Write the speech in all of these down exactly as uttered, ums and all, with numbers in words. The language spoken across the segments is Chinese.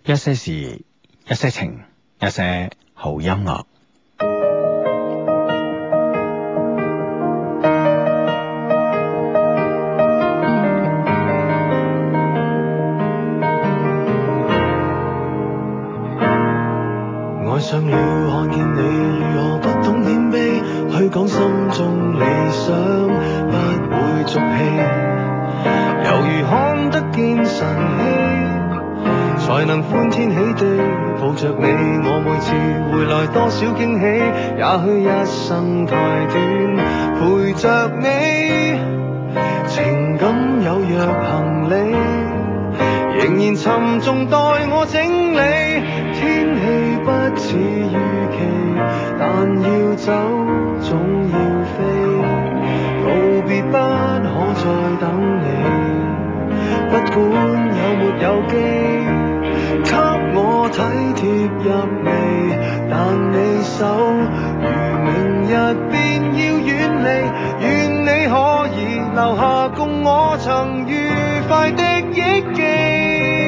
一些事，一些情，一些好音樂。 愛上了看見你如何不懂謙卑，去講心中理想不會俗氣，猶如看得見晨曦，才能歡天喜地抱着你。我每次回來多少驚喜，也許一生太短，陪着你，情感有若行李，仍然沉重待我整理。天氣不似預期，但要走總要飛，告別不可再等你，不管有沒有機，給我體貼入微，但你手如明日便要遠離，願你可以留下共我曾愉快的憶記。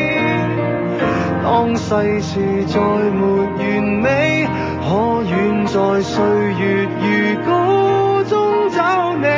當世事再沒完美，可願在歲月如歌中找你。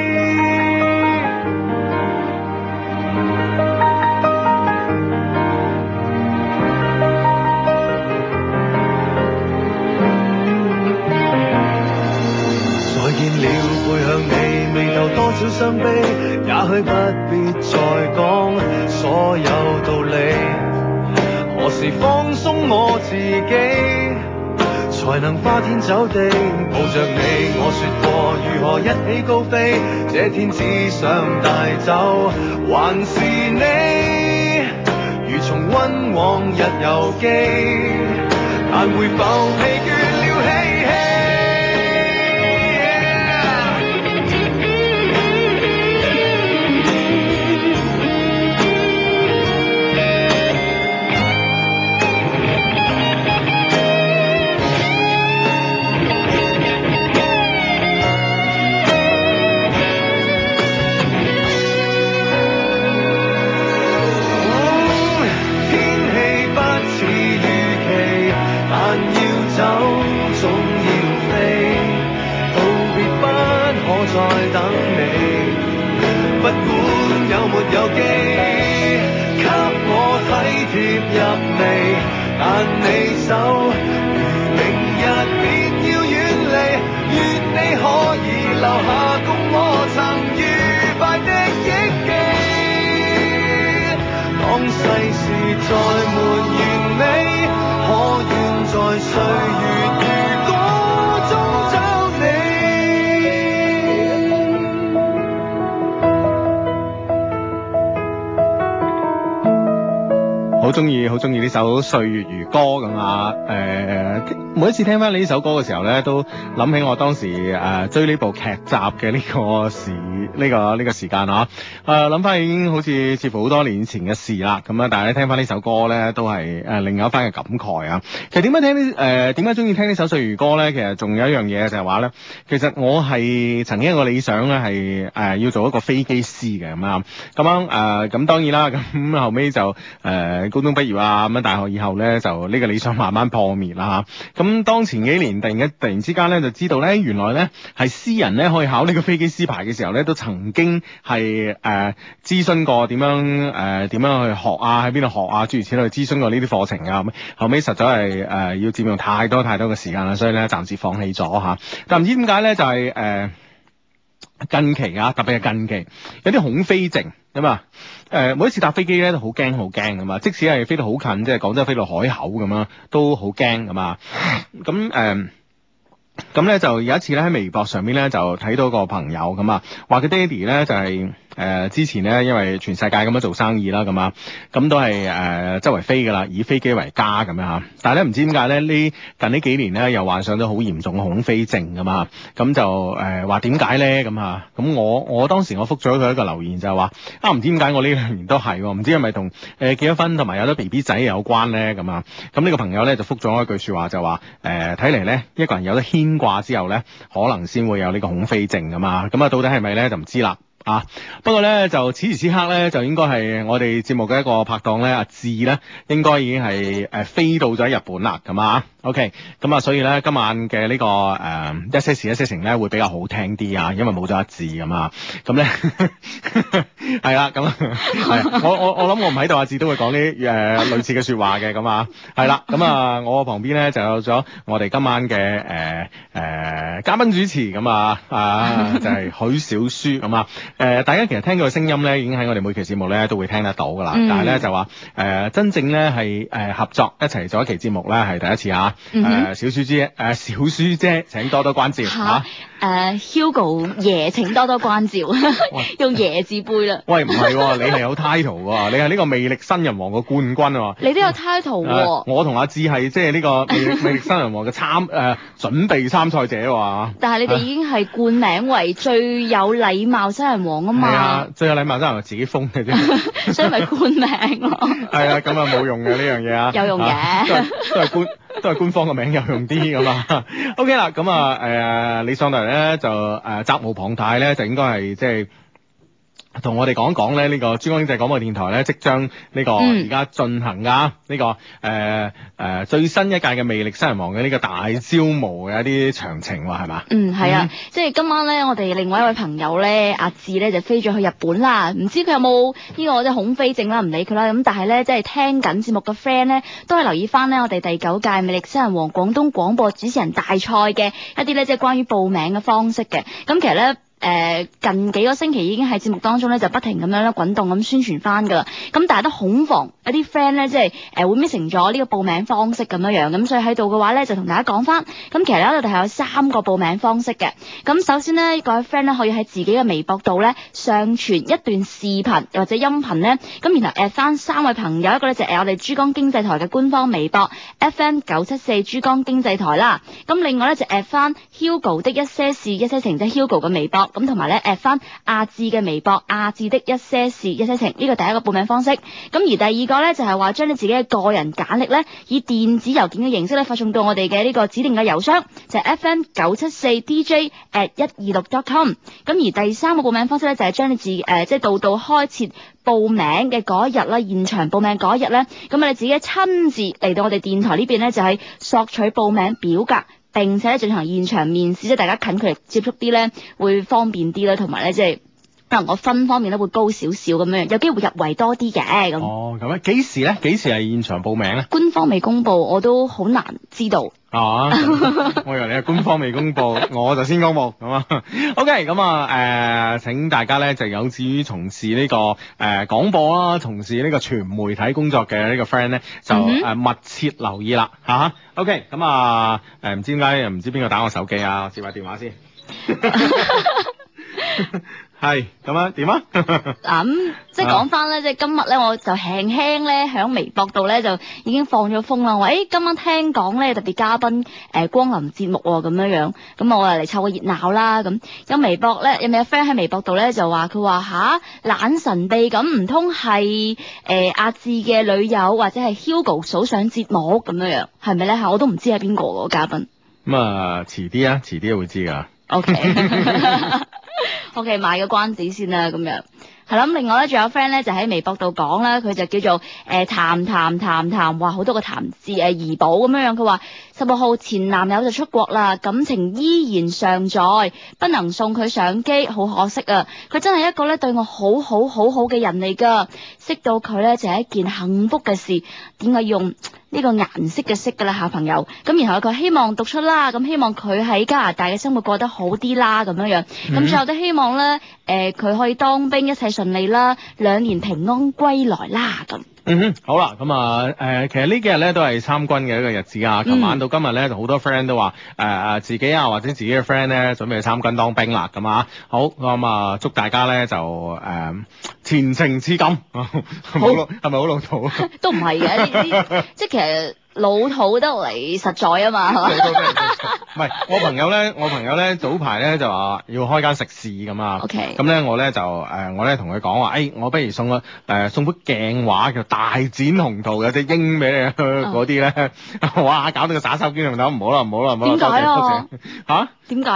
再見了背向你，眉頭多少傷悲，也許不必再講所有道理。何時放鬆我自己，才能花天酒地抱着你？我說過如何一起高飛，這天只想帶走還是你，如重溫往日遊記，但會否疲倦了嬉戲？ 好中意好中意呢首《歲月如歌》咁啊！誒、呃，每一次聽翻你呢首歌嘅時候咧，都諗起我當時誒、呃、追呢部劇集嘅呢個時呢、呢個呢、呢個時間啊！誒諗翻已經好似似乎好多年前嘅事啦，咁啊！但係咧聽翻呢首歌咧，都係誒、呃、另有一番嘅感慨啊！其實點解聽呢誒點解中意聽呢首《歲月如歌》咧？其實仲有一樣嘢就係話咧，其實我係曾經有個理想咧係誒要做一個飛機師嘅咁啊！咁樣誒咁當然啦，咁後尾就誒。呃高中畢業啊，咁樣大學以後咧就呢個理想慢慢破滅啦嚇。咁當前幾年突然間突然之間咧就知道咧，原來咧係私人咧可以考呢個飛機師牌嘅時候咧，都曾經係誒、呃、諮詢過點樣誒點、呃、樣去學啊，喺邊度學啊，諸如此類，諮詢過呢啲課程啊。後尾實在係誒、呃、要佔用太多太多嘅時間啦，所以咧暫時放棄咗嚇。但唔知點解咧就係、是、誒。呃近期啊，特別係近期有啲恐飛症咁啊！誒、呃，每一次搭飛機咧都好驚好驚咁啊！即使係飛到好近，即係廣州飛到海口咁啊，都好驚咁啊！咁誒。咁咧就有一次咧喺微博上面咧就睇到個朋友咁啊，話佢爹哋咧就係、是、誒、呃、之前咧因為全世界咁樣做生意啦咁啊，咁都係誒、呃、周圍飛噶啦，以飛機為家咁樣吓。但係咧唔知點解咧呢近呢幾年咧又患上咗好嚴重嘅恐飛症咁啊，咁就誒話點解咧咁啊？咁我我當時我覆咗佢一個留言就係話啊，唔知點解我呢兩年都係，唔知係咪同誒結咗婚同埋有咗 B B 仔有關咧咁啊？咁呢個朋友咧就覆咗一句說話就話誒睇嚟咧一個人有得牽掛之後咧，可能先會有呢個恐飛症㗎嘛。咁啊，到底係咪咧就唔知啦。 啊。不過咧就此時此刻咧就應該係我哋節目嘅一個拍檔咧阿志咧，應該已經係誒、呃、飛到咗日本啦，咁啊。OK，咁啊，所以咧今晚嘅呢、這個誒、呃、一些事一些情咧會比較好聽啲啊，因為冇咗阿志咁啊。咁咧係啦，咁係我我我諗我唔喺度，阿志都會講啲誒類似嘅説話嘅咁啊。係啦，咁啊我旁邊咧就有咗我哋今晚嘅誒誒嘉賓主持咁啊啊就係、是、許小舒咁啊。誒、呃、大家其實聽到嘅聲音咧已經喺我哋每期節目咧都會聽得到噶啦，嗯、但係咧就話誒、呃、真正咧係誒合作一齊做一期節目咧係第一次啊。誒、嗯哼呃、小舒姐誒、呃、小舒姐請多多關照嚇。 誒 Hugo 爺請多多關照，用爺字輩啦。 喂，唔係喎，你係有 title 喎，你係呢個魅力新人王嘅冠軍喎。 你都有 title 喎、呃。 我同阿志係即係呢個魅力魅力新人王嘅參誒、呃、準備參賽者喎。 但係你哋已經係冠名為最有禮貌新人王啊嘛。係啊，最有禮貌新人王自己封嘅啫， 所以咪冠名咯。 係啊，咁啊冇用嘅呢樣嘢啊。 有用嘅、啊， 都係都係官都係官方嘅名有用啲咁啊。OK 啦，咁啊誒李上台咧就誒、呃、責無旁貸咧，就應該係即係同我哋講講咧呢、這個珠江經濟廣播電台咧即將呢個而家進行噶呢、這個誒誒、呃呃、最新一屆嘅魅力新人王嘅呢個大招募嘅一啲詳情喎，係嘛？ 嗯，係啊，嗯、即係今晚咧，我哋另外一位朋友咧，阿志咧就飛咗去日本啦。唔知佢有冇呢個即係恐飛症啦，唔理佢啦。咁但係咧，即係聽緊節目嘅 friend 咧，都係留意翻咧我哋第九屆魅力新人王廣東廣播主持人大賽嘅一啲咧，即係關於報名嘅方式嘅。咁其實咧。誒、呃、近幾個星期已經喺節目當中咧就不停咁樣咧滾動咁宣傳翻㗎啦，咁但係都恐防有啲 friend 咧即係誒、呃、會 missing 咗呢個報名方式咁樣樣，咁所以喺度嘅話咧就同大家講翻，咁其實咧我哋係有三個報名方式嘅。咁首先咧各位 friend 咧可以喺自己嘅微博度咧上傳一段視頻或者音頻咧，咁然後 at 翻三位朋友，一個咧就係我哋珠江經濟台嘅官方微博 F M 九七四珠江經濟台啦，咁另外咧就 at 翻 Hugo 的一些事一些情，即係 Hugo 嘅微博。咁同埋咧 at 翻阿志嘅微博，阿志的一些事一些情，呢個第一個報名方式。咁而第二個咧就係話將你自己嘅個人簡歷咧以電子郵件嘅形式咧發送到我哋嘅呢個指定嘅郵箱，就係 F M 九七四 D J at 一二六 dot com。咁而第三個報名方式咧就係將你自誒即係到到開設報名嘅嗰一日啦，現場報名嗰一日咧，咁你自己親自嚟到我哋電台呢邊咧就係索取報名表格。並且進行現場面試，即係大家近距離接觸啲咧，會方便啲啦，同埋咧即係可能個分方面咧會高少少咁樣，有機會入圍多啲嘅咁。哦， 咁樣幾時咧？幾時係現場報名咧？ 官方未公布，我都好難知道。 啊！我以為你係官方未公布，我就先公布咁啊。OK，咁啊誒，請大家咧就有志於從事呢、這個誒廣、呃、播啦，從事呢個全媒體工作嘅呢個 friend 咧，就誒、嗯哼呃、密切留意啦嚇、啊。OK，咁啊誒唔知點解又唔知邊個打我手機啊？接下電話先。係咁樣點啊？ 咁即係講翻咧，即係今日咧，我就輕輕咧喺微博度咧就已經放咗風啦。我誒今晚聽講咧特別嘉賓誒、呃、光臨節目咁樣樣，咁我嚟湊個熱鬧啦。咁有微博咧，有冇有 friend 喺微博度咧就話佢話吓懶神秘咁，唔通係誒阿志嘅女友或者係 Hugo 嫂上節目咁樣樣，係咪咧吓？我都唔知係邊個個嘉賓。咁啊，遲啲啊，遲啲會知噶。 OK。OK， 賣個關子先啦，咁樣係啦。咁另外咧，仲有 friend 咧就喺微博度講啦，佢就叫做誒談談談談，哇好多個談字誒怡寶咁樣樣。佢話十六號前男友就出國啦，感情依然尚在，不能送佢上機，好可惜啊！佢真係一個咧對我好好好好嘅人嚟噶，識到佢咧就係一件幸福嘅事。點解用呢個顏色嘅色噶啦，小朋友？咁然後佢希望讀出啦，咁希望佢喺加拿大嘅生活過得好啲啦，咁樣樣。咁、嗯、最後都希望咧，誒、呃、佢可以當兵，一切順利啦，兩年平安歸來啦，咁。 嗯哼，好啦，咁啊，誒、呃，其實呢幾日咧都係參軍嘅一個日子啊。琴晚到今日咧，就好多 friend 都話，誒、呃、誒，自己啊或者自己嘅 friend 咧準備參軍當兵啦，咁啊，好，咁啊，祝大家咧就誒、呃、前程似錦，係咪好老？係咪好老土？ 都唔係嘅，呢啲即係其實。老土得嚟實在啊嘛，係嘛？ 唔係，我朋友咧，我朋友咧早排咧就話要開間食肆咁啊。 OK。 咁咧我咧就誒、呃、我咧同佢講話，誒、哎、我不如送個誒、呃、送幅鏡畫叫大展宏圖有隻鷹俾你嗰啲咧，哇搞到個耍手兼用手，唔好啦唔好啦唔好啦。點解啊？嚇？點解啊？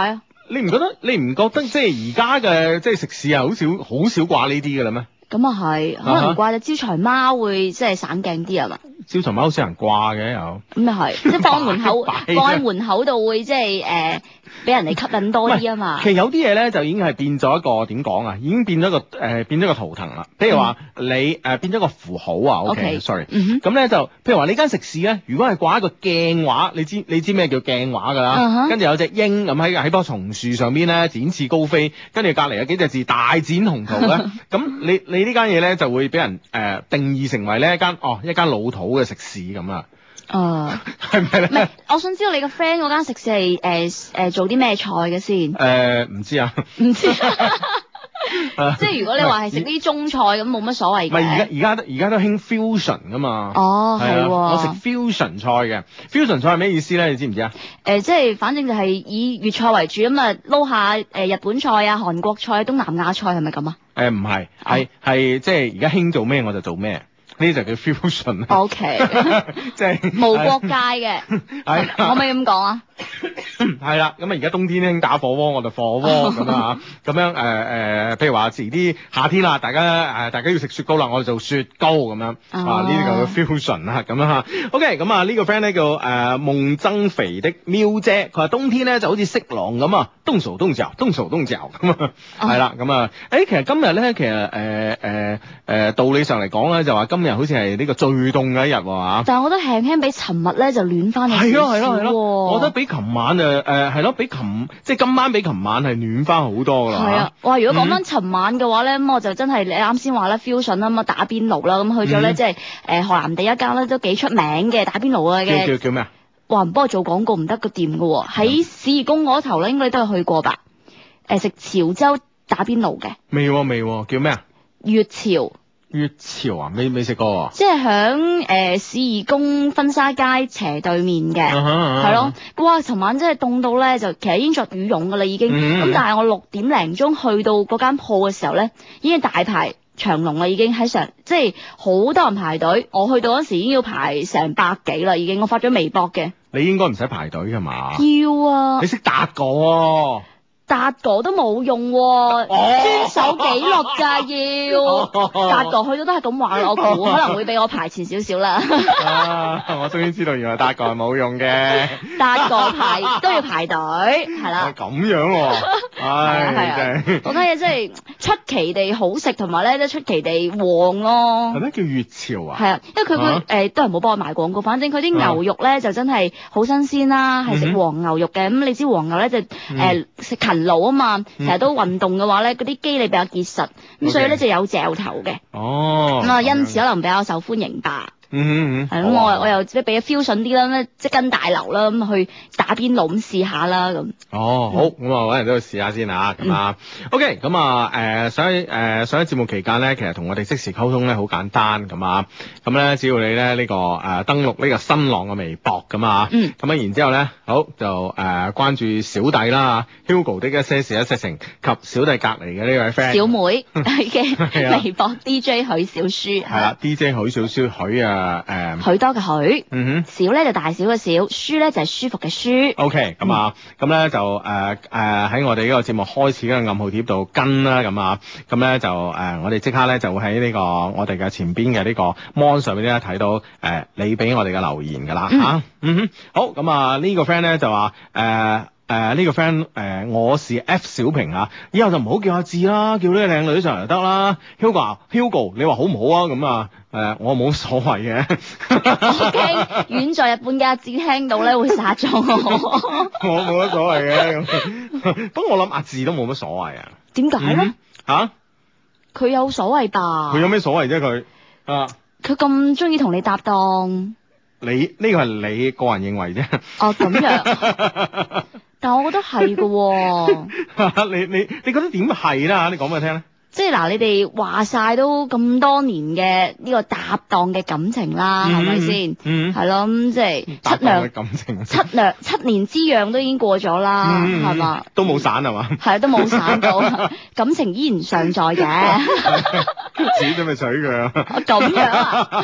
你唔覺得你唔覺得即係而家嘅即係食肆係好少好少掛呢啲嘅啦咩？ 咁啊係，可能掛隻招財貓會即係省鏡啲啊嘛。 招財貓好少人掛嘅有。 咁又係，即係放喺門口， 擺放喺門口度會即係誒，俾人哋吸引多啲啊嘛。 其實有啲嘢咧就已經係變咗一個點講啊，已經變咗個誒、呃、變咗個圖騰啦。譬如話、嗯、你誒、呃、變咗個符號啊 ，OK，sorry。咁咧就譬如話呢間食肆咧，如果係掛一個鏡畫，你知你知咩叫鏡畫㗎啦？嗯、哼跟住有隻鷹咁喺喺棵松樹上邊咧展翅高飛，跟住隔離有幾隻字大展宏圖咧。咁你你呢間嘢咧就會俾人誒、呃、定義成為呢一間哦一間老土嘅食肆咁啊。 誒， 係咪咧？ 唔係，我想知道你個 friend 嗰間食肆係誒誒做啲咩菜嘅先？誒、 呃，唔知啊， 唔知。即係如果你話係食啲中菜咁，冇乜所謂嘅。 唔係而家而家都而家都興 fusion 噶嘛？ 哦，係、啊。 我食 fusion 菜嘅 fusion 菜係咩意思咧？你知唔知啊？ 誒、呃，即係反正就係以粵菜為主咁啊，撈下誒日本菜啊、韓國菜、東南亞菜係咪咁啊？誒唔係，係係即係而家興做咩我就做咩。呢就叫 fusion。O K， 即係無國界嘅，可唔可以咁講啊？ 係啦，咁啊而家冬天興打火鍋，我就火鍋咁啊，咁樣誒誒，譬如話遲啲夏天啦，大家誒大家要食雪糕啦，我哋做雪糕咁樣啊，呢啲就叫 fusion 啦，咁樣嚇。OK，咁啊呢個 friend 咧叫誒夢增肥的喵姐，佢話冬天咧就好似色狼咁啊，冬嘈冬嚼，冬嘈冬嚼咁啊，係啦，咁啊誒其實今日咧其實誒誒誒道理上嚟講咧就話今日好似係呢個最凍嘅一日喎嚇。 但係我覺得輕輕比尋日咧就暖翻嚟少少。係咯係咯係咯， 我覺得比琴晚誒誒係咯，比琴即係今晚比琴晚係暖翻好多㗎啦。 係啊，哇！如果講翻尋晚嘅話咧，咁、嗯、我就真係你啱先話啦 fusion 啦，咁啊打邊爐啦，咁去咗咧、嗯、即係誒河南第一間咧都幾出名嘅打邊爐啊嘅。 叫叫叫咩啊？ 哇！唔幫我做廣告唔得個店㗎喎，喺市義宮嗰頭咧應該你都有去過吧？誒食潮州打邊爐嘅。未喎未喎，叫咩啊？ 粵潮。 粵潮啊，未未食過啊？ 即係響誒市義宮婚紗街斜對面嘅，係、uh-huh, uh-huh. 咯。哇！尋晚真係凍到咧，就其實已經着羽絨噶啦已經。咁、mm-hmm. 但係我六點零鐘去到嗰間鋪嘅時候咧，已經大排長龍啦，已經喺上，即係好多人排隊。我去到嗰時已經要排成百幾啦，已經。我發咗微博嘅。你應該唔使排隊㗎嘛？要啊！你識達個喎？達哥都冇用喎、啊，遵守紀律㗎要。達哥去到都係咁話，我估可能會俾我排前少少啦。啊！我終於知道原來達哥係冇用嘅。達哥排都要排隊，係啦。咁樣喎、啊，唉，係啊。嗰間嘢真係出奇地好食，同埋咧都出奇地旺咯。係咩叫粵潮啊？係啊，因為佢佢誒都係冇幫我賣廣告，反正佢啲牛肉咧就真係好新鮮啦，係食黃牛肉嘅。咁、嗯、你知黃牛咧就誒食、呃、勤勞啊嘛，成日都運動嘅話咧，嗰啲肌理比較結實，咁、okay. 所以咧就有嚼頭嘅。哦，咁啊，因此可能比較受歡迎吧。嗯嗯嗯，係咁，我我又即係俾咗 fusion 啲啦，咩即跟大流啦，咁去打邊爐咁試下啦咁。哦，好，咁啊揾人都去試下先啊，咁啊 ，OK，咁啊誒上一誒上一節目期間咧，其實同我哋即時溝通咧好簡單咁啊，咁咧只要你咧呢、這個誒、呃、登錄呢個新浪嘅微博咁啊，嗯，咁啊然之後咧好就誒、呃、關注小弟啦 Hugo 的一些事一些情及小弟隔離嘅呢位 friend 小妹嘅微博 D J 許小書係啦 D J 許小書許啊。誒、嗯，許多嘅許，嗯哼，小咧就大小嘅小，書咧就係舒服嘅書。O K，咁啊，咁、嗯、咧就誒誒喺我哋呢個節目開始嘅暗號貼度跟啦，咁啊，咁咧就誒、呃、我哋即刻咧就會喺呢、這個我哋嘅前邊嘅呢個 mon 上面咧睇到誒、呃、你俾我哋嘅留言噶啦吓，嗯，嗯哼，好，咁啊呢個 friend 咧就話誒。呃誒、呃，呢、這個 friend 誒、呃，我是 F 小平啊，以後就唔好叫阿志啦，叫呢個靚女上嚟就得啦。Hugo，Hugo， 你話好唔好啊？咁啊，誒、呃，我冇所謂嘅。我驚遠在日本嘅阿志聽到咧會殺咗我。我冇乜所謂嘅，不過我諗阿志都冇乜所謂啊。點解咧？吓？佢有所謂吧？佢有咩所謂啫？佢啊？佢咁中意同你搭檔。你呢、這個係你個人認為啫。哦，咁樣。但我覺得係㗎喎。你你你覺得點係啦？你講俾我聽咧。即係嗱，你哋話晒都咁多年嘅呢個搭檔嘅感情啦，係咪先？嗯。係咯，咁即係七娘感情。七娘七年之癢都已經過咗啦，係、嗯、嘛？都冇散係嘛？係都冇散到，感情依然尚在嘅。自己準備娶佢啊？咁樣啊？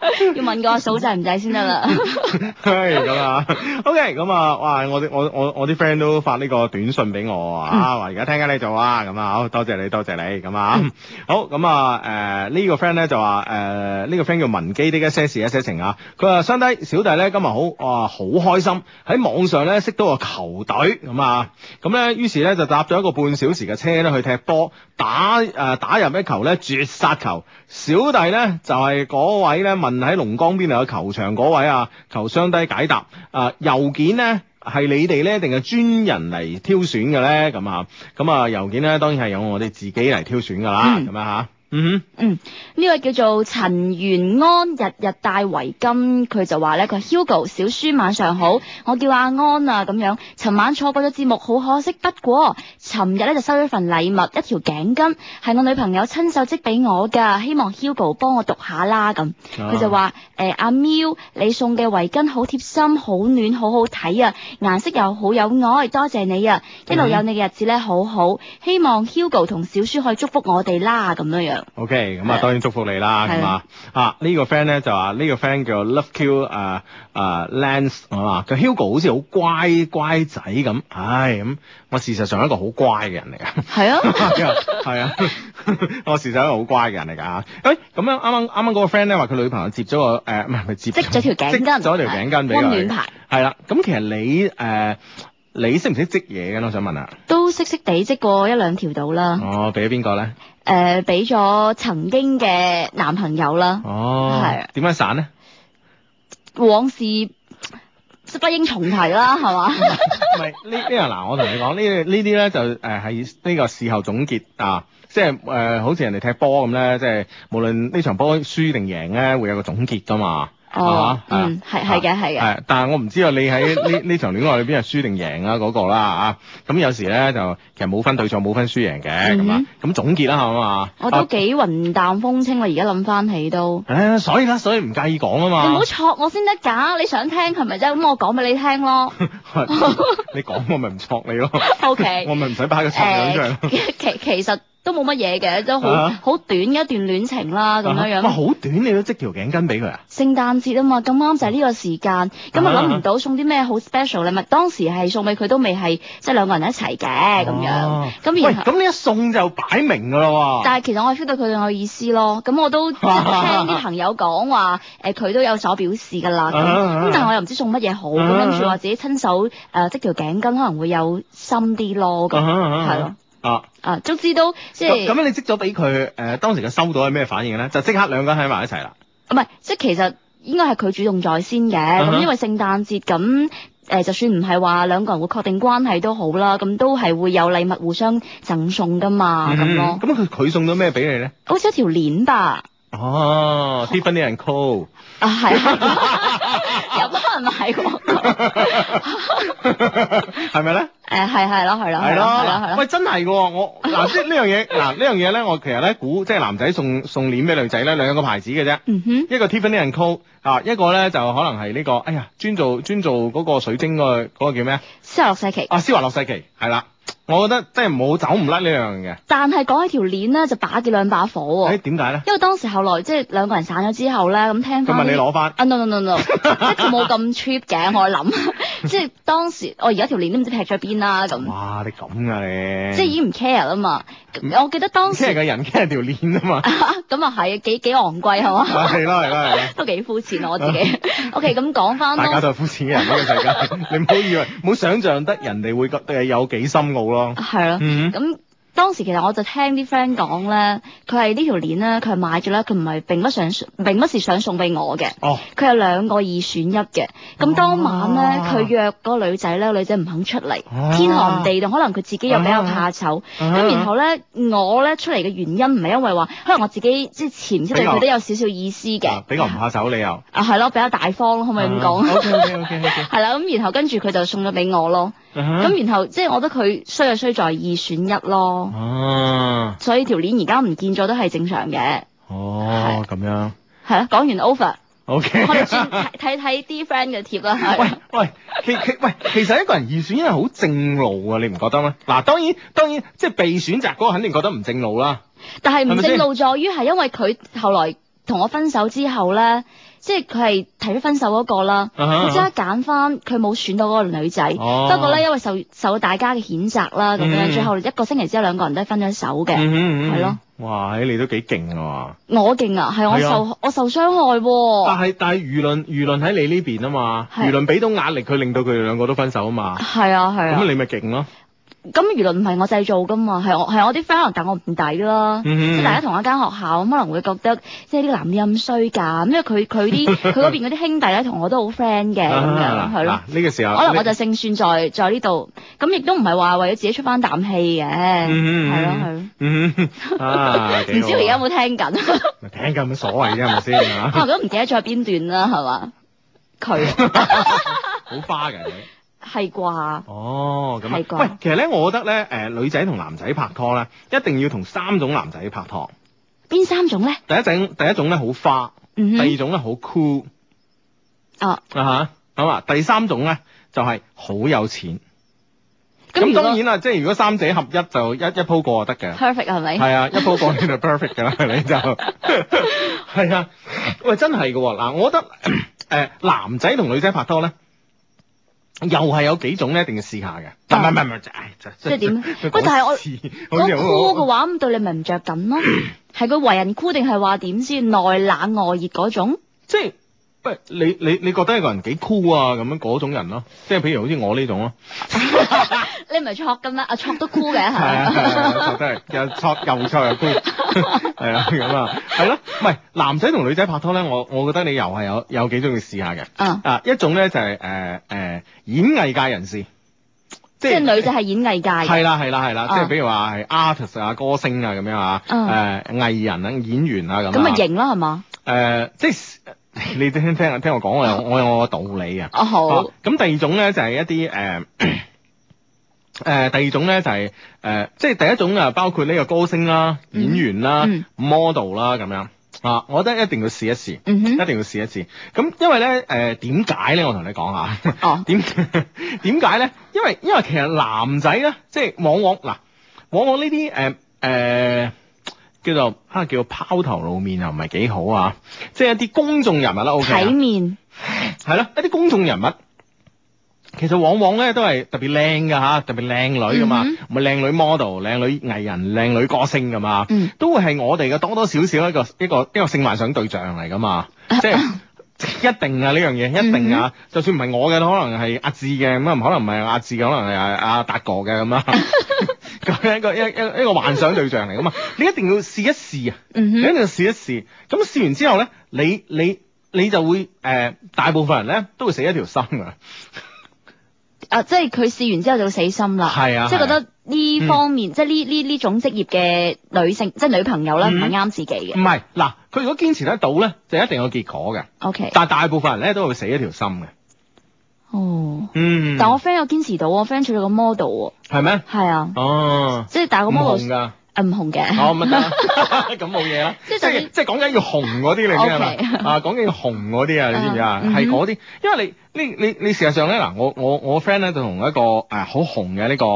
要問個阿嫂制唔制先得啦。 係咁啊，OK，咁啊，哇！我啲我我我啲 friend 都發呢個短信俾我啊，話而家聽緊你做啊，咁啊，好多謝你，多謝你，咁啊，嗯、好咁啊，誒、呃這個、呢個 friend 咧就話誒呢個 friend 叫文基的一些事一些情啊，佢話相低小弟咧今日好哇好開心喺網上咧識到個球隊咁啊，咁咧於是咧就搭咗一個半小時嘅車咧去踢波，打誒、呃、打入一球咧絕殺球，小弟咧就係、是、嗰位咧問喺龍崗邊度有球場嗰位啊，求相低解答啊，郵件咧係你哋咧定係專人嚟挑選嘅咧？咁啊咁啊郵件咧當然係由我哋自己嚟挑選噶啦，咁、嗯、啊吓。嗯嗯，呢位叫做陳元安，日日戴圍巾，佢就話咧，佢 Hugo 小書晚上好，我叫阿安啊咁樣，尋晚錯過咗節目，好可惜。不過尋日咧就收咗份禮物，一條頸巾，係我女朋友親手織俾我噶，希望 Hugo 幫我讀下啦咁。佢、啊、就話誒阿喵，你送嘅圍巾好貼心，好暖，好好睇啊，顏色又好有愛，多謝你啊，一路有你嘅日子咧好好，希望 Hugo 同小書可以祝福我哋啦咁樣樣。 O K，咁啊當然祝福你啦，係嘛啊呢個 friend 咧就話呢個 friend 叫 Love Q 誒誒 Lance 係嘛，佢 Hugo 好似好乖乖仔咁，唉咁我事實上係一個好乖嘅人嚟噶，係啊係啊，我事實上係一個好乖嘅人嚟噶，誒咁樣啱啱啱啱嗰個 friend 咧話佢女朋友接咗個誒唔係咪接織咗條頸巾，織咗條頸巾俾佢， 溫暖牌係啦，咁其實你誒。你識唔識織嘢嘅？我想問下。都識識地織過一兩條到啦。 哦，俾咗邊個咧？ 誒、呃，俾咗曾經嘅男朋友啦。 哦，係。點樣散咧？ 往事不應重提啦，係嘛？ 唔係呢呢個嗱，我同你講呢呢啲咧就誒係呢個事後總結啊，即係誒、呃、好似人哋踢波咁咧，即係無論呢場波輸定贏咧，會有個總結噶嘛。 哦，嗯，係係嘅，係嘅。 係，但係我唔知道你喺呢呢場戀愛裏邊係輸定贏啊嗰個啦啊，咁有時咧就其實冇分對錯，冇分輸贏嘅咁啊，咁總結啦係嘛。 我都幾雲淡風輕啦，而家諗翻起都。 誒，所以啦，所以唔介意講啊嘛。 你唔好戳我先得㗎，你想聽係咪啫？咁我講俾你聽咯。 你講我咪唔戳你咯。 O K。 我咪唔使擺個戳樣出嚟。 其其實。都冇乜嘢嘅，都好好、uh huh. 短嘅一段戀情啦，咁樣樣。哇， 好短，你都織條頸巾俾佢啊？ 聖誕節啊嘛，咁啱就係呢個時間，咁啊諗唔到送啲咩好 special 禮物，當時係送俾佢都未係即係兩個人一齊嘅咁樣。咁然後咁你一送就擺明㗎啦喎。 但係其實我係 feel 到佢對我意思咯，咁我都即係聽啲朋友講話，誒佢都有所表示㗎啦。咁咁但係我又唔知送乜嘢好，咁跟住話自己親手誒織條頸巾可能會有心啲咯，咁係咯。 啊啊，總之都即係咁樣，你織咗俾佢，誒當時佢收到係咩反應咧？就即刻兩個人喺埋一齊啦。 唔係，即係其實應該係佢主動在先嘅。咁、uh huh. 因為聖誕節咁誒，就算唔係話兩個人會確定關係都好啦，咁都係會有禮物互相贈送噶嘛，咁、uh huh. 咯。咁佢佢送咗咩俾你咧？ 好似一條鏈吧。 哦 Tiffany and Co 啊，係有幫人買過， 係咪咧？ 誒係係咯係咯係咯係咯係咯。 喂，真係嘅喎，我嗱即係呢樣嘢嗱呢樣嘢咧，我其實咧估即係男仔送送鏈俾女仔咧，兩個牌子嘅啫。 嗯哼。 一個 Tiffany and Co 啊，一個咧就可能係呢個，哎呀專做專做嗰個水晶個嗰個叫咩啊？ 施華洛世奇。 啊，施華洛世奇係啦。我覺得真係冇走唔甩呢樣嘅。但係講起條鏈咧，就把幾兩把火喎。 誒點解咧？ 因為當時後來即係兩個人散咗之後咧，咁聽翻。 佢問你攞翻。 啊 no no no no，即係佢冇咁 cheap 嘅，我諗。即係當時我而家條鏈都唔知劈咗邊啦咁。 哇！你咁噶你？ 即係已經唔 care 啦嘛。我記得當時。 care 嘅人 care 條鏈啊嘛。 咁啊係，幾幾昂貴係嘛？ 係啦係啦係啦。 都幾膚淺我自己。OK，咁講翻。 大家都係膚淺嘅人呢個世界，你唔好以為，唔好想像得人哋會覺得有幾深奧咯。 係咯。咁、嗯、當時其實我就聽啲 friend 講咧，佢係呢條鏈咧，佢係買咗咧，佢唔係並不想並不是想送俾我嘅。哦，佢有兩個二選一嘅。咁當晚咧，佢、哦、約嗰個女仔咧，女仔唔肯出嚟，哦、天寒地凍，可能佢自己又比較怕醜。咁、哦、然後咧，我咧出嚟嘅原因唔係因為話，可能我自己即係潛質對佢都有少少意思嘅。比較唔怕醜，你又啊係咯，比較大方咯，可唔可以咁講？OK OK OK OK。係啦，咁然後跟住佢就送咗俾我咯。咁、uh-huh. 然後即係我覺得佢衰就衰在二選一咯，哦，uh-huh. 所以條鏈而家唔見咗都係正常嘅。 哦，咁樣係啊，講完 over。OK， 我哋轉睇睇啲 friend 嘅貼啦。 喂喂，其其喂，其實一個人二選一係好正路啊，你唔覺得咩？嗱，當然當然，即係被選擇嗰個肯定覺得唔正路啦。 但係唔正路在於係因為佢後來同我分手之後咧。 即係佢係提出分手嗰個啦， 啊哈佢即刻揀翻佢冇選到嗰個女仔。 哦不過咧，因為受受到大家嘅譴責啦，咁樣、 嗯最後一個星期之後兩個人都係分咗手嘅，係、 嗯嗯嗯咯。 哇！你都幾勁啊！ 我勁啊，係我係啊受我受傷害喎、 但係但係輿論輿論喺你呢邊啊嘛， 係輿論俾到壓力佢，令到佢哋兩個都分手啊嘛。 係啊係啊。 咁你咪勁咯。 咁輿論唔係我製造噶嘛，係我係我啲 friend，但我唔抵啦。 嗯哼即係大家同一間學校，咁可能會覺得即係呢個男嘅咁衰㗎，因為佢佢啲佢嗰邊嗰啲兄弟咧同我都好 friend 嘅咁樣，係咯。 嗱呢個時候， 可能我就勝算在在呢度，咁亦都唔係話為咗自己出翻啖氣嘅， 嗯係咯係咯。 嗯啊， 唔知佢而家有冇聽緊？ 聽緊冇所謂啫，係咪先啊？ 我都唔記得咗邊段啦，係嘛？佢好花嘅你。 係啩？ 哦，咁啊係啩喂，其實咧，我覺得咧，誒、女仔同男仔拍拖咧，一定要同三種男仔拍拖。 邊三種咧？ 第一種，第一種咧好花， 嗯哼。 第二種咧好 cool 哦， 啊嚇，咁啊，第三種咧就係、好有錢。咁咁如果當然啦，即係如果三者合一就一一鋪過就得嘅。 perfect 係咪？ 係啊，一鋪過你就 perfect 㗎啦，你就係啊。喂，真係㗎喎，嗱，我覺得誒、呃、男仔同女仔拍拖咧。又係有幾種咧，一定要試下嘅。唔係唔係唔係，唉， 即係點？ 喂喂，但係我好似我酷嘅話，咁對你咪唔着緊咯？係佢為人酷定係話點先？內冷外熱嗰種？ 即係喂，你你你覺得一個人幾酷啊？咁樣嗰種人咯，即係譬如好似我呢種咯。 你唔係錯嘅咩？啊，錯都酷嘅係係啊，錯都係又錯又錯又酷，係啊咁啊，係咯。唔係男仔同女仔拍拖咧，我我覺得你又係有有幾種要試下嘅。 嗯啊，一種咧就係誒誒演藝界人士。 即係女仔係演藝界嘅。 係啦係啦係啦，即係嗯比如話係 artist 啊、歌星啊咁樣啊，誒藝人啊、演員啊咁。 咁咪型咯係嘛？ 誒，即係你聽聽聽我講，我有我有我個道理啊。 哦好。 咁第二種咧就係一啲誒誒，第二種咧就係誒，即係第一種啊，包括呢個歌星啦、演員啦、model 啦咁樣啊，我覺得一定要試一試， 嗯哼。 一定要試一試。咁因為咧誒點解咧？我同你講下。 哦。 點點解咧？因為因為其實男仔咧，即係往往嗱，往往呢啲誒誒叫做啊叫做拋頭露面又唔係幾好啊，即係一啲公眾人物啦，OK 啊。 體面。 係咯，一啲公眾人物。其實往往咧都係特別靚噶吓，特別靚女噶嘛，唔係靚女 model、靚女藝人、靚女歌星噶嘛， 嗯、 都會係我哋嘅多多少少一個一個一個性幻想對象嚟噶嘛，即係一定啊呢樣嘢，一定啊，嗯、就算唔係我嘅，可能係阿志嘅，咁啊可能唔係阿志嘅，可能係阿阿達哥嘅咁啊，咁樣一個一一一個幻想對象嚟噶嘛，你一定要試一試啊， 嗯、哼你一定要試一試，咁試完之後咧，你你你就會誒、呃，大部分人咧都會死一條心噶。 啊！即係佢試完之後就會死心啦， 係啊， 即係覺得呢方面， 嗯、 即係呢呢呢種職業嘅女性，即係女朋友咧，唔係啱自己嘅。 唔係嗱，佢如果堅持得到咧，就一定有結果嘅。 O K， 但係大部分人咧都會死一條心嘅。 哦， 嗯， 但我 friend 有堅持到，我 friend 做咗個 model 喎。 係咩？ 係啊。 哦， 即係但係個 model 紅㗎。 誒唔紅嘅， 哦咁啊得，咁冇嘢啦。即係即係講緊要紅嗰啲，你知係嘛？啊，講緊要紅嗰啲啊，你知唔知啊？係嗰啲，因為你你你你事實上咧嗱，我我我 friend 咧就同一個誒好紅嘅呢個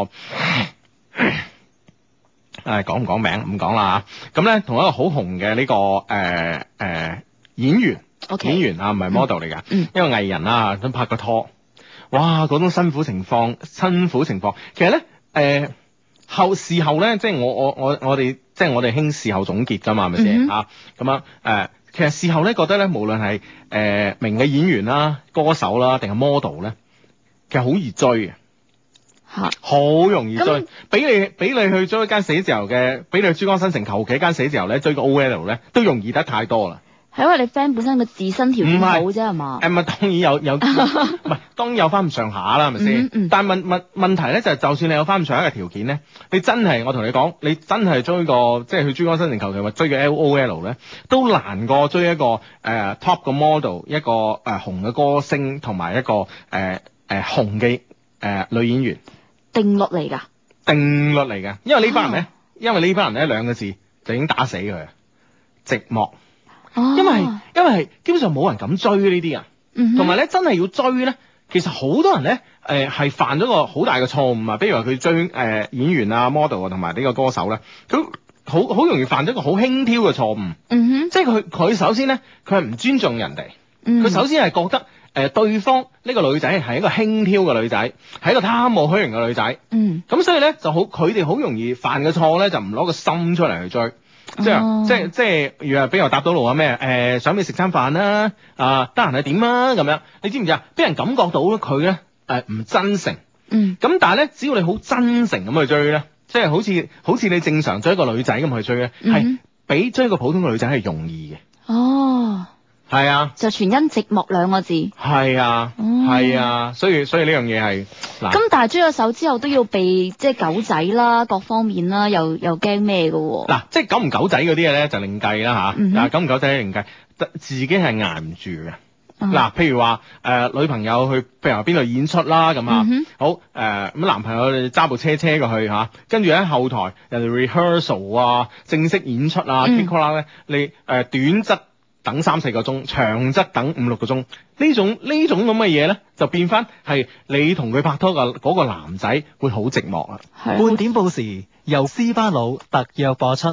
誒講唔講名唔講啦嚇。咁咧同一個好紅嘅呢個誒誒演員，演員啊唔係 model 嚟㗎，一個藝人啊都拍過拖。哇！嗰種辛苦情況，辛苦情況，其實咧誒。後事後咧，即係我我我我哋即係我哋興事後總結㗎嘛，係咪先嚇？咁樣誒，其實事後咧覺得咧，無論係誒名嘅演員啦、歌手啦，定係 model 咧，其實好易追嘅嚇，好容易追。俾你俾你去追一間寫字樓嘅，俾你去珠江新城求其一間寫字樓咧，追個 O L 咧，都容易得太多啦。 係因為你 friend 本身個自身條件好啫係嘛？ 誒咪當然有有，唔係當然有翻咁上下啦，係咪先？嗯嗯、但係問問問題咧就係、是，就算你有翻咁上下嘅條件咧，你真係我同你講，你真係追個即係去珠江新城求其話追個 L O L 咧，都難過追一個誒、呃、top 嘅 model，一個誒、呃、紅嘅歌星，同埋一個誒誒、呃呃、紅嘅誒、呃、女演員。 定律嚟㗎？ 定律嚟㗎，因為呢班人咧，啊、因為呢班人咧兩個字就已經打死佢，寂寞。因為因為係基本上冇人敢追呢啲人，同埋咧真係要追咧，其實好多人咧誒係犯咗個好大嘅錯誤啊！比如話佢追誒、呃、演員啊、model 啊同埋呢個歌手咧，佢好好容易犯咗一個好輕佻嘅錯誤。嗯哼，即係佢佢首先咧佢係唔尊重人哋。 嗯佢首先係覺得誒、呃、對方呢個女仔係一個輕佻嘅女仔，係一個貪慕虛榮嘅女仔。 嗯， 咁所以咧就好，佢哋好容易犯嘅錯咧就唔攞個心出嚟去追。即係、 哦、 即係即係，如話比如搭到路啊咩誒，想你食餐飯啦，啊得閒係點啊咁樣，你知唔知啊？俾人感覺到佢咧誒唔真誠。 嗯， 咁但係咧，只要你好真誠咁去追咧，即係好似好似你正常追一個女仔咁去追咧，係、 嗯、 比追一個普通嘅女仔係容易嘅。 哦， 係啊， 就全因寂寞兩個字。 係啊，係、哦、啊，所以所以呢樣嘢係嗱。咁但係追咗手之後都要被即係狗仔啦，各方面啦，又又驚咩嘅喎？ 嗱，即係狗唔狗仔嗰啲嘢咧就另計啦吓， 嗯、 啊狗唔狗仔另計，自己係捱唔住嘅。嗱、嗯，譬如話誒、呃、女朋友去，譬如話邊度演出啦咁啊， 嗯、 好誒咁、呃、男朋友揸部車車過去嚇，跟住喺後台人哋 rehearsal 啊，正式演出啊 kick call 咧，你誒、呃、短則等三四個鐘，長則等五六個鐘，呢種呢種咁嘅嘢咧，就變翻係你同佢拍拖嘅嗰個男仔會好寂寞啊。 半點報時由斯巴魯特約播出。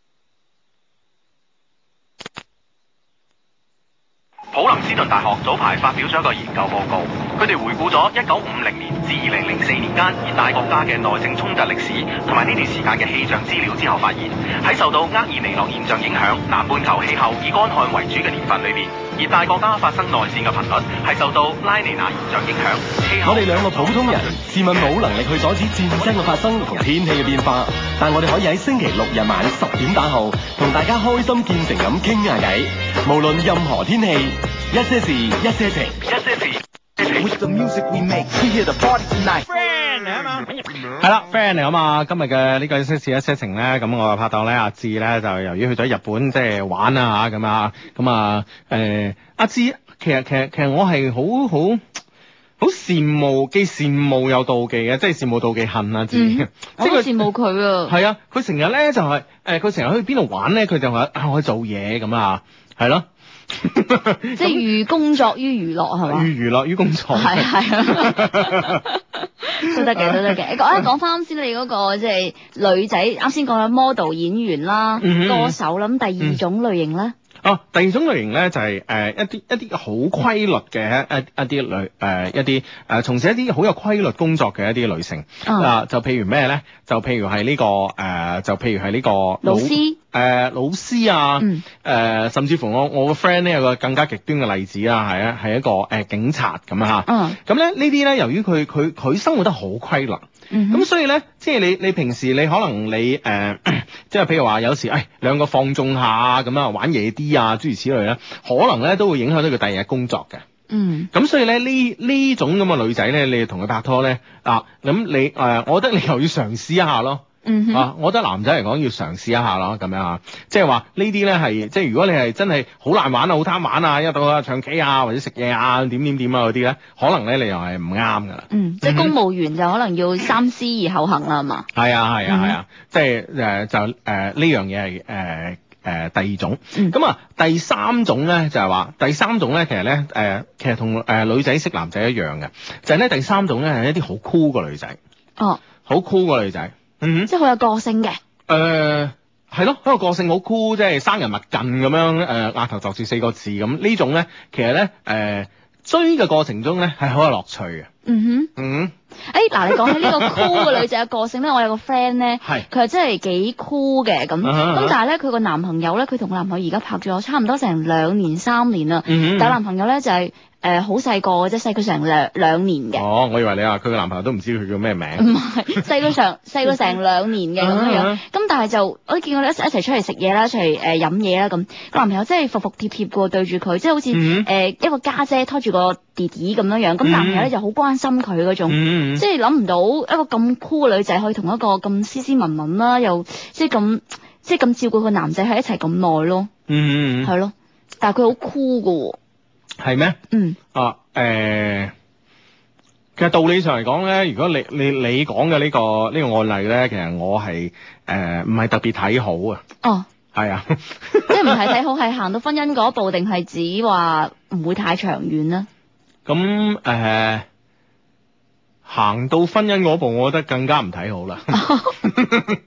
普林斯頓大學早排發表咗一個研究報告，佢哋回顧咗一九五零年至二零零四年間熱帶國家嘅內政衝突歷史，同埋呢段時間嘅氣象資料之後，發現喺受到厄爾尼諾現象影響，南半球氣候以乾旱為主嘅年份裏邊，熱帶國家發生內戰嘅頻率係受到拉尼娜現象影響。 我哋兩個普通人自問冇能力去阻止戰爭嘅發生同天氣嘅變化，但我哋可以喺星期六日晚十點打號同大家開心見誠咁傾下偈，無論任何天氣。一些事，一些情， 一些事。 With the music we make, we hear the party tonight. Friend 嚟啊嘛，係啦，friend 嚟啊嘛。今日嘅呢個一些事一些情咧，咁我嘅拍檔咧阿志咧就由於去咗日本即係玩啊嚇咁啊，咁啊誒阿志其實其實其實我係好好好羨慕，既羨慕又妒忌嘅，即係羨慕妒忌恨啊志。 嗯、我都羨慕佢啊。 係啊，佢成日咧就係誒佢成日去邊度玩咧，佢就話啊我去做嘢咁啊，係咯。 即係寓工作於娛樂係嘛？ 寓娛樂於工作係係啊，都得嘅都得嘅。講一講翻啱先你嗰個即係女仔，啱先講咗 model 演員啦、嗯、歌手啦，咁第二種類型咧？ 哦，第二種類型咧就係、是、誒、呃、一啲一啲好規律嘅一一啲女誒一啲誒從事一啲好有規律工作嘅一啲女性啊、呃，就譬如咩咧？就譬如係呢、這個誒、呃，就譬如係呢個老師誒、 呃、老師啊，誒、嗯呃、甚至乎我我個 friend 咧有個更加極端嘅例子啦，係啊係一個誒、呃、警察咁啊嚇， 嗯， 咁咧呢啲咧由於佢佢佢生活得好規律。咁、嗯、所以咧，即係你你平時你可能你誒、呃，即係譬如話有時誒兩個放縱下咁啊，玩夜啲啊，諸如此類咧，可能咧都會影響到佢第二日工作嘅。嗯。咁所以咧呢呢種咁嘅女仔咧，你同佢拍拖咧啊，咁你誒、呃，我覺得你又要嘗試一下咯。嗯啊，我覺得男仔嚟講要嘗試一下咯，咁樣啊，即係話呢啲咧係，即係如果你係真係好難玩啊，好貪玩啊，一到啊唱 K 啊或者食嘢啊點點點啊嗰啲咧，可能咧你又係唔啱噶啦。嗯， 即係公務員就可能要三思而後行啦，係嘛？係啊係啊係啊，即係誒就誒呢樣嘢係誒誒第二種。咁啊、嗯、第三種咧就係話第三種咧其實咧誒、呃、其實同誒、呃、女仔識男仔一樣嘅，就係、是、咧第三種咧係一啲好酷嘅女仔。哦，好酷嘅女仔。嗯， 即係好有個性嘅。誒、 呃，係咯，嗰個個性好酷，即係生人勿近咁樣，誒、呃，額頭就住四個字咁。呢種咧，其實咧，誒、呃，追嘅過程中咧係好有樂趣嘅。嗯哼，嗯哼。 誒，嗱，你講起呢個 cool 嘅女仔嘅個性咧，我有個 friend 咧，係佢係真係幾 cool 嘅咁，咁、uh huh. 但係咧佢個男朋友咧，佢同個男朋友而家拍咗差唔多成兩年三年啦。Uh huh. 但係男朋友咧就係、是。誒好細個嘅啫，細佢成兩兩年嘅。 哦，我以為你話佢個男朋友都唔知佢叫咩名。 唔係，細佢成細佢成兩年嘅咁樣樣。咁但係就我見我哋一齊一齊出嚟食嘢啦，出嚟誒飲嘢啦咁。個男朋友真係服服帖帖嘅對住佢，即係好似誒一個家姐拖住個弟弟咁樣樣。咁男朋友咧就好關心佢嗰種，即係諗唔到一個咁酷嘅女仔可以同一個咁斯斯文文啦，又即係咁即係咁照顧個男仔喺一齊咁耐咯。嗯嗯係咯，但係佢好酷嘅喎。 係咩？嗯啊誒、呃，其實道理上嚟講咧，如果你你你講嘅呢個呢、呢個案例咧，其實我係誒唔係特別睇好啊。哦，係啊， 即係唔係睇好，係行到婚姻嗰一步，定係指話唔會太長遠咧？ 咁誒，行、呃、到婚姻嗰步，我覺得更加唔睇好啦。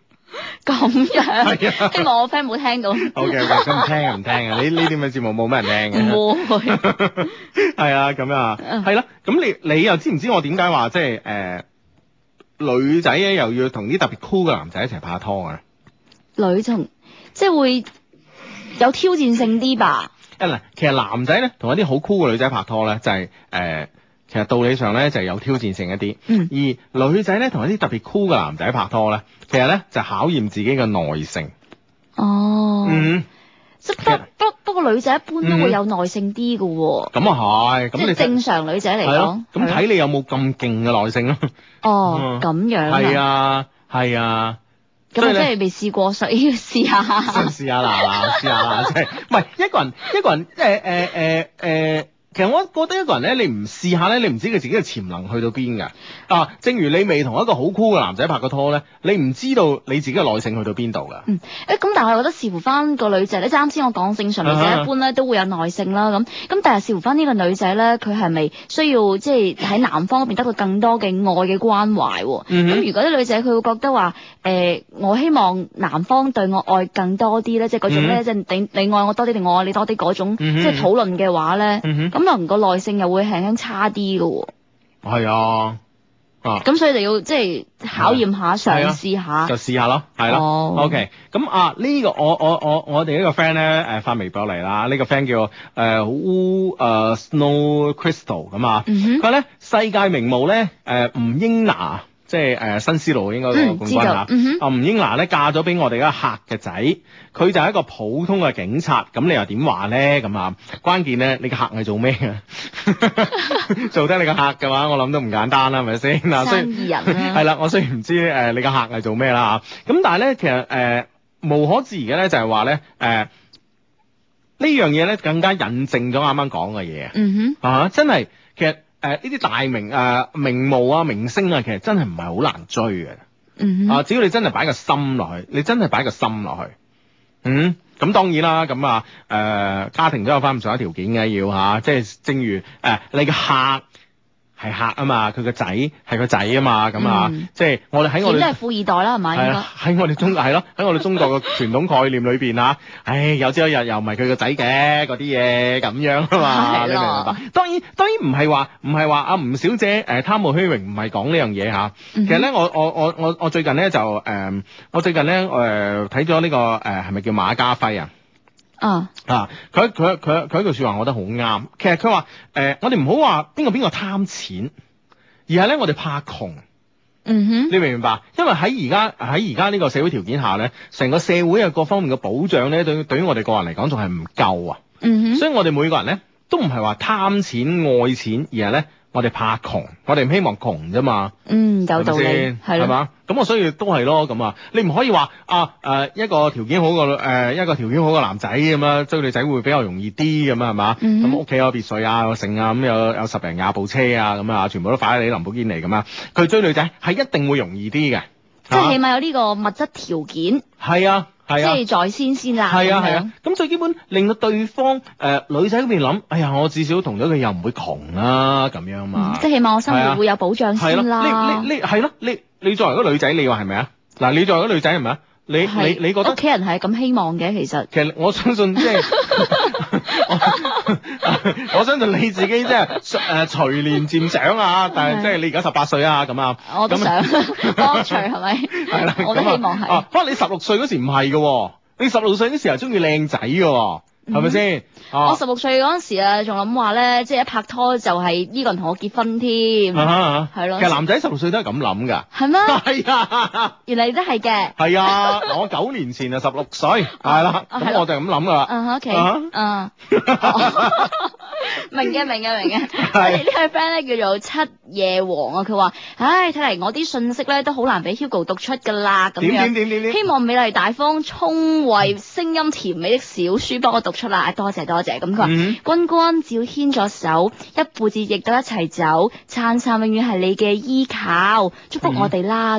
咁樣， 係啊希望我 friend 冇聽到。 OK OK，咁唔聽啊唔聽啊，呢呢啲咁嘅節目冇乜人聽嘅。 唔會。 係啊，咁啊，係啦，咁你你又知唔知我點解話即係誒女仔咧又要同啲特別 cool 嘅男仔一齊拍拖啊？ 女同即係會有挑戰性啲吧？ 誒嗱，其實男仔咧同一啲好 cool 嘅女仔拍拖咧，就係、是、誒、呃，其實道理上咧就係、有挑戰性一啲。 嗯。 而女仔咧同一啲特別 cool 嘅男仔拍拖咧，其實咧就考驗自己嘅耐性。 哦。 嗯。 即不不不過女仔一般都會有耐性啲嘅喎。 咁啊係，咁你即係正常女仔嚟講。 咁睇你有冇咁勁嘅耐性咯。 哦，咁樣啊。 係啊，係啊。 咁我真係未試過，所以要試下。 試下啦，試下啦，即係唔係一個人一個人即係誒誒誒，其實我覺得一個人咧，你唔試下咧，你唔知佢自己嘅潛能去到邊㗎。啊，正如你未同一個好酷嘅男仔拍過拖咧，你唔知道你自己嘅耐性去到邊度㗎。 嗯，誒咁，但係我覺得視乎翻個女仔咧，即係啱先我講正常女仔一般咧都會有耐性啦，咁咁，但係視乎翻呢個女仔咧，佢係咪需要即係喺男方嗰邊得到更多嘅愛嘅關懷喎？咁、嗯、如果啲女仔佢會覺得話誒、呃，我希望男方對我愛更多啲咧，即係嗰種咧，即係、嗯、你你愛我多啲定我愛你多啲嗰種，嗯、即係討論嘅話咧，咁、嗯、可能個耐性又會輕輕差啲嘅喎。係啊。 咁、啊、所以就要即係考驗下，嘗試下， 就試下咯，係咯。 Oh. OK，咁啊呢、這個我我我我哋呢個 friend 咧誒發微博嚟啦，呢、這個 friend 叫誒烏誒 Snow Crystal 咁啊，佢咧、mm hmm. 世界名模咧誒吳英娜。即係誒、呃、新思路應該個冠軍嚇，啊吳英娜咧嫁咗俾我哋一個客嘅仔，佢就係一個普通嘅警察，咁你又點話咧？咁啊，關鍵咧你個客係做咩嘅？做得你個客嘅話，我諗都唔簡單啦，係咪先？嗱， 生意人啊， 係啦，我雖然唔知誒、呃、你個客係做咩啦嚇，咁但係咧其實誒、呃、無可置疑嘅咧就係話咧誒。呃呢樣嘢咧更加印證咗啱啱講嘅嘢， 嗯哼， 啊真係其實誒呢啲大名誒、呃、名模啊明星啊，其實真係唔係好難追嘅， 嗯哼， 啊只要你真係擺個心落去，你真係擺個心落去，嗯，咁當然啦，咁啊誒、呃、家庭都有翻咁上下條件嘅要嚇，即係正如誒、呃、你嘅客。係客啊嘛，佢個仔係個仔啊嘛，咁啊，嗯、即係我哋喺我哋， 點都係富二代啦，係咪？係啊，喺我哋中係咯，喺我哋中國嘅傳統概念裏邊啊，唉，有朝一日又唔係佢個仔嘅嗰啲嘢咁樣啊嘛，你明唔明白？當然當然唔係話唔係話阿吳小姐誒貪慕虛榮，唔係講呢樣嘢嚇。其實咧，我我我我我最近咧就誒、呃，我最近咧誒睇咗呢個誒係咪叫馬家輝啊？ 啊啊！佢佢佢佢一句説話，我覺得好啱。其實佢話誒，我哋唔好話邊個邊個貪錢，而係咧我哋怕窮。 嗯哼， 你明唔明白？因為喺而家喺而家呢個社會條件下咧，成個社會嘅各方面嘅保障咧，對對於我哋個人嚟講仲係唔夠啊。 嗯哼， 所以我哋每個人咧都唔係話貪錢愛錢，而係咧我哋怕窮，我哋唔希望窮啫嘛。 嗯，有道理， 係嘛？咁我所以都係咯，咁啊，你唔可以話啊誒、呃、一個條件好嘅誒、呃、一個條件好嘅男仔咁啊，追女仔會比較容易啲咁啊，係嘛？咁屋企有別墅啊，有剩啊，咁有有十零廿部車啊，咁啊，全部都法拉利、林寶堅尼咁啊，佢追女仔係一定會容易啲嘅， 即係起碼有呢個物質條件。 係啊。係啊， 即係在先先啦。 係啊係啊，咁最基本令到對方誒、呃、女仔嗰邊諗，哎呀，我至少同咗佢又唔會窮啦，咁樣嘛。 嗯、即係起碼我生活會有保障先啦。 啊、你你你係咯，你你作為一個女仔，你話係咪啊？嗱，你作為一個女仔係咪啊？你是你你覺得屋企人係咁希望嘅，其實其實我相信即係我，我相信你自己即係誒隨年漸長啊，但係即係你而家十八歲啊咁啊， 我都想當隨係咪？ 係啦， 我都希望係。 可能你十六歲嗰時唔係嘅，你十六歲嗰時係中意靚仔嘅。係咪先？ 我十六歲嗰陣時啊，仲諗話咧，即係一拍拖就係呢個人同我結婚添，係咯。 其實男仔十六歲都係咁諗㗎。 係咩？ 係啊， 原嚟都係嘅。 係啊，我九年前啊十六歲，係啦，咁我就係咁諗㗎啦。 嗯，OK，嗯，明嘅，明嘅，明嘅。我哋呢位 friend 咧叫做七夜王啊，佢話：唉，睇嚟我啲信息咧都好難俾 Hugo 讀出㗎啦，咁樣。 點點點點點。希望美麗大方、聰慧、聲音甜美的小書幫我讀出啦，多謝多謝。咁佢話：君君只要牽咗手，一輩子亦都一齊走，燦燦永遠係你嘅依靠，祝福我哋啦咁。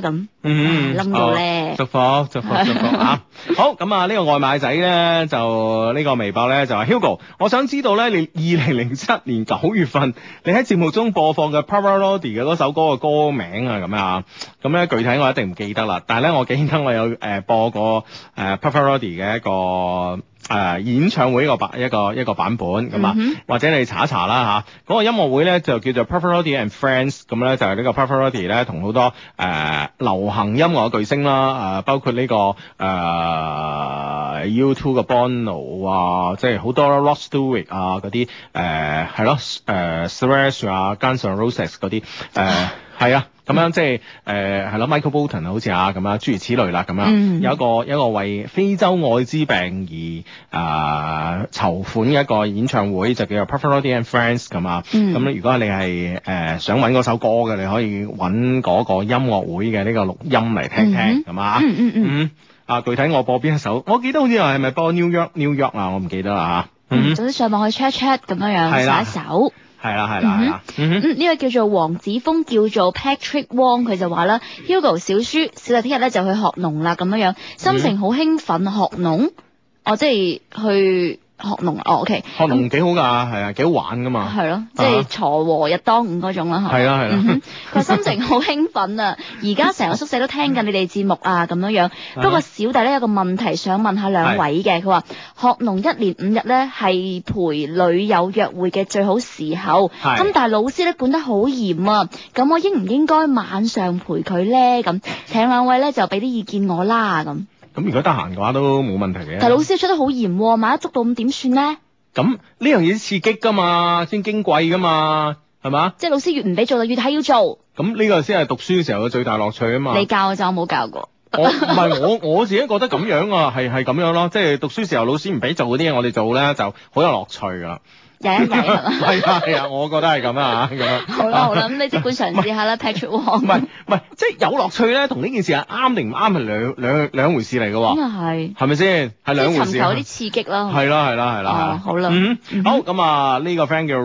嗯， 冧到咧哦祝福祝福祝福啊！好咁啊，呢個外賣仔咧就呢個微博咧就話 Hugo，我想知道咧你二零零七年九月份你喺節目中播放嘅 Pavarotti 嘅嗰首歌嘅歌名啊咁啊，咁咧具體我一定唔記得啦，但係咧我記得我有誒播過誒 Pavarotti 嘅一個。誒、呃、演唱會一個版一個一個版本咁啊， 嗯、 或者你查一查啦嚇，嗰、那個音樂會咧就叫做 Pavarotti and Friends，咁咧就係、是、呢個 Pavarotti 咧同好多誒、呃、流行音樂嘅巨星啦，誒、呃、包括呢、這個誒、呃、U two 嘅 Bono 啊，即係好多 Rod Stewart 啊嗰啲誒係咯誒 Slash 啊 Guns N' Roses 嗰啲誒係啊。咁樣即係誒係咯 Michael Bolton 啊，好似啊咁啊，諸如此類啦咁樣， 嗯、 有一個有一個為非洲愛滋病而啊、呃、籌款嘅一個演唱會，就叫做 Pavarotti and Friends 咁啊。咁、嗯、如果你係誒、呃、想揾嗰首歌嘅，你可以揾嗰個音樂會嘅呢個錄音嚟聽聽，係嘛？ 嗯嗯嗯。 啊，具體我播邊一首？我記得好似係咪播 New York New York 啊？我唔記得啦嚇。 嗯，總之上網去 check check 咁樣樣，查一首。 係啦係啦係啦， 嗯呢個叫做黃子峰，叫做 Patrick Wong， 佢就話啦 Hugo 小書小弟聽日咧就去學農啦咁樣樣，心情好興奮學農，哦即係去學農哦 OK 學農幾好㗎，係啊幾好玩㗎嘛， 係咯，即係鋤禾日當午嗰種啦， 係啦係啦， 佢心情好興奮啊，而家成個宿舍都聽緊你哋節目啊咁樣樣，不過小弟咧有個問題想問下兩位嘅，佢話學農一年五日咧係陪女友約會嘅最好時候，咁但係老師咧管得好嚴啊，咁我應唔應該晚上陪佢咧？咁請兩位咧就俾啲意見我啦咁。 咁如果得閒嘅話都冇問題嘅。 但係老師出得好嚴，萬一捉到咁點算咧？咁呢樣嘢刺激㗎嘛，先矜貴㗎嘛，係嘛？ 即係老師越唔俾做就越睇要做。咁呢個先係讀書嘅時候嘅最大樂趣啊嘛。 你教嘅就我冇教過。 我唔係我我自己覺得咁樣啊，係係咁樣咯，即係讀書時候老師唔俾做嗰啲嘢，我哋做咧就好有樂趣㗎。 曳一曳係嘛？ 係啊係啊，我覺得係咁啊咁樣。 好啦好啦，咁你即管嘗試下啦 ，Patrick Wong。 唔係唔係，即係有樂趣咧，同呢件事係啱定唔啱係兩兩兩回事嚟嘅喎。咁啊係。係咪先？係兩回事。 尋求啲刺激啦。 係啦係啦係啦。 好啦。 嗯。好咁啊，呢個 friend 叫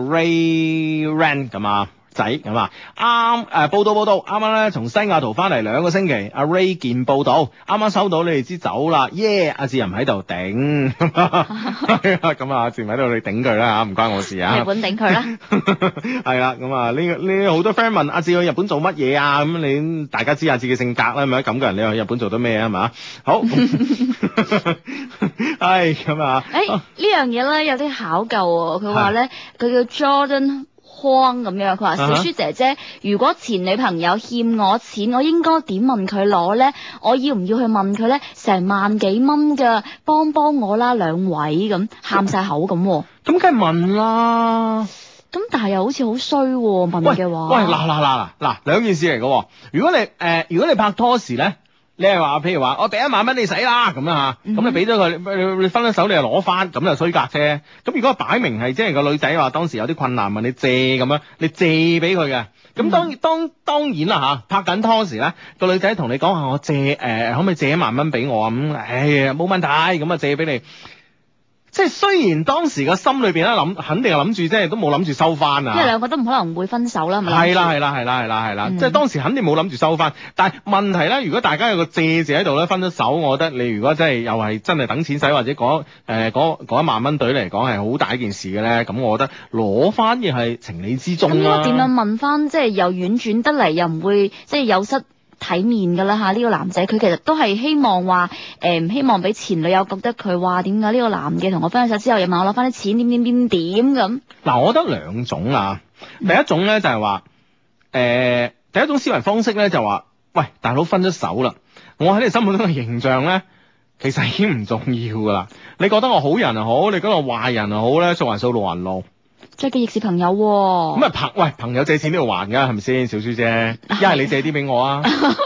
Ray Ran 咁啊。仔咁啊，啱誒報道報道，啱啱咧從西雅圖翻嚟兩個星期，阿 Ray 見報道，啱啱收到你哋知走啦，耶！阿志又唔喺度頂，咁啊阿志唔喺度，你頂佢啦嚇，唔關我事啊。 日本頂佢啦。 係啦，咁啊呢個呢好多 friend 問阿志去日本做乜嘢啊？咁你大家知阿志嘅性格啦，係咪咁嘅人？你去日本做得咩啊？係嘛？好，係咁啊。 誒呢樣嘢咧有啲考究喎，佢話咧佢叫 Jordan。慌咁樣，佢話小書姐姐，如果前女朋友欠我錢，我應該點問佢攞呢？我要唔要去問佢呢？成萬幾蚊㗎，幫幫我啦，兩位咁喊晒口咁。咁梗係問啦。 咁但係又好似好衰喎，問嘅話。 喂，嗱嗱嗱嗱，兩件事嚟嘅。如果你誒、呃，如果你拍拖時呢。你係話，譬如話我俾一萬蚊你使啦，咁樣吓，咁、嗯、你俾咗佢，你你分咗手，你又攞翻，咁就衰格啫。咁如果擺明係即係個女仔話當時有啲困難問你借咁樣，你借俾佢嘅，咁當、嗯、當當然啦吓，拍緊拖時咧，個女仔同你講下我借誒、呃，可唔可以借一萬蚊俾我啊？咁，唉，冇問題，咁啊借俾你。即係雖然當時個心裏邊咧諗，肯定係諗住，即係都冇諗住收翻啊！ 因為兩個都唔可能會分手啦，係咪？ 係啦係啦係啦係啦係啦，即係當時肯定冇諗住收翻。但係問題咧，如果大家有個借字喺度咧，分咗手，我覺得你如果真係又係真係等錢使，或者嗰誒嗰嗰一萬蚊對嚟講係好大一件事嘅咧，咁我覺得攞翻亦係情理之中啦。 咁點樣問翻？即係又婉轉得嚟，又唔會即係有失體面㗎啦嚇！呢、這個男仔佢其實都係希望話誒，唔、呃、希望俾前女友覺得佢話點解呢個男嘅同我分咗手之後又問我攞翻啲錢點點點點咁。嗱， 我覺得兩種啊，第一種咧就係話誒，第一種思維方式咧就話，喂，大佬分咗手啦，我喺你心目中嘅形象咧，其實已經唔重要㗎啦。你覺得我好人又好，你覺得我壞人又好咧，數還數路還路。 再嘅亦是朋友喎、哦， 咁啊朋喂朋友借錢都要還㗎，係咪先，小書姐？一係你借啲俾我啊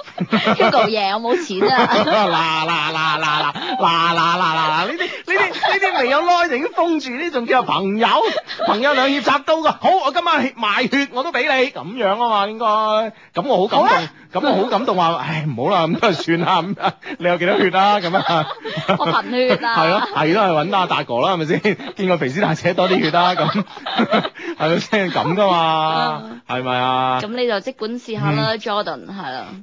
，Hugo 爺我冇錢啊！ 嗱嗱嗱嗱嗱嗱嗱嗱嗱，呢啲呢啲呢啲未有耐就已經封住，呢仲叫做朋友？朋友兩肋插刀㗎，好，我今晚賣血我都俾你，咁樣啊嘛應該，咁我好感動，咁、啊、我好感動話，唉唔好啦，咁都係算啦，咁你有幾多血啊？咁啊， 我貧血啊， 係咯係咯，係揾阿達哥啦，係咪先？見過肥師大姐多啲血啦，咁。係咪先咁噶嘛？係咪啊？ 咁你就即管試下啦、嗯、，Jordan 係啦。 嗯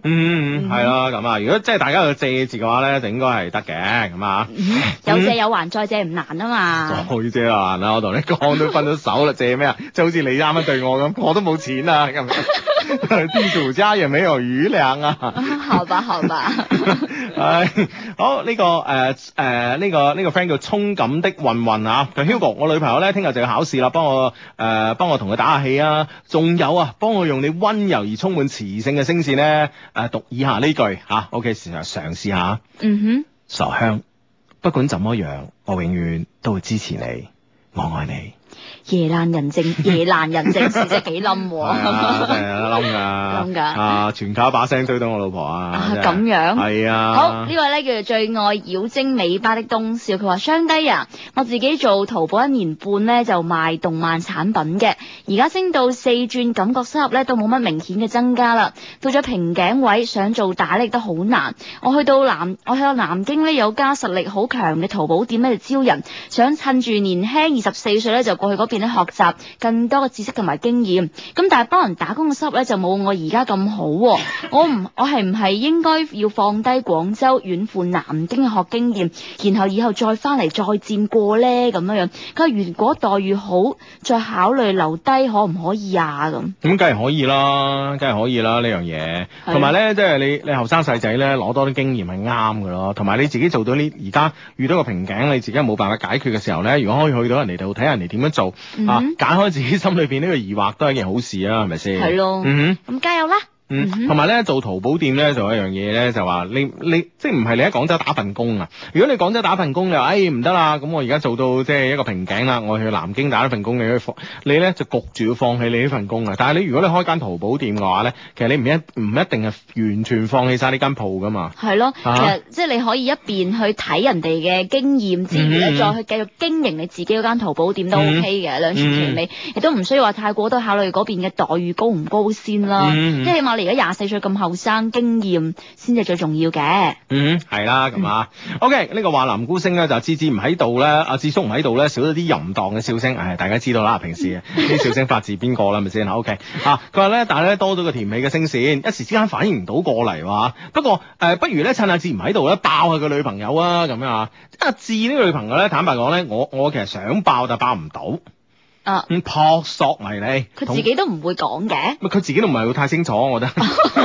嗯，係咯，咁啊，如果即係大家有借字嘅話咧，就應該係得嘅，咁啊， 有借有還，再借唔難啊嘛。 再借難啊！我同你講都分咗手啦，借咩啊？即係好似你啱啱對我咁，我都冇錢啊，咁地主家也沒有餘糧啊。 好吧，好吧。 唉，好呢、這個誒誒呢個呢、這個 friend 叫衝感的混混啊，佢 Hugo，我女朋友咧聽日就要考試啦，幫我誒幫、呃、我同佢打下氣啊，仲有啊，幫我用你溫柔而充滿磁性嘅聲線咧誒讀以下呢句吓 ，OK， 試下嘗試下。 嗯哼， 傻香，不管怎麼樣，我永遠都會支持你，我愛你。 夜闌人靜，夜闌人靜時真係幾冧喎。 係啊，真係冧噶， 冧噶。 啊，全靠把聲追到我老婆啊。 啊，咁樣。 係啊。 好，呢位咧叫做最愛妖精尾巴的東少，佢話雙低啊，我自己做淘寶一年半咧就賣動漫產品嘅，而家升到四轉，感覺收入咧都冇乜明顯嘅增加啦。到咗瓶頸位，想做大力都好難。我去到南，我去到南京咧有家實力好強嘅淘寶店咧就招人，想趁住年輕二十四歲咧就過去嗰邊咧學習更多嘅知識同埋經驗，咁但係幫人打工嘅收入咧就冇我而家咁好，我唔我係唔係應該要放低廣州遠赴南京學經驗，然後以後再翻嚟再戰過咧咁樣樣？佢話如果待遇好，再考慮留低可唔可以啊？咁咁梗係可以啦，梗係可以啦呢樣嘢。同埋咧，即係你你後生細仔咧攞多啲經驗係啱㗎咯。同埋你自己做到呢而家遇到個瓶頸，你自己冇辦法解決嘅時候咧，如果可以去到人哋度睇人哋點樣做。嗯、啊！解開自己心裏邊呢個疑惑都係一件好事啊，係咪先？係咯。嗯哼，咁加油啦！ 嗯，同埋咧做淘寶店咧，仲有一樣嘢咧，就話你你即係唔係你喺廣州打份工啊？如果你廣州打份工，你話誒唔得啦，咁我而家做到即係一個瓶頸啦，我去南京打一份工，你去放你咧就焗住要放棄你呢份工啊！但係你如果你開間淘寶店嘅話咧，其實你唔一唔一定係完全放棄晒呢間鋪噶嘛。係咯， 啊、其實即係你可以一邊去睇人哋嘅經驗之餘咧，嗯、再去繼續經營你自己嗰間淘寶店都 OK 嘅，兩全其美，亦都唔需要話太過都考慮嗰邊嘅待遇高唔高先啦。嗯、即係起碼你而家廿四歲咁後生，經驗先至最重要嘅。 嗯，係啦，咁啊。OK，呢個話林姑星咧就芝芝唔喺度咧，阿智叔唔喺度咧，少咗啲淫蕩嘅笑聲。唉，大家知道啦，平時啲笑聲發自邊個啦，係咪先？OK，啊，佢話咧，但係咧多咗個甜美嘅聲線，一時之間反應唔到過嚟話。不過誒、呃，不如咧趁阿智唔喺度咧，爆下佢女朋友啊，咁樣啊。阿智呢個女朋友咧，坦白講咧，我我其實想爆但爆唔到。啊，咁撲朔迷離， 佢自己都唔會講嘅。 佢自己都唔係會太清楚，我覺得。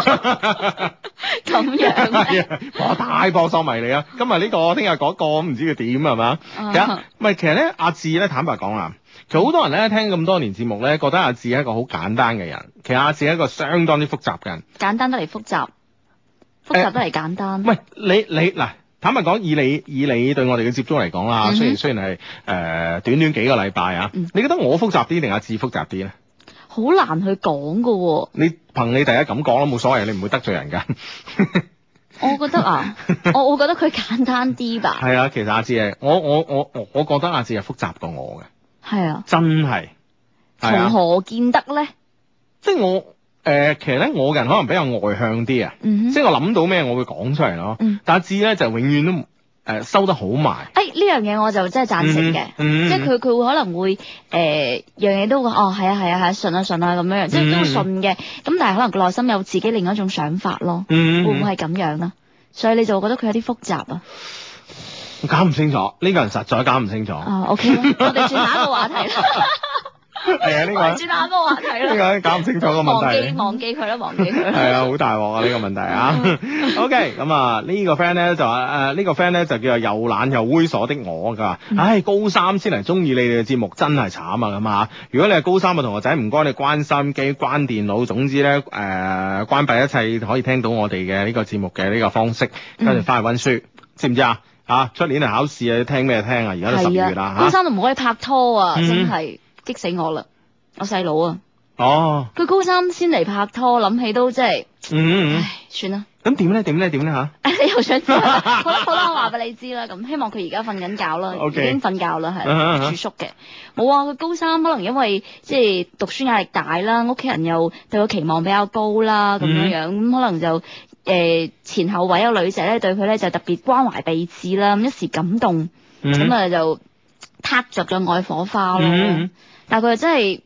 咁樣咩？ 哇，太撲朔迷離啊！今日呢個，聽日嗰個，唔知佢點係嘛？其實唔係，其實咧，阿志咧，坦白講啊，其實好多人咧聽咁多年節目咧，覺得阿志係一個好簡單嘅人。其實阿志係一個相當之複雜嘅人。 簡單得嚟複雜，複雜得嚟簡單。 喂、欸，你你嗱。坦白講，以你以你對我哋嘅接觸嚟講啦，雖然雖然係誒、呃、短短幾個禮拜啊，嗯、你覺得我複雜啲定阿志複雜啲咧？ 好難去講噶喎。你憑你第一咁講咯，冇所謂，你唔會得罪人噶。 我覺得啊，我我覺得佢簡單啲吧。 係啊，其實阿志係我我我我我覺得阿志係複雜過我嘅。係啊。真係。 從何見得咧？ 即係我。誒、呃，其實咧，我嘅人可能比較外向啲啊，嗯、哼即係我諗到咩，我會講出嚟咯。嗯、但阿志咧就永遠都誒、呃、收得好埋。 誒，呢樣嘢我就真係贊成嘅，嗯、即係佢佢會可能會誒、呃、樣嘢都會哦係啊係啊係信啊信啊咁樣，即係都會信嘅。咁、嗯、但係可能內心有自己另一種想法咯，嗯、會唔會係咁樣啊？所以你就覺得佢有啲複雜啊？ 我搞唔清楚，呢、這個人實在搞唔清楚。 哦 OK 我哋轉下一個話題啦。 係啊，呢、這個轉下個話題啦， 呢個搞唔清楚個問題， 忘記忘記佢啦，忘記佢啦。 係啊，好大鑊啊呢個問題啊。OK，咁啊呢個 friend 咧就話誒呢個 friend 咧就叫做又懶又猥瑣的我噶，唉高三先嚟中意你哋嘅節目真係慘啊咁啊！如果你係高三嘅同學仔，唔該你關心機關電腦，總之咧誒、呃、關閉一切可以聽到我哋嘅呢個節目嘅呢個方式，跟住翻去溫書，知唔知啊？啊出年嚟考試啊，聽咩聽啊？而家都十月啦， 高三就唔可以拍拖啊，真係。激死我啦！我細佬啊，哦，佢高三先嚟拍拖，諗起都真係，嗯，唉，算啦。 咁點咧？點咧？點咧吓？ 你又想知？好啦好啦，我話俾你知啦。咁希望佢而家瞓緊覺啦，okay. 已經瞓覺啦，係、uh huh. 住宿嘅。冇啊，佢高三可能因為即係讀書壓力大啦，屋企人又對佢期望比較高啦，咁樣樣咁、mm hmm. 可能就誒、呃、前後位有女仔咧對佢咧就特別關懷備至啦，咁一時感動，咁啊、mm hmm. 就撻着咗愛火花咯。Mm hmm. 但係佢又真係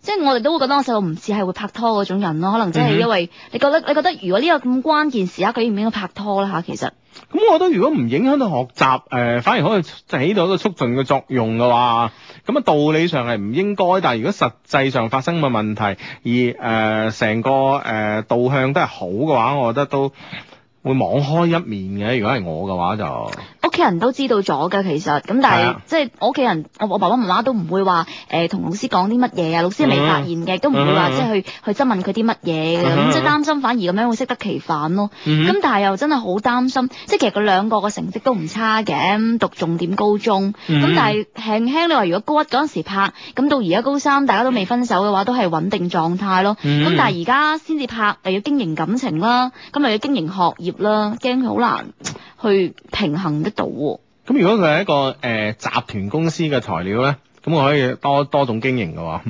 即係我哋都會覺得我細路唔似係會拍拖嗰種人咯，可能真係因為你覺得你覺得如果呢個咁關鍵時刻佢應唔應該拍拖啦嚇，其實。 咁我覺得如果唔影響到學習，誒、呃、反而可以起到一個促進嘅作用嘅話，咁啊道理上係唔應該，但係如果實際上發生嘅問題，而誒成、呃、個誒、呃、導向都係好嘅話，我覺得都會網開一面嘅。如果係我嘅話就。 屋企人都知道咗㗎，其實咁，但係、 啊、 即係我屋企人，我我爸爸媽媽都唔會話誒同老師講啲乜嘢啊，老師未發現嘅，都唔會話、嗯、即係去去質問佢啲乜嘢嘅，咁、嗯、即係擔心反而咁樣會適得其反咯。咁、嗯、但係又真係好擔心，即係其實佢兩個嘅成績都唔差嘅，讀重點高中，咁、嗯、但係輕輕你話如果高一嗰陣時拍，咁到而家高三大家都未分手嘅話，都係穩定狀態咯。咁、嗯、但係而家先至拍，又要經營感情啦，咁又要經營學業啦，驚佢好難去平衡得到。 咁如果佢係一個誒、呃、集團公司嘅材料咧，咁我可以多多種經營嘅喎。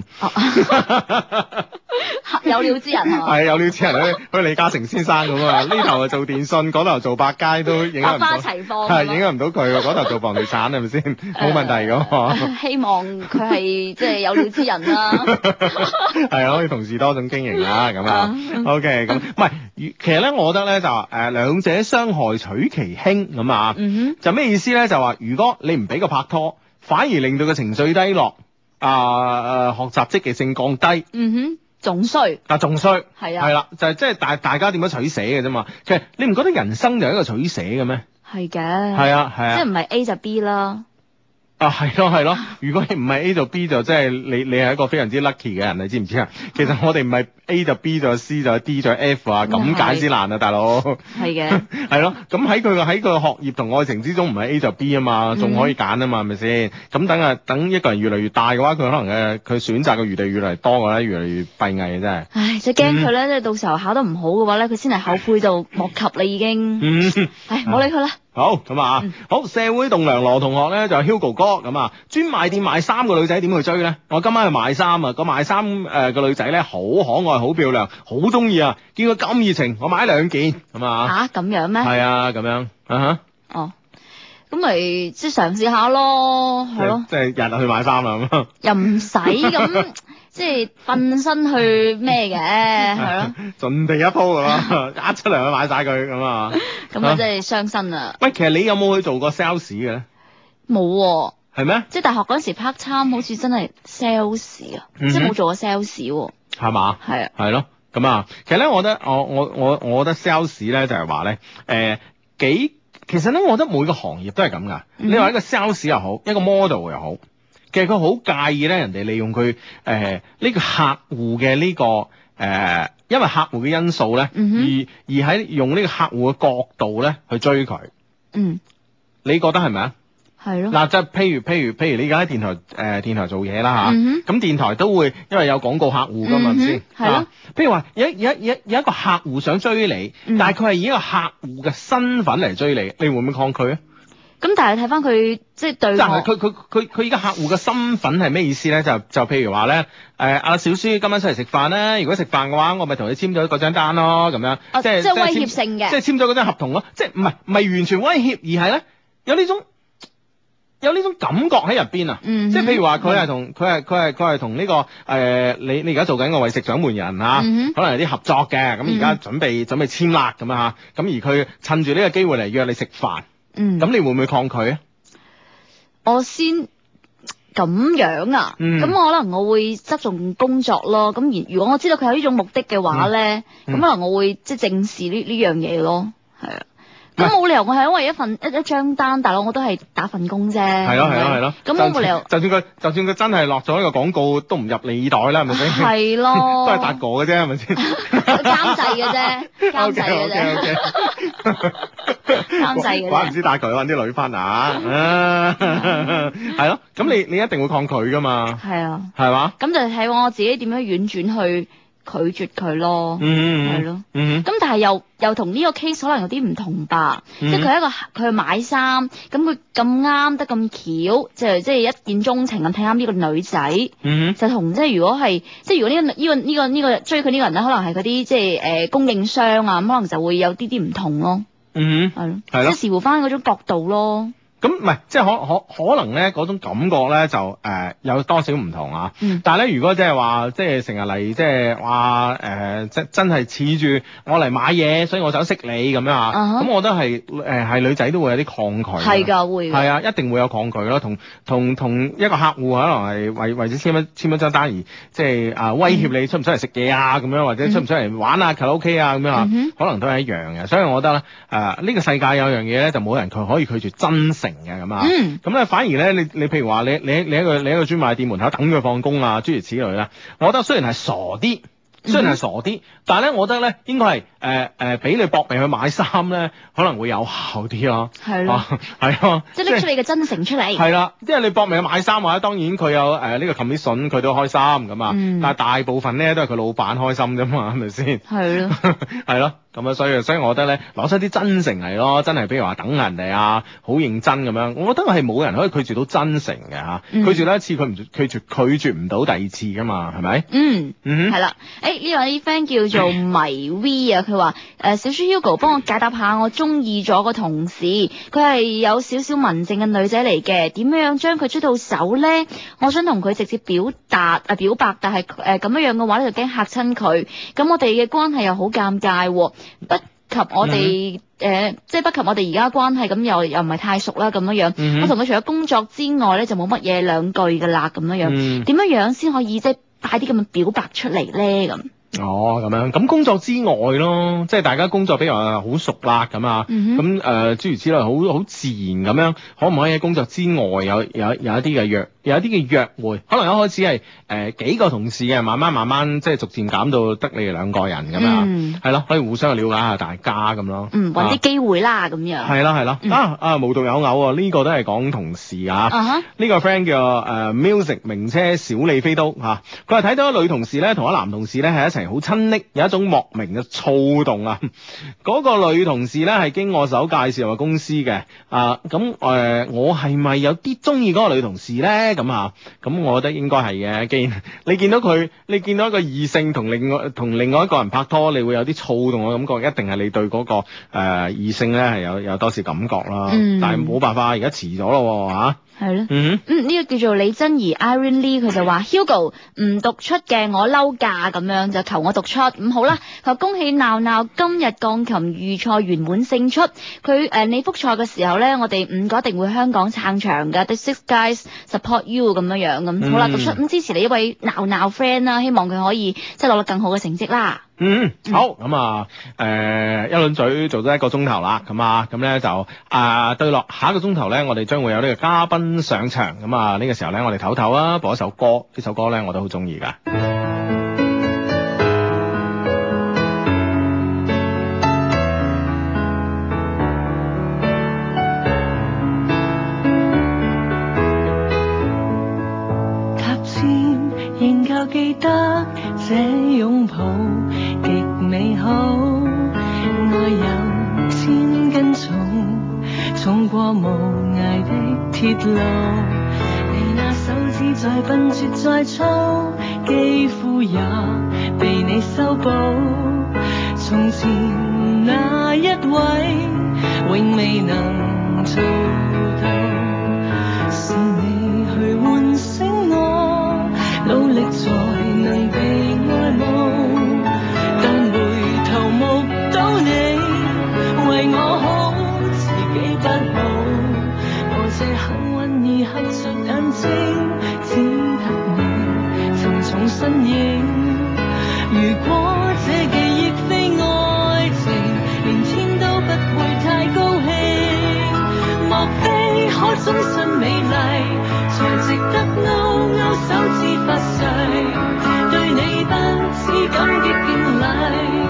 有料之人係嘛？ 係有料之人，好似李嘉誠先生咁啊！呢頭就做電信，嗰頭做百佳都影響唔到。百花齊放。係影響唔到佢喎，嗰頭做房地產係咪先？冇問題嘅喎。 希望佢係即係有料之人啦。 係可以同時多種經營啊，咁啊。OK，咁唔係，其實咧，我覺得咧就話誒兩者相害取其輕咁啊。嗯哼。就咩意思咧？就話如果你唔俾佢拍拖，反而令到個情緒低落，啊、呃、誒學習積極性降低。嗯哼。 仲衰， 但仲衰， 係啊， 係啦，就係即係大大家點樣取捨嘅啫嘛。其實你唔覺得人生就係一個取捨嘅咩？ 係嘅， 係啊係啊， 即係唔係 A 就 B 啦。 啊係咯係咯，如果你唔係 A 就 B 就即係你你係一個非常之 lucky 嘅人，你知唔知啊？其實我哋唔係 A 就 B 就 C 就 D 就 F 啊，咁解先難啊，大佬。係嘅， 係咯，咁喺佢個喺個學業同愛情之中，唔係 A 就 B 啊嘛，仲可以揀啊嘛，係咪先？咁等啊等一個人越嚟越大嘅話，佢可能誒佢選擇嘅餘地越嚟越多嘅咧，越嚟越閉翳嘅真係。唉，最驚佢咧，即係到時候考得唔好嘅話咧，佢先係後悔就莫及啦已經。嗯，唉，唔好理佢啦。 好咁啊，嗯、好社會棟梁羅同學咧就係 Hugo 哥咁啊，專賣店賣衫嘅女仔點去追咧？我今晚去買衫啊，個賣衫誒個女仔咧好可愛，好漂亮，好中意啊！見佢咁熱情，我買兩件咁啊。吓咁樣咩？係啊，咁樣啊哈。哦，咁咪即係嘗試下咯，係咯。即係日日去買衫啊咁。又唔使咁。即係瞓身去咩嘅，係咯，盡地一鋪㗎咯，一出嚟去買晒佢咁啊，咁啊真係傷身啊！喂，其實你有冇去做過 sales 嘅咧？冇喎。係咩？即係大學嗰時 part time 好似真係 sales 啊，即係冇做過 sales 喎。係嘛？係啊。係咯，咁啊，其實咧，我覺得我我我我覺得 sales 咧就係話咧，誒幾其實咧，我覺得每個行業都係咁噶。你話一個 sales 又好，一個 model 又好。其實佢好介意咧，人哋利用佢誒呢個客戶嘅呢、這個誒、呃，因為客戶嘅因素咧，嗯、哼而而喺用呢個客戶嘅角度咧去追佢。嗯，你覺得係咪啊？係咯。嗱，就譬如譬如譬如你而家喺電台誒、呃、電台做嘢啦吓，咁、嗯、哼電台都會因為有廣告客戶噶嘛，係咪先？係咯。譬如話有有有有一個客戶想追你，嗯、但係佢係以一個客戶嘅身份嚟追你，你會唔會抗拒啊？咁但係睇翻佢即係對，即係佢佢佢佢依家客戶嘅身份係咩意思咧？就就譬如話咧，誒、呃、阿小書今晚出嚟食飯咧，如果食飯嘅話，我咪同你簽咗嗰張單咯，咁樣，啊、即係即係威脅性嘅，即係簽咗嗰張合同咯，即係唔係唔係完全威脅，而係咧有呢種有呢種感覺喺入邊啊，嗯、哼即係譬如話佢係同佢係佢係佢係同呢個誒、呃、你你而家做緊個為食掌門人嚇，嗯、哼可能有啲合作嘅，咁而家準備、嗯、準備簽啦咁樣嚇，咁而佢趁住呢個機會嚟約你食飯。嗯，咁你會唔會抗拒啊？我先咁樣啊，咁、嗯、可能我會側重工作咯。咁而如果我知道佢有呢種目的嘅話咧，咁、嗯嗯、可能我會即係正視呢呢樣嘢咯。係啊。咁冇理由我係因為一份一一張單，大佬我都係打份工啫。係咯係咯係咯。咁我冇理由。就算佢就算佢真係落咗呢個廣告，都唔入你耳袋啦，係咪先？係咯。都係達哥嘅啫，係咪先？監製嘅啫，監製嘅啫。監製嘅。怪唔知帶佢揾啲女翻啊！係咯，咁你你一定會抗拒噶嘛？係啊。係嘛？咁就睇我自己點樣婉轉去拒絕佢咯，係咯，咁但係又又同呢個 case 可能有啲唔同吧，即係佢係一個佢去買衫，咁佢咁啱得咁巧，即係即係一見鍾情咁睇啱呢個女仔，就同即係如果係即係如果呢個呢個呢個呢個追佢呢個人咧，可能係嗰啲即係誒供應商啊，咁可能就會有啲啲唔同咯，係咯，係咯，即係視乎翻嗰種角度咯。 咁唔係，即係可可可能咧嗰種感覺咧就誒、呃、有多少唔同啊。 嗯。 但係咧，如果即係話即係成日嚟即係話誒，即真係恃住我嚟買嘢，所以我想識你咁樣啊。咁、uh huh. 我覺得係誒係女仔都會有啲抗拒。 係㗎，會。係啊，一定會有抗拒咯。同同同一個客戶可能係為為咗簽一簽一張單而即係啊威脅你出唔出嚟食嘢啊咁樣，或者出唔出嚟玩啊卡拉 OK 啊咁樣啊，嗯、可能都係一樣嘅。所以我覺得咧誒呢個世界有樣嘢咧就冇人佢可以拒絕真誠嘅咁啊。咁咧、嗯、反而咧你你譬如話你你你喺個你喺個專賣店門口等佢放工啊諸如此類啦，我覺得雖然係傻啲。雖然係傻啲，但係咧，我覺得咧應該係誒誒俾你搏命去買衫咧，可能會有效啲咯。係咯，係咯， 即係拎出你嘅真誠出嚟。 係啦，即係你搏命去買衫嘅話，當然佢有誒呢個 commission，佢都開心咁啊。嗯、但係大部分咧都係佢老闆開心啫嘛，係咪先？係咯，係咯。咁啊，所以所以我覺得咧，攞出啲真誠嚟咯，真係比如話等人哋啊，好認真咁樣，我覺得係冇人可以拒絕到真誠嘅嚇，嗯、拒絕咗一次佢唔拒絕拒絕唔到第二次噶嘛，係咪？嗯嗯，係啦，誒呢位 friend 叫做迷 V 啊，佢話誒小豬 Hugo 幫我解答下，我中意咗個同事，佢係有少少文靜嘅女仔嚟嘅，點樣將佢追到手咧？我想同佢直接表達啊表白，但係誒咁樣樣嘅話咧就驚嚇親佢，咁我哋嘅關係又好尷尬喎。不及我哋誒、嗯呃，即係不及我哋而家關係，咁又又唔係太熟啦，咁樣樣。嗯、哼我同佢除咗工作之外咧，就冇乜嘢兩句噶啦，咁樣樣。點樣樣先可以即係快啲咁樣表白出嚟咧？咁。 哦，咁樣，咁工作之外咯，即係大家工作比如話好熟啦咁啊，咁誒諸如此類，好好自然咁樣，可唔可以喺工作之外有有有一啲嘅約，有一啲嘅約會，可能一開始係誒、呃、幾個同事嘅，慢慢慢慢即係逐漸減到得你哋兩個人咁樣，係咯、嗯，可以互相去了解下大家咁咯， 嗯，搵啲機會啦咁樣， 係啦係啦，啊啊無獨有偶啊，呢、這個都係講同事啊，呢、uh huh. 個 friend 叫誒、呃、music 名車小李飛刀嚇，佢話睇到一女同事咧同一男同事咧係一齊好親昵，有一種莫名嘅躁動啊！嗰、那個女同事咧係經我手介紹入公司嘅啊，咁、呃、誒我係咪有啲中意嗰個女同事咧？咁啊，咁我覺得應該係嘅。既然你見到佢，你見到一個異性同另外同另外一個人拍拖，你會有啲躁動嘅感覺，一定係你對嗰、那個誒、呃、異性咧係有有多少感覺啦。嗯、但係冇辦法，而家遲咗咯嚇。 係咯，嗯嗯，呢、這個叫做李珍怡 Irene Lee， 佢就話 Hugo 唔讀出嘅我嬲㗎咁樣，就求我讀出咁、嗯、好啦。佢話恭喜鬧鬧今日鋼琴預賽圓滿勝出，佢誒、呃、你復賽嘅時候咧，我哋五個一定會香港撐場㗎 The Six Guys support you 咁樣樣咁，好啦，讀出咁、嗯、支持你一位鬧鬧 friend 啦，希望佢可以即係攞到更好嘅成績啦。 嗯，好，咁啊，誒、呃，一輪嘴做咗一個鐘頭啦，咁啊，咁咧就啊，對落下一個鐘頭咧，我哋將會有呢個嘉賓上場，咁啊，呢、這個時候咧，我哋唞唞啊，播一首歌，呢首歌咧，我都好中意噶。 踏前仍舊記得這擁抱極美好，愛有千斤重，重過無涯的鐵路。你那手指再笨拙再粗，肌膚也被你修補。從前那一位永未能做到，是你去喚醒我，努力才能被愛慕。為我好，自己不好。我這幸運兒合着眼睛，只得你沉重身影。如果這記憶非愛情，連天都不會太高興。莫非可終身美麗，才值得勾勾手指發誓，對你不止感激敬禮。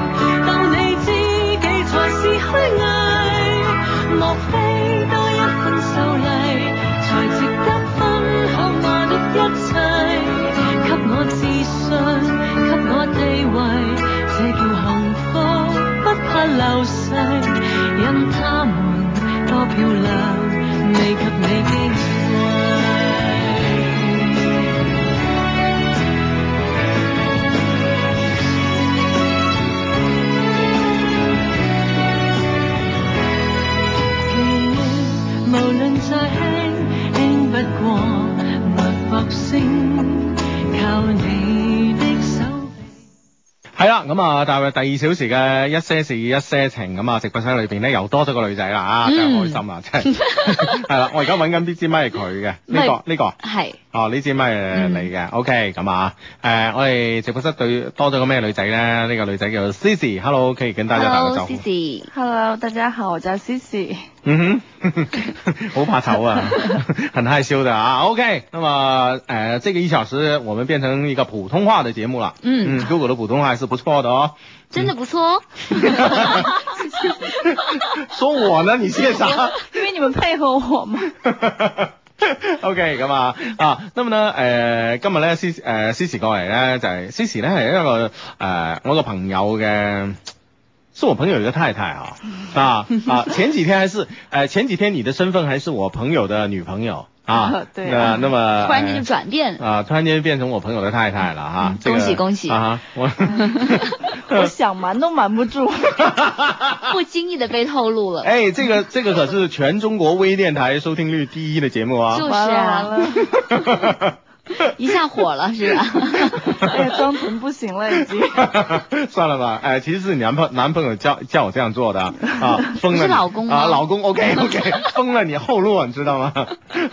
莫非多一份秀麗，才值得分享我的一切？給我自信，給我地位，這叫幸福，不怕流逝。因他們多漂亮，未及你矜貴。無論在啦，咁啊，踏入第二小時嘅一些事一些情，咁啊，直播室裏邊咧又多咗個女仔啦，啊，真係開心啊，真係係啦，我而家揾緊呢支咪係佢嘅，呢個呢個係哦，呢支咪係你嘅，OK，咁啊，誒，我哋直播室對多咗個咩女仔咧？呢個女仔叫 Cici，Hello， 可以跟大家打個招呼。 Hello，Cici。Hello， 大家好，我叫 Cici。 嗯哼，好怕醜啊，很害羞的啊。OK，那麼呃，這個一小時我們變成一個普通話的節目了。嗯嗯，Google 的普通話還是不錯的哦。 真的不錯哦。 說我呢？你謝啥？ 因為你們配合我嘛。 OK，咁啊啊，咁呢誒、呃，今日咧 C 誒 Cici 過嚟咧就係 Cici 咧係一個誒、呃、我個朋友嘅。是我朋友一個太太啊啊啊！前幾天還是呃前幾天你的身份還是我朋友的女朋友啊， 對啊， 那麼突然間就轉變啊，突然間變成我朋友的太太了哈， 恭喜恭喜啊！我我想瞞都瞞不住， 不經意的被透露了。 哎，這個這個可是全中國微電台收聽率第一的節目啊！ 就是啊。一下火了是吧？ 哎呀，裝純不行了已經。 算了吧，哎，其實是你男朋男朋友叫叫我這樣做的啊，封了你。 是老公嗎？ 啊，老公 ，OK OK，封了你後路，你知道嗎？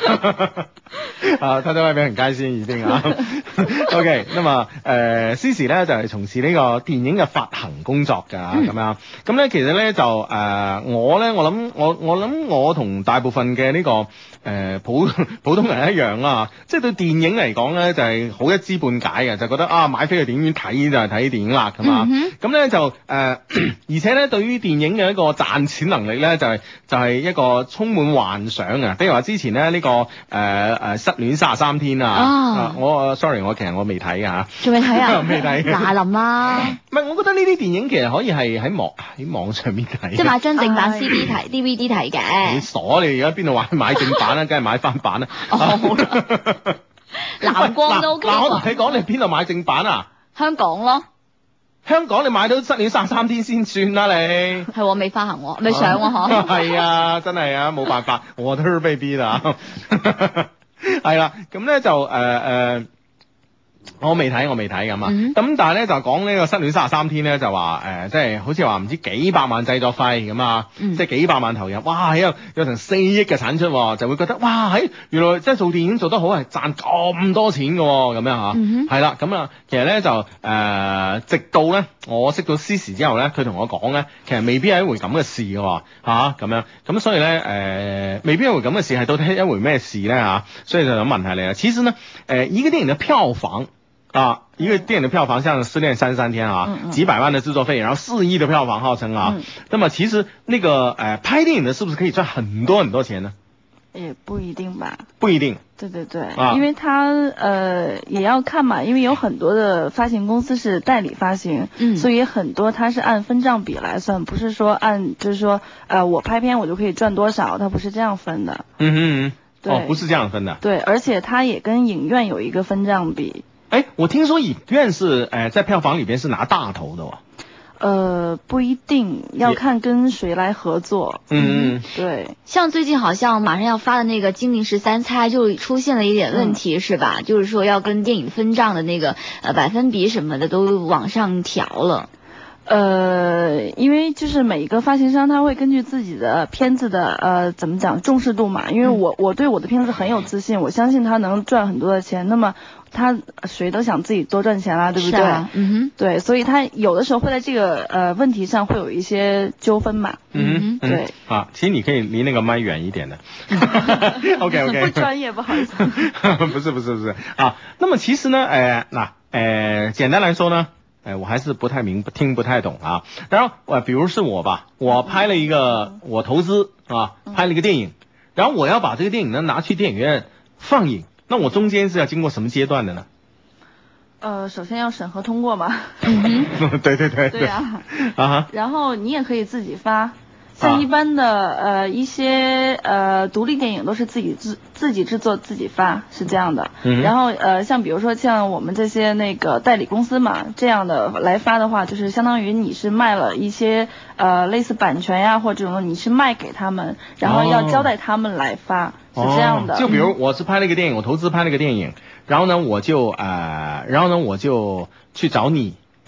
啊，他在外邊很開心，一定啊。OK，那麼誒 Cici 咧就係、是、從事呢個電影嘅發行工作㗎，咁、嗯、樣。咁咧其實咧就誒、呃、我咧我諗我我諗我同大部分嘅呢、這個誒、呃、普普通人一樣啦，即係對電影嚟講咧就係、是、好一知半解嘅，就覺得啊買飛去電影院睇就係睇電影啦，咁啊。咁咧、嗯、就誒、呃，而且咧對於電影嘅一個賺錢能力咧就係、是、就係、是、一個充滿幻想嘅。比如話之前咧呢、這個誒誒、呃、失戀三十三天啊，啊我 sorry 我其實我未睇㗎， 仲未睇啊？ 未睇。 嗱臨啦。 唔係，我覺得呢啲電影其實可以係喺網喺網上面睇。即係買張正版 C D 睇 D V D 睇嘅。 你傻？你而家邊度話買正版啊？梗係買翻版啦。 哦，好啦。藍光都 OK。 嗱，我同你講，你邊度買正版啊？ 香港咯。 香港你買到失戀三十三天先算啦，你。係我未發行喎，未上喎嗬。 係啊，真係啊，冇辦法，我都 baby 啦。係啦，咁咧就誒誒。呃呃我未睇，我未睇咁啊。咁、嗯、但係咧就講呢個失戀三十三天咧，就話誒、呃，即係好似話唔知幾百萬製作費咁啊，嗯、即係幾百萬投入，哇！有有成四億嘅產出，就會覺得哇，喺原來即係做電影做得好係賺咁多錢嘅咁樣嚇。係啦、嗯，咁啊，其實咧就誒、呃，直到咧我識到 Cici 之後咧，佢同我講咧，其實未必係一回咁嘅事嘅嚇咁樣。咁所以咧誒、呃，未必係一回咁嘅事，係到底一回咩事咧嚇？所以就想問下你啦。其實呢，誒、呃，一個電影嘅票房。啊，一個電影的票房像《失戀三十三天》啊，嗯嗯幾百萬的製作費，然後四億的票房號稱啊，嗯、那麼其實那個誒、呃、拍電影的是不是可以賺很多很多錢呢？ 也不一定吧。 不一定。 對對對， 啊、 因為他呃也要看嘛，因為有很多的發行公司是代理發行，嗯，所以很多它是按分賬比來算，不是說按就是說呃我拍片我就可以賺多少，它不是這樣分的。 嗯哼嗯， 對哦，不是這樣分的。 對，而且它也跟影院有一個分賬比。 哎，我聽說影院是誒、呃、在票房裏邊是拿大頭的哦。 呃，不一定要看跟誰來合作。 嗯嗯， 對， 像最近好像馬上要發的那個《金陵十三釵》就出現了一點問題，嗯、是吧？就是說要跟電影分賬的那個呃百分比什麼的都往上調了。 呃，因為就是每一個發行商他會根據自己的片子的呃怎麼講重視度嘛，因為我我對我的片子很有自信，我相信他能賺很多的錢，那麼他誰都想自己多賺錢啦，對不對？ 啊、嗯哼， 對，所以他有的時候會在這個呃問題上會有一些糾紛嘛。 嗯哼，對。啊，其實你可以離那個麥遠一點的。OK OK。 不專業，不好意思。 不是不是不是啊，那麼其實呢，呃嗱，呃簡單來說呢。哎，我還是不太明，聽不太懂啊。然後，呃，比如是我吧，我拍了一個，我投資啊，拍了一個電影，然後我要把這個電影呢拿去電影院放映，那我中間是要經過什麼階段的呢？ 呃，首先要審核通過嘛。 對對對。 對啊。 啊哈。 然後你也可以自己發。像一般的呃一些呃獨立電影都是自己自自己製作自己發，是這樣的。嗯。然後呃像比如說像我們這些那個代理公司嘛，這樣的來發的話，就是相當於你是賣了一些呃類似版權呀或者這種，你是賣給他們，然後要交代他們來發，哦、是這樣的。 就比如我是拍了一個電影，我投資拍了一個電影，然後呢我就呃然後呢我就去找你。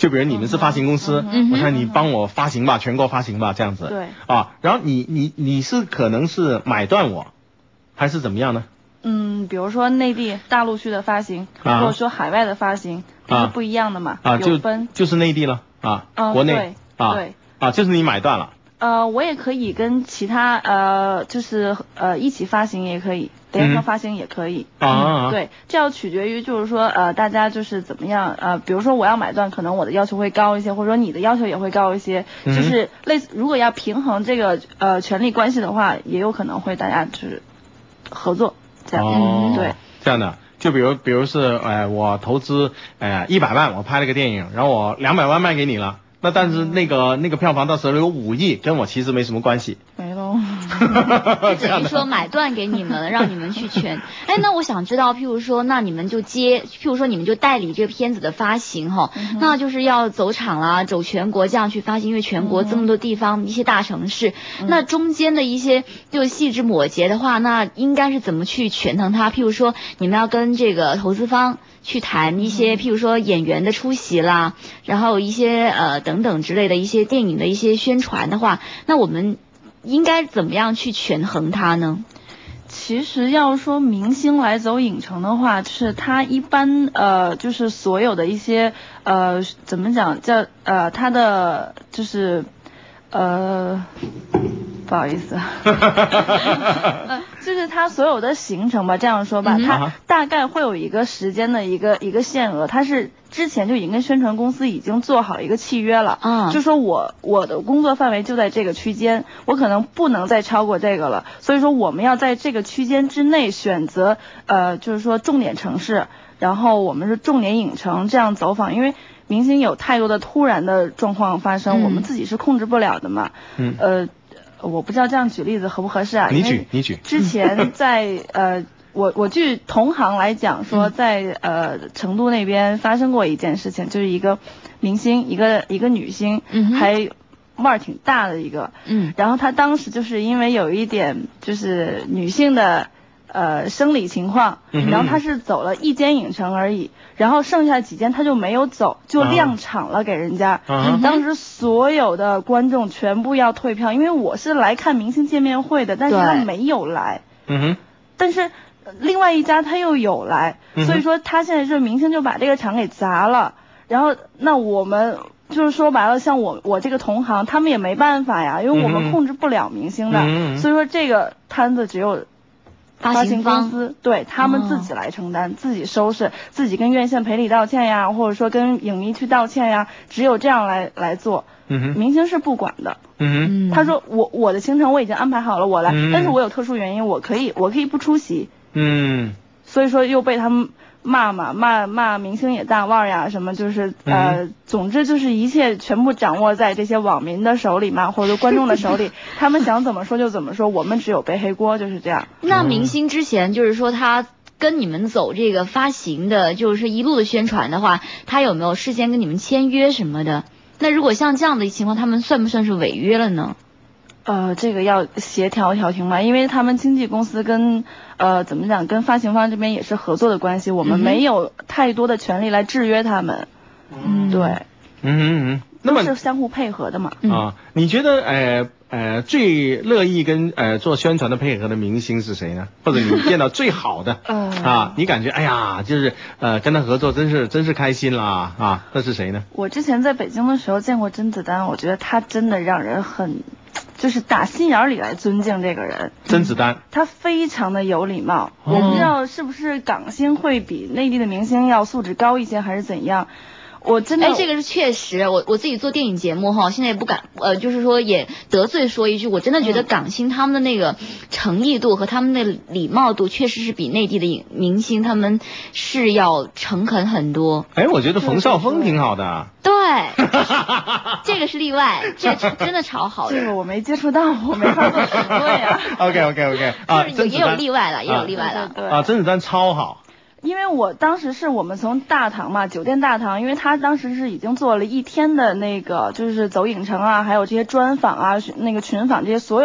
就比如你们是发行公司， 嗯、 我说你帮我发行吧，全国发行吧，这样子。 对。 啊，然后你你你是可能是买断我，还是怎么样呢？ 嗯，比如说内地大陆区的发行， 啊、 或者说海外的发行，这是不一样的嘛。 啊， 有分就就是内地了啊， 嗯、 国内对啊， 对啊，就是你买断了。 呃，我也可以跟其他呃，就是呃一起发行也可以，联合发行也可以。 嗯、啊、 嗯，对，这要取决于就是说呃大家就是怎么样呃，比如说我要买断，可能我的要求会高一些，或者说你的要求也会高一些， 嗯、 就是类似如果要平衡这个呃权利关系的话，也有可能会大家就是合作这样。 哦， 对， 这样的。就比如，比如是，呃，我投资，呃，一百万，我拍了个电影，然后我两百万卖给你了，那但是那个那个票房到时候有五亿，跟我其实没什么关系。 没喽。 就等于说买断给你们，让你们去权。哎，那我想知道，譬如说，那你们就接，譬如说你们就代理这个片子的发行哈、嗯，那就是要走场啦，走全国这样去发行，因为全国这么多地方、嗯、一些大城市，嗯、那中间的一些就细枝末节的话，那应该是怎么去权衡它？譬如说，你们要跟这个投资方去谈一些，譬如说演员的出席啦，然后一些呃等等之类的一些电影的一些宣传的话，那我们应该怎么样去权衡它呢？ 其实要说明星来走影城的话，就是他一般呃，就是所有的一些呃，怎么讲叫呃，他的就是呃。不好意思，呃，就是他所有的行程吧，这样说吧，他、嗯、大概会有一个时间的一个一个限额，他是之前就已经跟宣传公司已经做好一个契约了，嗯，就说我我的工作范围就在这个区间，我可能不能再超过这个了，所以说我们要在这个区间之内选择呃，就是说重点城市，然后我们是重点影城这样走访，因为明星有太多的突然的状况发生，嗯、我们自己是控制不了的嘛，嗯，呃。我不知道这样举例子合不合适啊？ 你举，你举。 之前在呃，我我据同行来讲说，在呃成都那边发生过一件事情，就是一个明星，一个一个女星，嗯，还腕儿挺大的一个，嗯，然后她当时就是因为有一点就是女性的呃生理情况，然后她是走了一间影城而已。然后剩下几间他就没有走，就亮场了给人家。Uh-huh. 当时所有的观众全部要退票，因为我是来看明星见面会的，但是他没有来。嗯哼。但是另外一家他又有来，嗯、所以说他现在这明星就把这个场给砸了。然后那我们就是说白了，像我我这个同行，他们也没办法呀，因为我们控制不了明星的，嗯、所以说这个摊子只有。发行公司对他们自己来承担、哦、自己收拾，自己跟院线赔礼道歉呀，或者说跟影迷去道歉呀，只有这样来来做。嗯哼，明星是不管的。嗯哼，他说我我的行程我已经安排好了，我来、嗯，但是我有特殊原因，我可以我可以不出席。嗯，所以说又被他们骂嘛，骂骂明星也大腕呀，什么就是呃、嗯，总之就是一切全部掌握在这些网民的手里嘛，或者观众的手里，他们想怎么说就怎么说，我们只有背黑锅，就是这样。 那明星之前就是说他跟你们走这个发行的，就是一路的宣传的话，他有没有事先跟你们签约什么的？那如果像这样的情况，他们算不算是违约了呢？ 呃，这个要协调调停嘛，因为他们经纪公司跟呃怎么讲，跟发行方这边也是合作的关系，我们没有太多的权利来制约他们。嗯，对，嗯嗯嗯，那么是相互配合的嘛。 啊，你觉得呃呃最乐意跟呃做宣传的配合的明星是谁呢？或者你见到最好的啊，你感觉哎呀，就是呃跟他合作真是真是开心啦啊，那是谁呢？ 我之前在北京的时候见过甄子丹，我觉得他真的让人很。就是打心眼里来尊敬这个人， 甄子丹， 他非常的有礼貌、哦。我不知道是不是港星会比内地的明星要素质高一些，还是怎样。我真的， 哎，这个是确实，我我自己做电影节目哈，现在也不敢，呃，就是说也得罪说一句，我真的觉得港星他们的那个诚意度和他们的礼貌度，确实是比内地的影明星他们是要诚恳很多。 哎，我觉得冯绍峰挺好的。 对，这个是例外，这真的超好的。 这个我没接触到，我没法做评论呀。 OK OK OK， 啊， 就是也有例外了，也有例外了。 对啊，甄子丹超好。 因为我当时是我们从大堂嘛，酒店大堂，因为他当时是已经做了一天的那个，就是走影城啊，还有这些专访啊，那个群访这些所有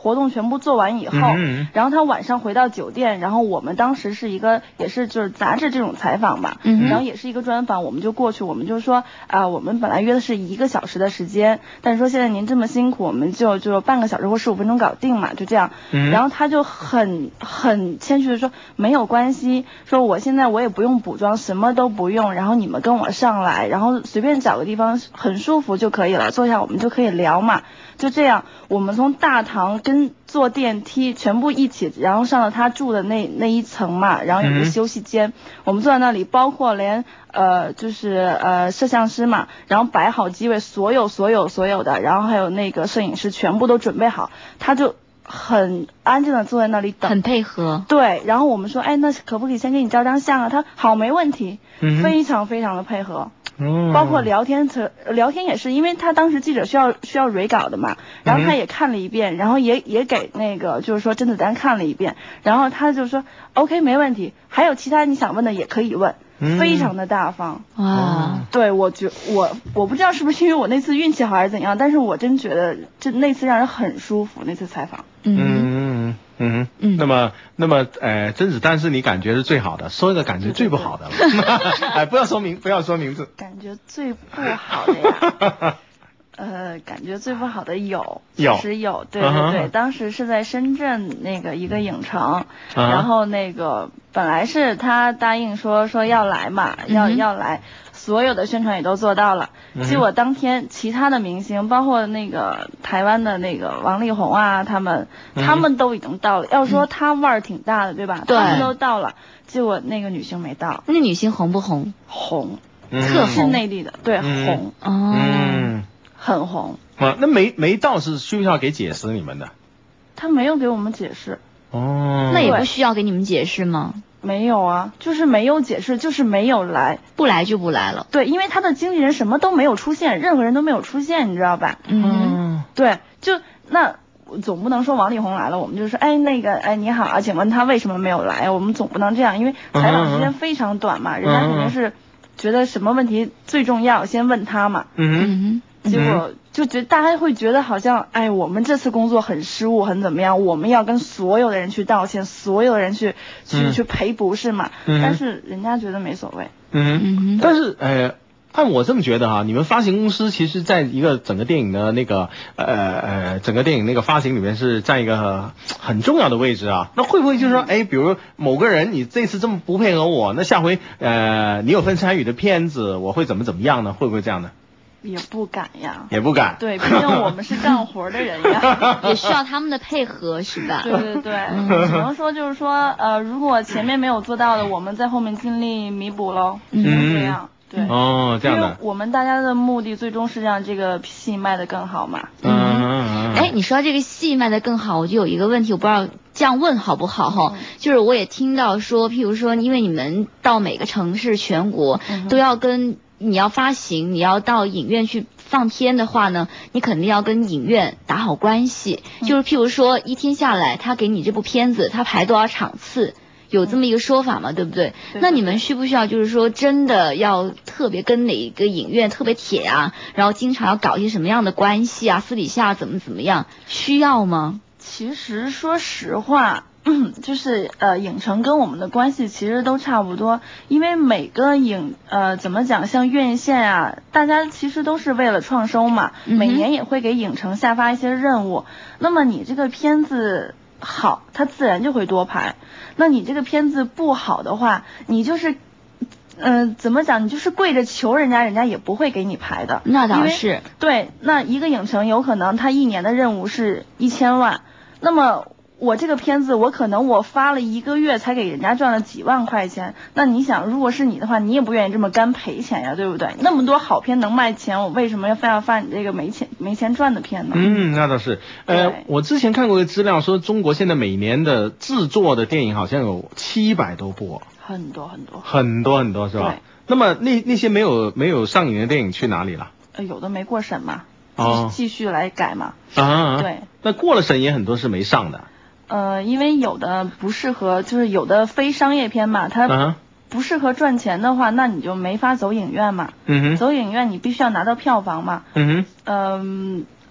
活动全部做完以后， 嗯、 然后他晚上回到酒店，然后我们当时是一个也是就是杂志这种采访吧， 嗯、 然后也是一个专访，我们就过去，我们就说啊、呃，我们本来约的是一个小时的时间，但是说现在您这么辛苦，我们就就半个小时或十五分钟搞定嘛，就这样。 嗯、 然后他就很很谦虚的说没有关系，说我现在我也不用补妆，什么都不用，然后你们跟我上来，然后随便找个地方很舒服就可以了，坐下我们就可以聊嘛。就这样，我们从大堂跟坐电梯全部一起，然后上了他住的那那一层嘛，然后有个休息间，嗯、我们坐在那里，包括连呃就是呃摄像师嘛，然后摆好机位，所有所有所有的，然后还有那个摄影师全部都准备好，他就很安静的坐在那里等， 很配合。 对，然后我们说，哎，那可不可以先给你照张相啊？他好，没问题， 嗯、 非常非常的配合。 嗯、 包括聊天，聊天也是，因为他当时记者需要需要蕊稿的嘛，然后他也看了一遍，然后也也给那个就是说甄子丹看了一遍，然后他就说 OK 没问题，还有其他你想问的也可以问， 嗯、 非常的大方。 哇， 对，我觉我我不知道是不是因为我那次运气好还是怎样，但是我真觉得这那次让人很舒服，那次采访。 嗯嗯嗯嗯，那么那么呃，甄子丹是你感觉是最好的，说一个感觉最不好的了。哎，不要说名，不要说名字。 感觉最不好的呀。呃，感觉最不好的有， 有其实有，对对对， uh-huh. 当时是在深圳那个一个影城， uh-huh. 然后那个本来是他答应说说要来嘛，要、 嗯、 要来，所有的宣传也都做到了， 嗯、 结果当天其他的明星，包括那个台湾的那个王力宏啊，他们、 嗯、 他们都已经到了，要说他腕儿挺大的，对吧？ 对， 他们都到了，结果那个女星没到。 那女星红不红？ 红， 嗯、 特红， 是内地的，对， 嗯、 红， 哦， 嗯， 很红。 啊，那没没到是需不需要给解释你们的？ 他没有给我们解释。 哦， 那也不需要给你们解释吗？ 没有啊，就是没有解释，就是没有来， 不来就不来了。 对，因为他的经纪人什么都没有出现，任何人都没有出现，你知道吧？ 嗯， 对，就那总不能说王力宏来了，我们就说，哎，那个，哎，你好啊，请问他为什么没有来？我们总不能这样，因为采访时间非常短嘛，嗯、人家肯定是觉得什么问题最重要，先问他嘛。 嗯哼，结果就觉得大家会觉得好像，哎，我们这次工作很失误，很怎么样，我们要跟所有的人去道歉，所有的人去去、嗯、去赔不是嘛？ 嗯、 但是人家觉得没所谓。 嗯嗯， 但是呃。按我这么觉得哈，你们发行公司其实在一个整个电影的那个呃呃整个电影那个发行里面是占一个很重要的位置啊。那会不会就是说，哎，比如某个人你这次这么不配合我，那下回呃你有份参与的片子，我会怎么怎么样呢？会不会这样呢？ 也不敢呀， 也不敢。 对，毕竟我们是干活的人呀， 也需要他们的配合，是吧？ 对对对，嗯、只能说就是说，呃，如果前面没有做到的，我们在后面尽力弥补喽，只能这样。对哦，这样的。 因为我们大家的目的最终是让这个戏卖得更好嘛。 嗯嗯。哎，你说这个戏卖得更好，我就有一个问题，我不知道这样问好不好哈？嗯、就是我也听到说，譬如说，因为你们到每个城市全国、嗯、都要跟你要发行，你要到影院去放片的话呢，你肯定要跟影院打好关系。嗯、就是譬如说，一天下来，他给你这部片子，他排多少场次？有这么一个说法嘛，对不对？ 对。 那你们需不需要就是说真的要特别跟哪个影院特别铁啊，然后经常要搞一些什么样的关系啊，私底下怎么怎么样，需要吗？ 其实说实话，嗯、就是呃影城跟我们的关系其实都差不多，因为每个影呃怎么讲，像院线啊，大家其实都是为了创收嘛， 嗯、 每年也会给影城下发一些任务，那么你这个片子好，它自然就会多排。那你这个片子不好的话，你就是，嗯、呃，怎么讲？你就是跪着求人家，人家也不会给你排的。 那倒是。 对，那一个影城有可能他一年的任务是一千万，那么我这个片子我可能我发了一个月才给人家赚了几万块钱，那你想，如果是你的话，你也不愿意这么干赔钱呀，对不对？那么多好片能卖钱，我为什么要非要发你这个没钱没钱赚的片呢？ 嗯，那倒是。呃，我之前看过一个资料说，中国现在每年的制作的电影好像有七百多部、哦， 很多很多， 很多很多是吧？ 对。 那么那那些没有没有上映的电影去哪里了？ 呃，有的没过审嘛， 哦， 继续来改嘛。 啊， 对。 那过了审也很多是没上的。 呃，因为有的不适合，就是有的非商业片嘛，它不适合赚钱的话，那你就没法走影院嘛。 嗯哼。 走影院你必须要拿到票房嘛。 嗯哼。 嗯、呃，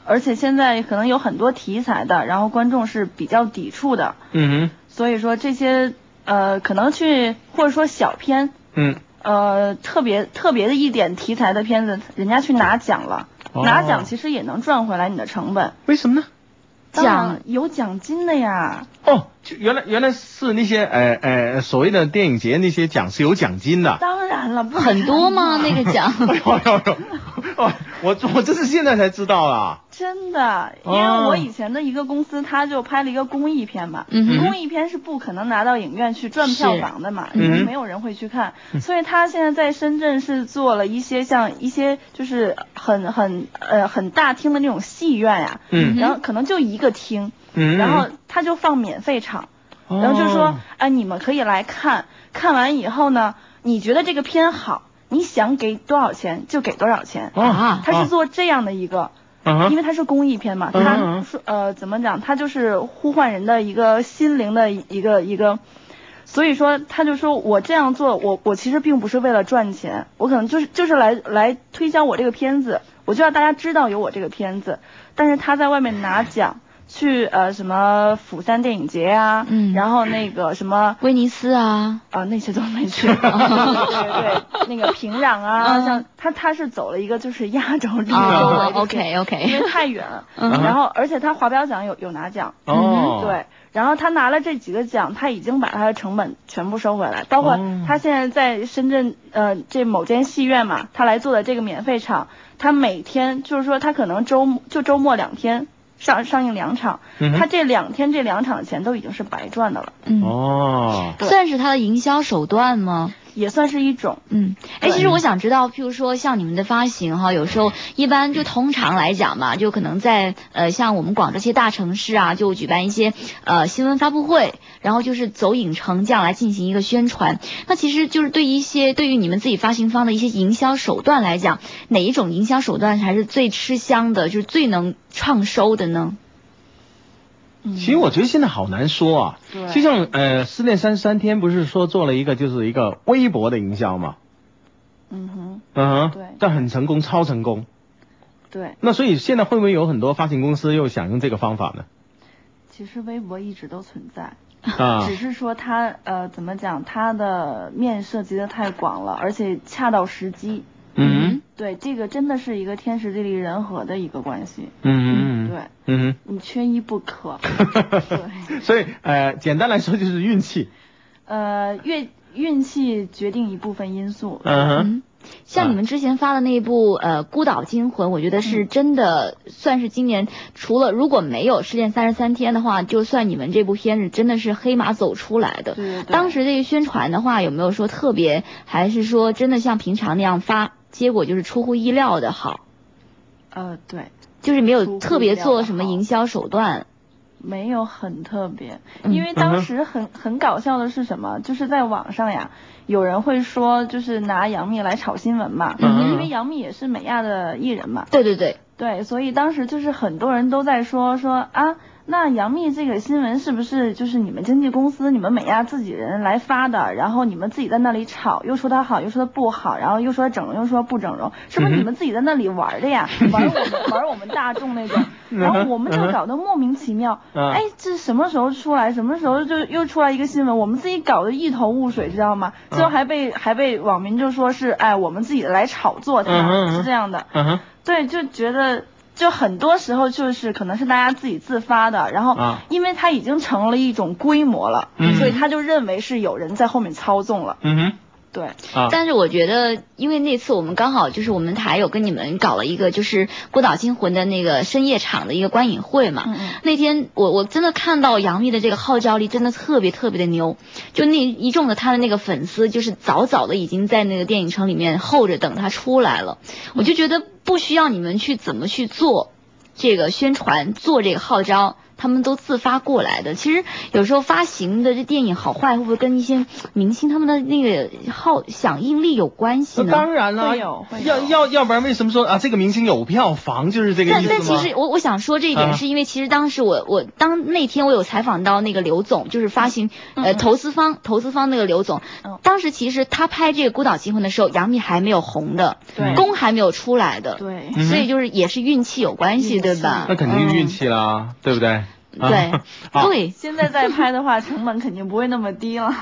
而且现在可能有很多题材的，然后观众是比较抵触的。 嗯哼。 所以说这些呃可能去或者说小片， 嗯。 呃特别特别的一点题材的片子，人家去拿奖了， 哦、 拿奖其实也能赚回来你的成本。 为什么呢？ 奖有奖金的呀。 哦，就原来原来是那些呃呃所谓的电影节那些奖是有奖金的。 当然了，不很多吗？那个奖？ 哎呦呦呦！哦，我我这是现在才知道啦。 真的，因为我以前的一个公司，他就拍了一个公益片嘛， 嗯、 公益片是不可能拿到影院去赚票房的嘛，因为没有人会去看，嗯、所以他现在在深圳是做了一些像一些就是很很呃很大厅的那种戏院呀、啊， 嗯， 然后可能就一个厅， 嗯， 然后他就放免费场，嗯、然后就说哎、呃、你们可以来看，看完以后呢，你觉得这个片好，你想给多少钱就给多少钱啊， 他是做这样的一个。 Uh-huh. 因为它是公益片嘛，它说呃怎么讲，它就是呼唤人的一个心灵的一个一个，所以说他就说我这样做，我我其实并不是为了赚钱，我可能就是就是来来推销我这个片子，我就让大家知道有我这个片子，但是他在外面拿奖。去呃什么釜山电影节啊， 嗯， 然后那个什么威尼斯啊， 啊那些都没去，对对对，那个平壤啊，嗯、像他他是走了一个就是亚洲这个周围、 哦、，OK OK， 因为太远了，嗯、然后而且他华表奖有有拿奖， 哦、 嗯，对，然后他拿了这几个奖，他已经把他的成本全部收回来，包括他现在在深圳呃这某间戏院嘛，他来做的这个免费场，他每天就是说他可能周就周末两天。上上映两场、嗯，他这两天这两场的钱都已经是白赚的了。 嗯， 哦， 算是他的营销手段吗？ 也算是一种。 嗯，哎，其实我想知道，譬如说像你们的发行哈，有时候一般就通常来讲嘛，就可能在呃像我们广州这些大城市啊，就举办一些呃新闻发布会，然后就是走影城这样来进行一个宣传。那其实就是对于一些对于你们自己发行方的一些营销手段来讲，哪一种营销手段才是最吃香的，就是最能创收的呢？ 其实我觉得现在好难说啊，就像呃失恋三十三天不是说做了一个就是一个微博的营销嘛， 嗯哼， 嗯哼， 对， 但很成功，超成功， 对。 那所以现在会不会有很多发行公司又想用这个方法呢？ 其实微博一直都存在， 啊， 只是说它呃怎么讲，它的面涉及的太广了，而且恰到时机。 嗯， 对，这个真的是一个天时地利人和的一个关系。 嗯嗯， 对， 嗯， 你缺一不可。对， 所以呃，简单来说就是运气。 呃，运运气决定一部分因素。 嗯哼，像你们之前发的那一部呃《孤岛惊魂》，我觉得是真的算是今年除了如果没有《失恋三十三天》的话，就算你们这部片子真的是黑马走出来的。 对对对。 当时这个宣传的话，有没有说特别，还是说真的像平常那样发？结果就是出乎意料的好， 呃，对， 就是没有特别做什么营销手段， 没有很特别，因为当时很很搞笑的是什么？就是在网上呀，有人会说，就是拿杨幂来炒新闻嘛， 嗯、 因为杨幂也是美亚的艺人嘛， 对对对， 对，所以当时就是很多人都在说说啊。那杨幂这个新闻是不是就是你们经纪公司、你们美亚自己人来发的？然后你们自己在那里炒，又说她好，又说她不好，然后又说整容，又说不整容，是不是你们自己在那里玩的呀？玩我们玩我们大众那种，然后我们就搞得莫名其妙。哎，这什么时候出来？什么时候就又出来一个新闻？我们自己搞得一头雾水，知道吗？最后还被还被网民就说是哎我们自己来炒作它，是这样的。对，就觉得。就很多时候就是可能是大家自己自发的，然后因为它已经成了一种规模了， 嗯、 所以他就认为是有人在后面操纵了。 嗯哼， 对。 啊， 但是我觉得，因为那次我们刚好就是我们台有跟你们搞了一个就是《孤岛惊魂》的那个深夜场的一个观影会嘛。 嗯嗯。 那天我我真的看到杨幂的这个号召力真的特别特别的牛，就那一众的她的那个粉丝就是早早的已经在那个电影城里面候着等她出来了，我就觉得不需要你们去怎么去做这个宣传，做这个号召。 他们都自发过来的。其实有时候发行的这电影好坏，会不会跟一些明星他们的那个好响应力有关系呢？ 当然了， 会有会有要要要不然为什么说啊这个明星有票房就是这个意思吗？ 但但其实我我想说这一点，是因为其实当时我我当那天我有采访到那个刘总，就是发行呃投资方投资方那个刘总，当时其实他拍这个《孤岛惊魂》的时候，杨幂还没有红的， 对， 宫还没有出来的， 对， 所以就是也是运气有关系，对吧？ 那肯定是运气啦，嗯、对不对？ 对， 啊、 对。 现在再拍的话，成本肯定不会那么低了。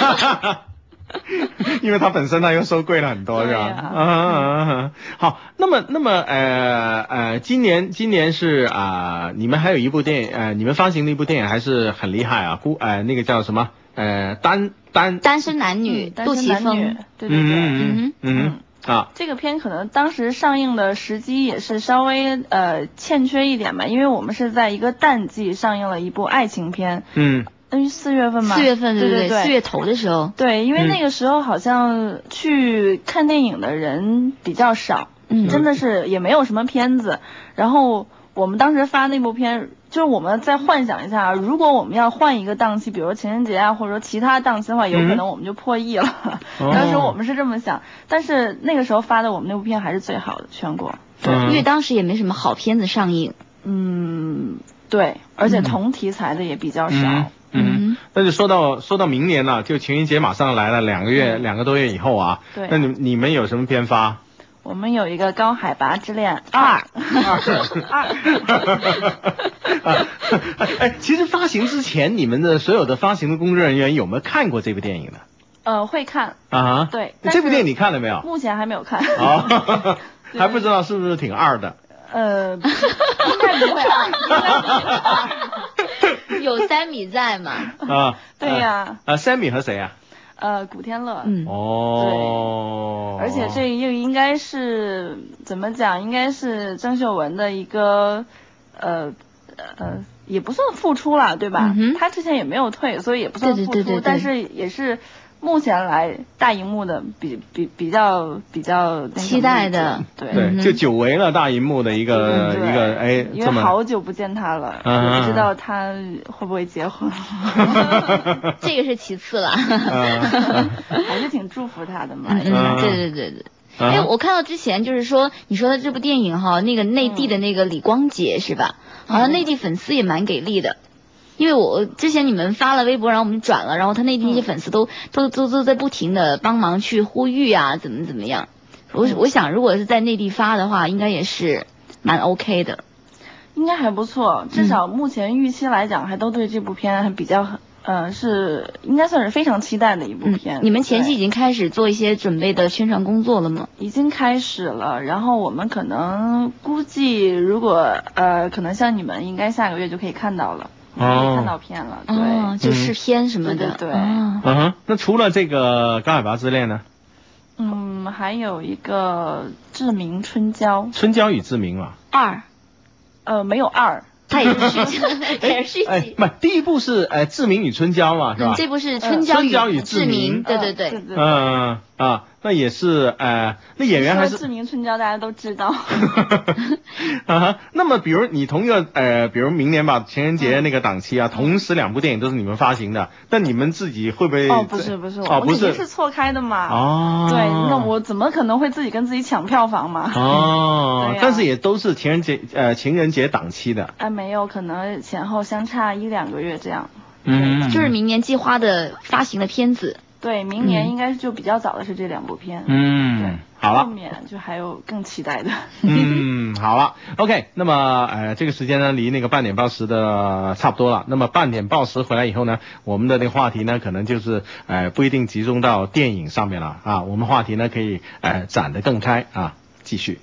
因为它本身它又收贵了很多，是吧？ 啊啊啊啊！好，那么那么呃呃，今年今年是啊、呃，你们还有一部电影，呃，你们发行的一部电影还是很厉害啊，孤呃那个叫什么呃单单单身男女， 嗯、 杜琪峰， 对对对， 嗯嗯嗯啊， 这个片可能当时上映的时机也是稍微呃欠缺一点吧，因为我们是在一个淡季上映了一部爱情片， 嗯。 嗯，四月份吧。 四月份，对对对，四月头的时候。 对，因为那个时候好像去看电影的人比较少， 嗯， 真的是也没有什么片子。然后我们当时发那部片，就是我们再幻想一下，如果我们要换一个档期，比如情人节啊，或者说其他档期的话，有可能我们就破亿了。嗯、当时我们是这么想，但是那个时候发的我们那部片还是最好的，全国。 对，因为当时也没什么好片子上映。 嗯，对，而且同题材的也比较少。 嗯嗯，那就说到说到明年了，就情人节马上来了，两个月、嗯、两个多月以后啊。 对。 那你你们有什么片发？ 我们有一个高海拔之恋二。二。 二。哎，其实发行之前，你们的所有的发行的工作人员有没有看过这部电影呢？ 呃，会看。 啊。 对。 这部电影你看了没有？ 目前还没有看。 哦。还不知道是不是挺二的？ 呃，应该不会二，应该不会二。 有三米在嘛？ 啊， 对呀。 啊，三米和谁啊？ 呃，古天乐。 嗯。 哦。 对。而且这又应该是怎么讲？应该是郑秀文的一个呃呃，也不算复出了，对吧？ 嗯、 他之前也没有退，所以也不算复出， 对对对对对， 但是也是。目前来大荧幕的比比比较比较期待的， 对对，就久违了大荧幕的一个一个哎， 因为好久不见他了， 啊、 也不知道他会不会结婚。 这个是其次了， 啊、 还是挺祝福他的嘛。 嗯嗯，对对对对。哎、啊，我看到之前就是说你说的这部电影哈，那个内地的那个李光洁是吧？ 嗯、 好像内地粉丝也蛮给力的。因为我之前你们发了微博，然后我们转了，然后他内地那些粉丝都、嗯、都都都在不停的帮忙去呼吁啊，怎么怎么样。我我想如果是在内地发的话，应该也是蛮 OK 的。 应该还不错，至少目前预期来讲，还都对这部片还比较呃是应该算是非常期待的一部片。 嗯、你们前期已经开始做一些准备的宣传工作了吗？ 已经开始了，然后我们可能估计如果呃可能像你们应该下个月就可以看到了。可以看到片了，对， 哦，就试片什么的， 对对对。 嗯哼，那除了这个高海拔之恋呢？ 嗯，还有一个志明春娇。 春娇与志明嘛。 二。 呃，没有二。 它也是续集，也是续集。 不，第一部是呃志明与春娇嘛，是吧？ 这部是春娇与志明，对对对。 嗯啊，那也是呃，那演员还是志明春娇，大家都知道。 啊，那么比如你同一个呃，比如明年吧，情人节那个档期啊，同时两部电影都是你们发行的，那你们自己会不会？ 哦，不是不是， 哦，不是， 肯定是错开的嘛。 哦。 对，那我怎么可能会自己跟自己抢票房嘛？ 哦。但是也都是情人节呃情人节档期的。 哎，没有，可能前后相差一两个月这样。 嗯。 就是明年计划的发行的片子。 对，明年应该就比较早的是这两部片。 嗯， 对， 好了， 后面就还有更期待的。 嗯，好了 ，OK， 那么呃这个时间呢离那个半点报时的差不多了。那么半点报时回来以后呢，我们的那个话题呢可能就是呃不一定集中到电影上面了啊，我们话题呢可以呃展得更开啊，继续。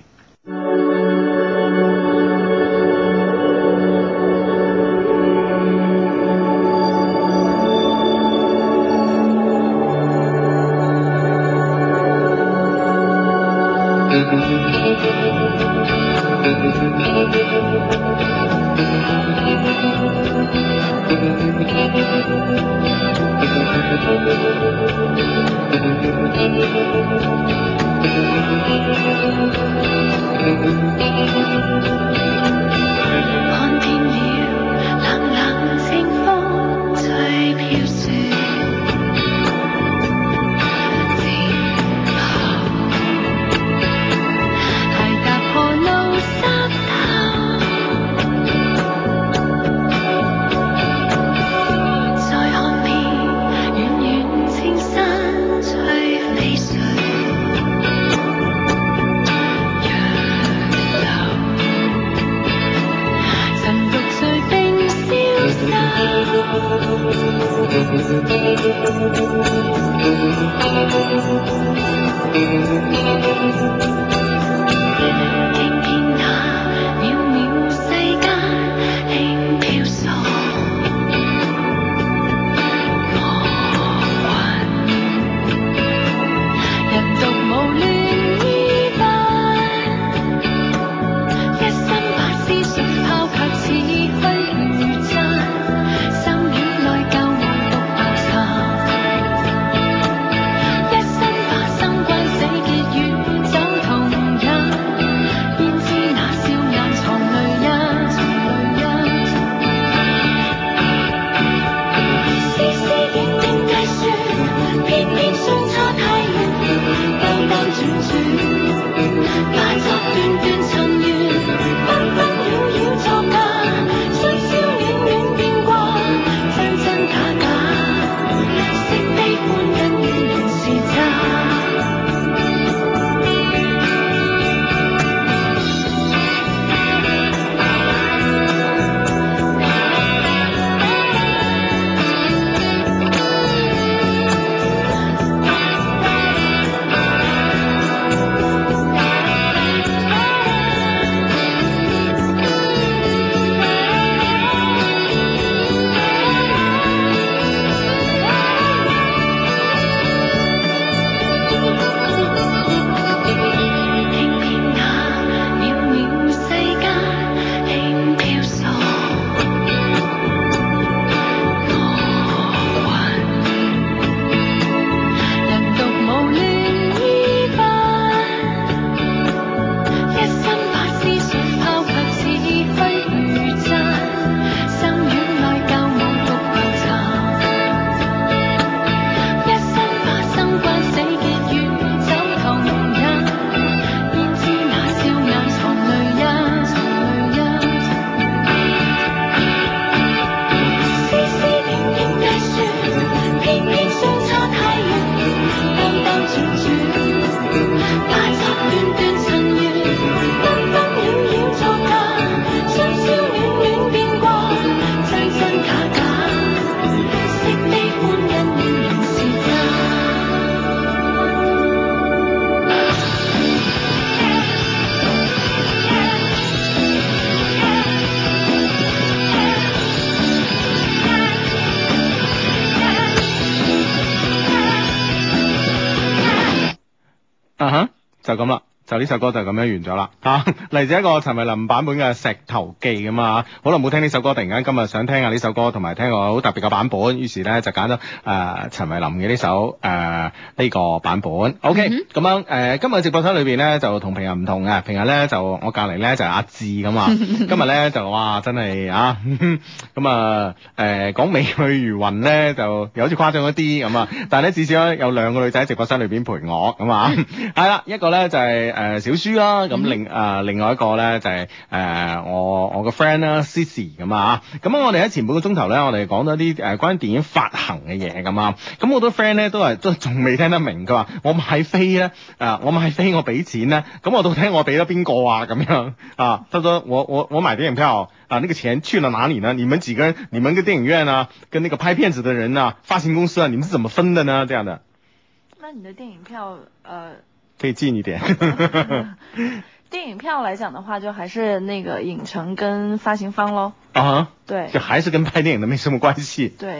就咁啦。就呢首歌就咁樣完咗啦嚇，嚟自一個陳慧琳版本嘅《石頭記》咁啊，好耐冇聽呢首歌，突然間今日想聽下呢首歌，同埋聽個好特別嘅版本，於是咧就揀咗誒陳慧琳嘅呢首誒呢、呃這個版本。OK，咁、mm hmm. 樣誒、呃、今日直播室裏邊咧就同平日唔同嘅，平日咧就我隔離咧就係、是、阿志咁啊，今日咧就哇真係啊咁啊誒講美女如雲咧就有好似誇張一啲咁啊，但係咧至少有兩個女仔喺直播室裏邊陪我咁啊，係啦一個咧就係、是。誒、呃、小書啦，咁另誒、呃、另外一個咧就係、是、誒、呃、我我個 friend 啦 Cici 咁啊，咁我哋喺前半個鐘頭咧，我哋講咗啲誒關於電影發行嘅嘢咁啊，咁好多 friend 咧都係都仲未聽得明，佢話我買飛咧誒我買飛我俾錢咧，咁我到底我俾咗邊個啊咁樣啊？他說我我我買電影票啊，那個錢去了哪裡呢？你們幾個人，你們個電影院啊，跟那個拍片子的人啊，發行公司啊，你們是怎麼分的呢？這樣的。 那你的電影票呃。 可以近一點。 電影票來講的話，就還是那個影城跟發行方咯。 啊、uh-huh, 對， 就還是跟拍電影的沒什麼關係。 對。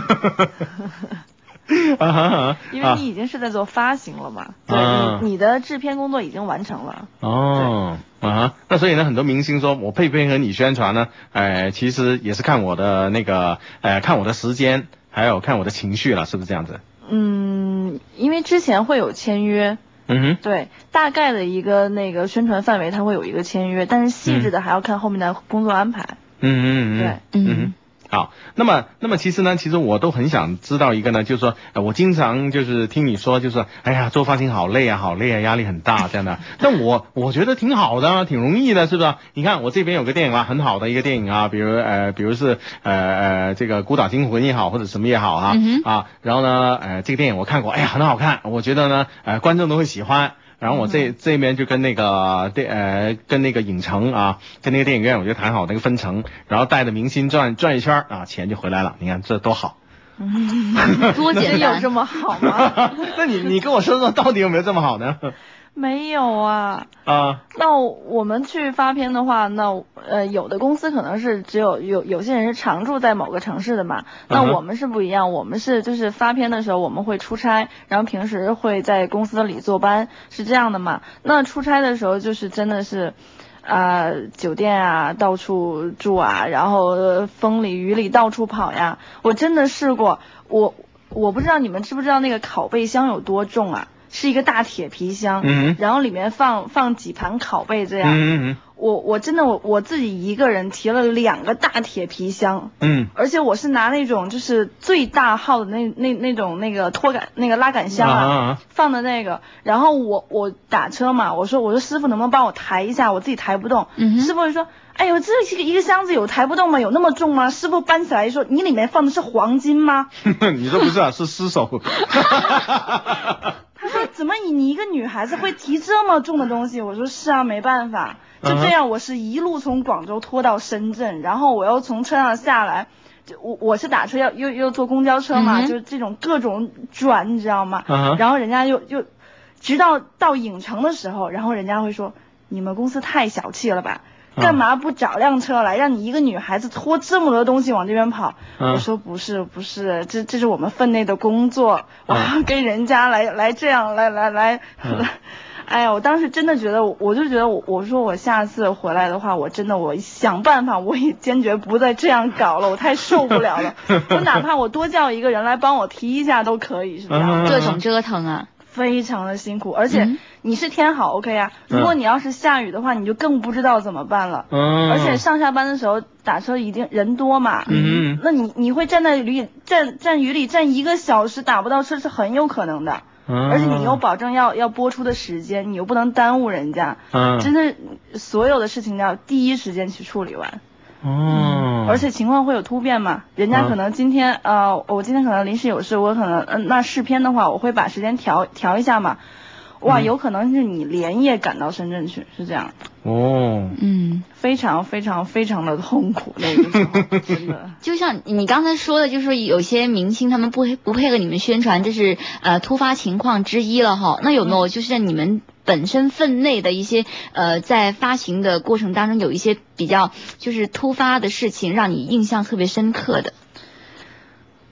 啊因為你已經是在做發行了嘛，對， 啊、 你你的製片工作已經完成了。 哦，啊，那所以呢，很多明星說我配不配合你宣傳呢？呃，其實也是看我的那個，呃，看我的時間，還有看我的情緒了，是不是這樣子？ 嗯，因為之前會有簽約。 嗯哼， 對，大概的一個那個宣傳範圍，它會有一個簽約，但是細緻的還要看後面的工作安排。 嗯嗯嗯， 對， 嗯哼。好，那麼，那麼其實呢，其實我都很想知道一個呢，就是說，呃、我經常就是聽你說，就是，哎呀，做發行好累啊，好累啊，壓力很大，這樣的。但我我覺得挺好的，挺容易的，是不是？你看我這邊有個電影啊，很好的一個電影啊，比如呃，比如是呃呃這個《孤島驚魂》也好，或者什麼也好啊，嗯、啊，然後呢，呃，這個電影我看過，哎呀，很好看，我覺得呢，呃，觀眾都會喜歡。然後我這這邊就跟那個電呃跟那個影城啊，跟那個電影院，我就談好那個分成，然後帶着明星轉轉一圈啊，錢就回來了。你看這多好， 嗯，多簡單，有這麼好嗎？ 那你你跟我說說，到底有沒有這麼好呢？ 沒有啊。 啊。 那我們去發片的話，那呃有的公司可能是只有有有些人是常駐在某個城市的嘛，那我們是不一樣，我們是就是發片的時候我們會出差，然後平時會在公司裡坐班，是這樣的嘛。那出差的時候就是真的是啊、呃、酒店啊到處住啊，然後風裡雨裡到處跑呀。我真的試過，我我不知道你們知不知道那個拷貝箱有多重啊？是一個大鐵皮箱，嗯，然後裡面放放幾盤拷貝這樣，嗯嗯，我我真的我我自己一個人提了兩個大鐵皮箱，嗯，而且我是拿那種就是最大號的那那那種那個拖桿那個拉桿箱啊，啊放的那個，然後我我打車嘛，我說我說師傅能不能幫我抬一下，我自己抬不動，嗯，師傅就說，哎呦，這一個箱子有抬不動嗎？有那麼重嗎？師傅搬起來說，你裡面放的是黃金嗎？ 你說不是啊，是屍首。 他說怎麼你你一個女孩子會提這麼重的東西？我說是啊，沒辦法，就這樣，我是一路從廣州拖到深圳，然後我又從車上下來，就我我是打車要又又坐公交車嘛，嗯、就這種各種轉，你知道嗎？嗯、然後人家又又直到到影城的時候，然後人家會說你們公司太小氣了吧？幹嘛不找輛車來，讓你一個女孩子拖這麼多東西往這邊跑？嗯、我說不是不是，這這是我們分內的工作，我要跟人家來來這樣來來來，嗯、哎呀，我當時真的覺得，我就覺得我我說我下次回來的話，我真的我想辦法，我也堅決不再這樣搞了，我太受不了了。我哪怕我多叫一個人來幫我提一下都可以，是這樣。 各種折騰啊。 非常的辛苦，而且你是天好 OK 啊，如果你要是下雨的話，你就更不知道怎麼辦了。嗯，而且上下班的時候打車一定人多嘛，嗯，那你你會站在雨裡站站雨裡站一個小時打不到車是很有可能的，嗯，而且你又保證要要播出的時間，你又不能耽誤人家，嗯，真的所有的事情要第一時間去處理完。哦、嗯，而且情況會有突變嘛，人家可能今天、啊、呃，我今天可能臨時有事，我可能嗯、呃，那試片的話，我會把時間調調一下嘛，哇，嗯、有可能是你連夜趕到深圳去，是這樣。哦，嗯，非常非常非常的痛苦那個時候，真的。 就像你剛才說的，就是說有些明星他們不不配合你們宣傳，這是呃突發情況之一了哈。那有沒有就是你們本身分內的一些呃在發行的過程當中有一些比較就是突發的事情，讓你印象特別深刻的？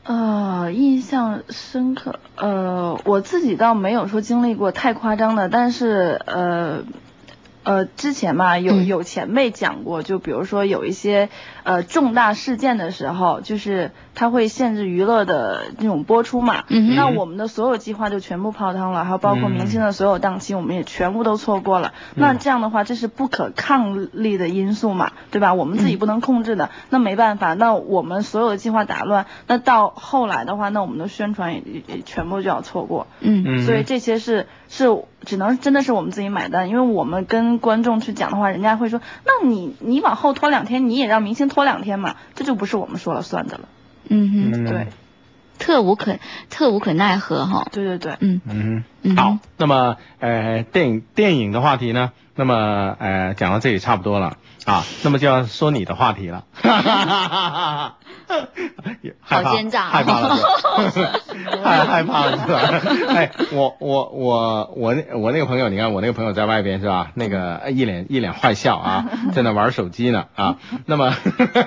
呃，印象深刻，呃，我自己倒没有说经历过太夸张的，但是呃。呃，之前嘛，有有前辈讲过，就比如说有一些呃重大事件的时候，就是他会限制娱乐的那种播出嘛，嗯、那我们的所有计划就全部泡汤了，还有包括明星的所有档期，我们也全部都错过了。嗯、那这样的话，这是不可抗力的因素嘛，对吧？我们自己不能控制的，嗯、那没办法，那我们所有的计划打乱，那到后来的话，那我们的宣传也也全部就要错过。嗯，所以这些是是只能真的是我们自己买单，因为我们跟观众去讲的话，人家会说，那你你往后拖两天，你也让明星拖两天嘛，这就不是我们说了算的了。 嗯哼， 对， 特无可特无可奈何哈。 对对对， 嗯嗯哼，好，那么呃电影电影的话题呢，那么呃讲到这里差不多了啊，那么就要说你的话题了。 好奸诈， 害怕了是吧？太害怕了是吧？哎，我我我我那我那个朋友，你看我那个朋友在外边是吧？那个一脸一脸坏笑啊，在那玩手机呢啊。那么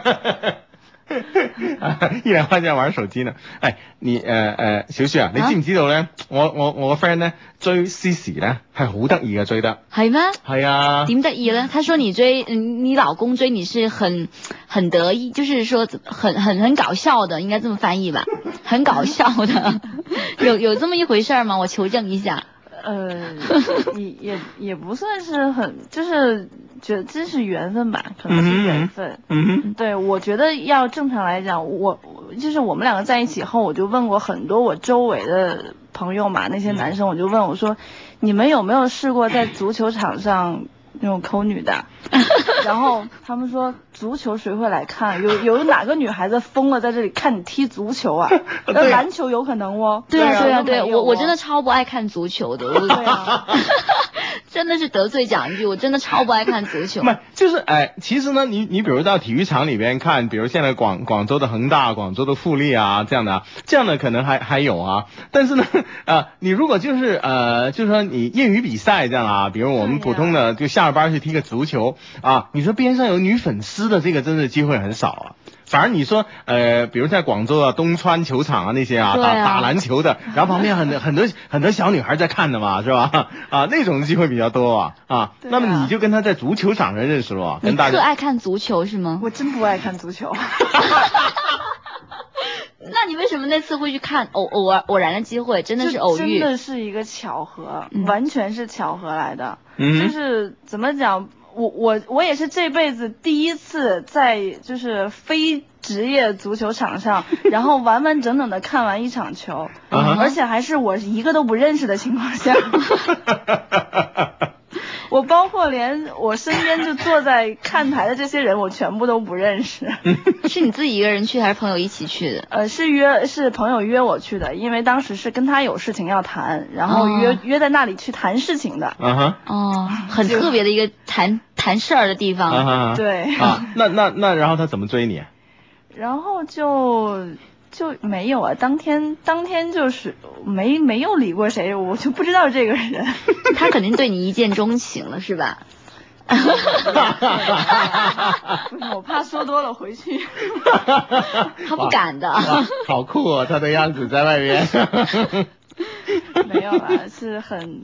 一臉開始玩手機呢。誒，你誒誒小雪啊，你知唔知道咧？我我我個 friend 咧追 Cici 咧係好得意嘅，追得。 係咩？ 係啊。 點得意咧？他說你追，嗯，你老公追你是很很得意，就是說很很很搞笑的，應該這麼翻譯吧？很搞笑的，有有這麼一回事嗎？我求證一下。 呃，也也也不算是很，就是觉得这是缘分吧，可能是缘分。嗯哼，对，我觉得要正常来讲，我就是我们两个在一起后，我就问过很多我周围的朋友嘛，那些男生，我就问我说，你们有没有试过在足球场上那种抠女的？然后他们说足球谁会来看？有有哪个女孩子疯了在这里看你踢足球啊？那篮球有可能哦。 对啊对啊对啊，我我真的超不爱看足球的。我对啊。真的是得罪讲一句，我真的超不爱看足球。 不，就是哎，其实呢，你你比如到体育场里边看，比如现在广广州的恒大、广州的富力啊这样的，这样的可能还还有啊。但是呢，呃，你如果就是呃，就是说你业余比赛这样啊，比如我们普通的就下了班去踢个足球啊，你说边上有女粉丝的这个真的机会很少啊。反而你说，呃，比如在广州啊、东川球场啊那些啊，打打篮球的，然后旁边很多很多很多小女孩在看的嘛，是吧？啊，那种机会比较多啊啊。那么你就跟他在足球场上认识了，跟大家。 你特爱看足球是吗？ 我真不爱看足球。 那你为什么那次会去看？偶偶尔偶然的机会，真的是偶遇， 真的是一个巧合，嗯、完全是巧合来的。 嗯， 就是怎么讲？我我我也是这辈子第一次在就是非职业足球场上，然后完完整整的看完一场球，嗯、而且还是我一个都不认识的情况下。我包括连我身边就坐在看台的这些人，我全部都不认识。 是你自己一个人去还是朋友一起去的？ 呃，是约是朋友约我去的，因为当时是跟他有事情要谈，然后约、哦、约在那里去谈事情的。 嗯哼。 哦，很特别的一个谈谈事儿的地方。 啊、 对。 啊，那那那然后他怎么追你？ 然后就。就没有啊，当天当天就是没没有理过谁，我就不知道这个人。 他肯定对你一见钟情了，是吧？ 不是，我怕说多了回去。 他不敢的。 好酷哦，他的样子在外面。 没有啦，是很。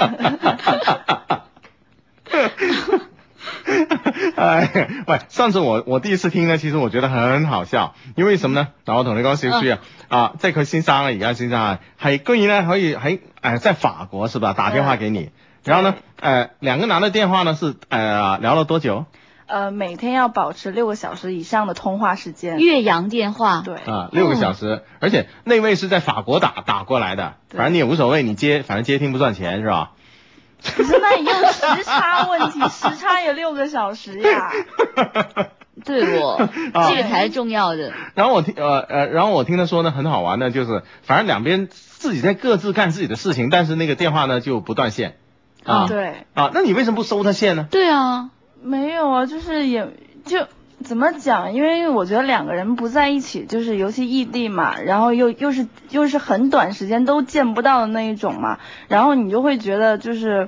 哎，喂，上次我我第一次聽呢，其實我覺得很好笑，因為什麼呢？嗱，我同你講小書啊，啊，即係佢先生啊，而家先生啊，係居然呢可以喺誒在法國是吧，打電話給你，然後呢，呃，兩個男的電話呢是呃聊了多久？ 呃，每天要保持六個小時以上的通話時間。 越洋電話。 對。 啊，六個小時，而且那位是在法國打打過來的，反正你也無所謂，你接，反正接聽不賺錢是吧？ 可是那你用時差問題，時差也六個小時呀。 對我，這個才是重要的。 然後我聽，呃呃，然後我聽他說呢，很好玩的，就是反正兩邊自己在各自幹自己的事情，但是那個電話呢就不斷線。 啊，對。 啊，那你為什麼不收他線呢？ 對啊， 沒有啊，就是也就。怎麼講？因為我覺得兩個人不在一起，就是尤其異地嘛，然後又又是又是很短時間都見不到的那一種嘛，然後你就會覺得就是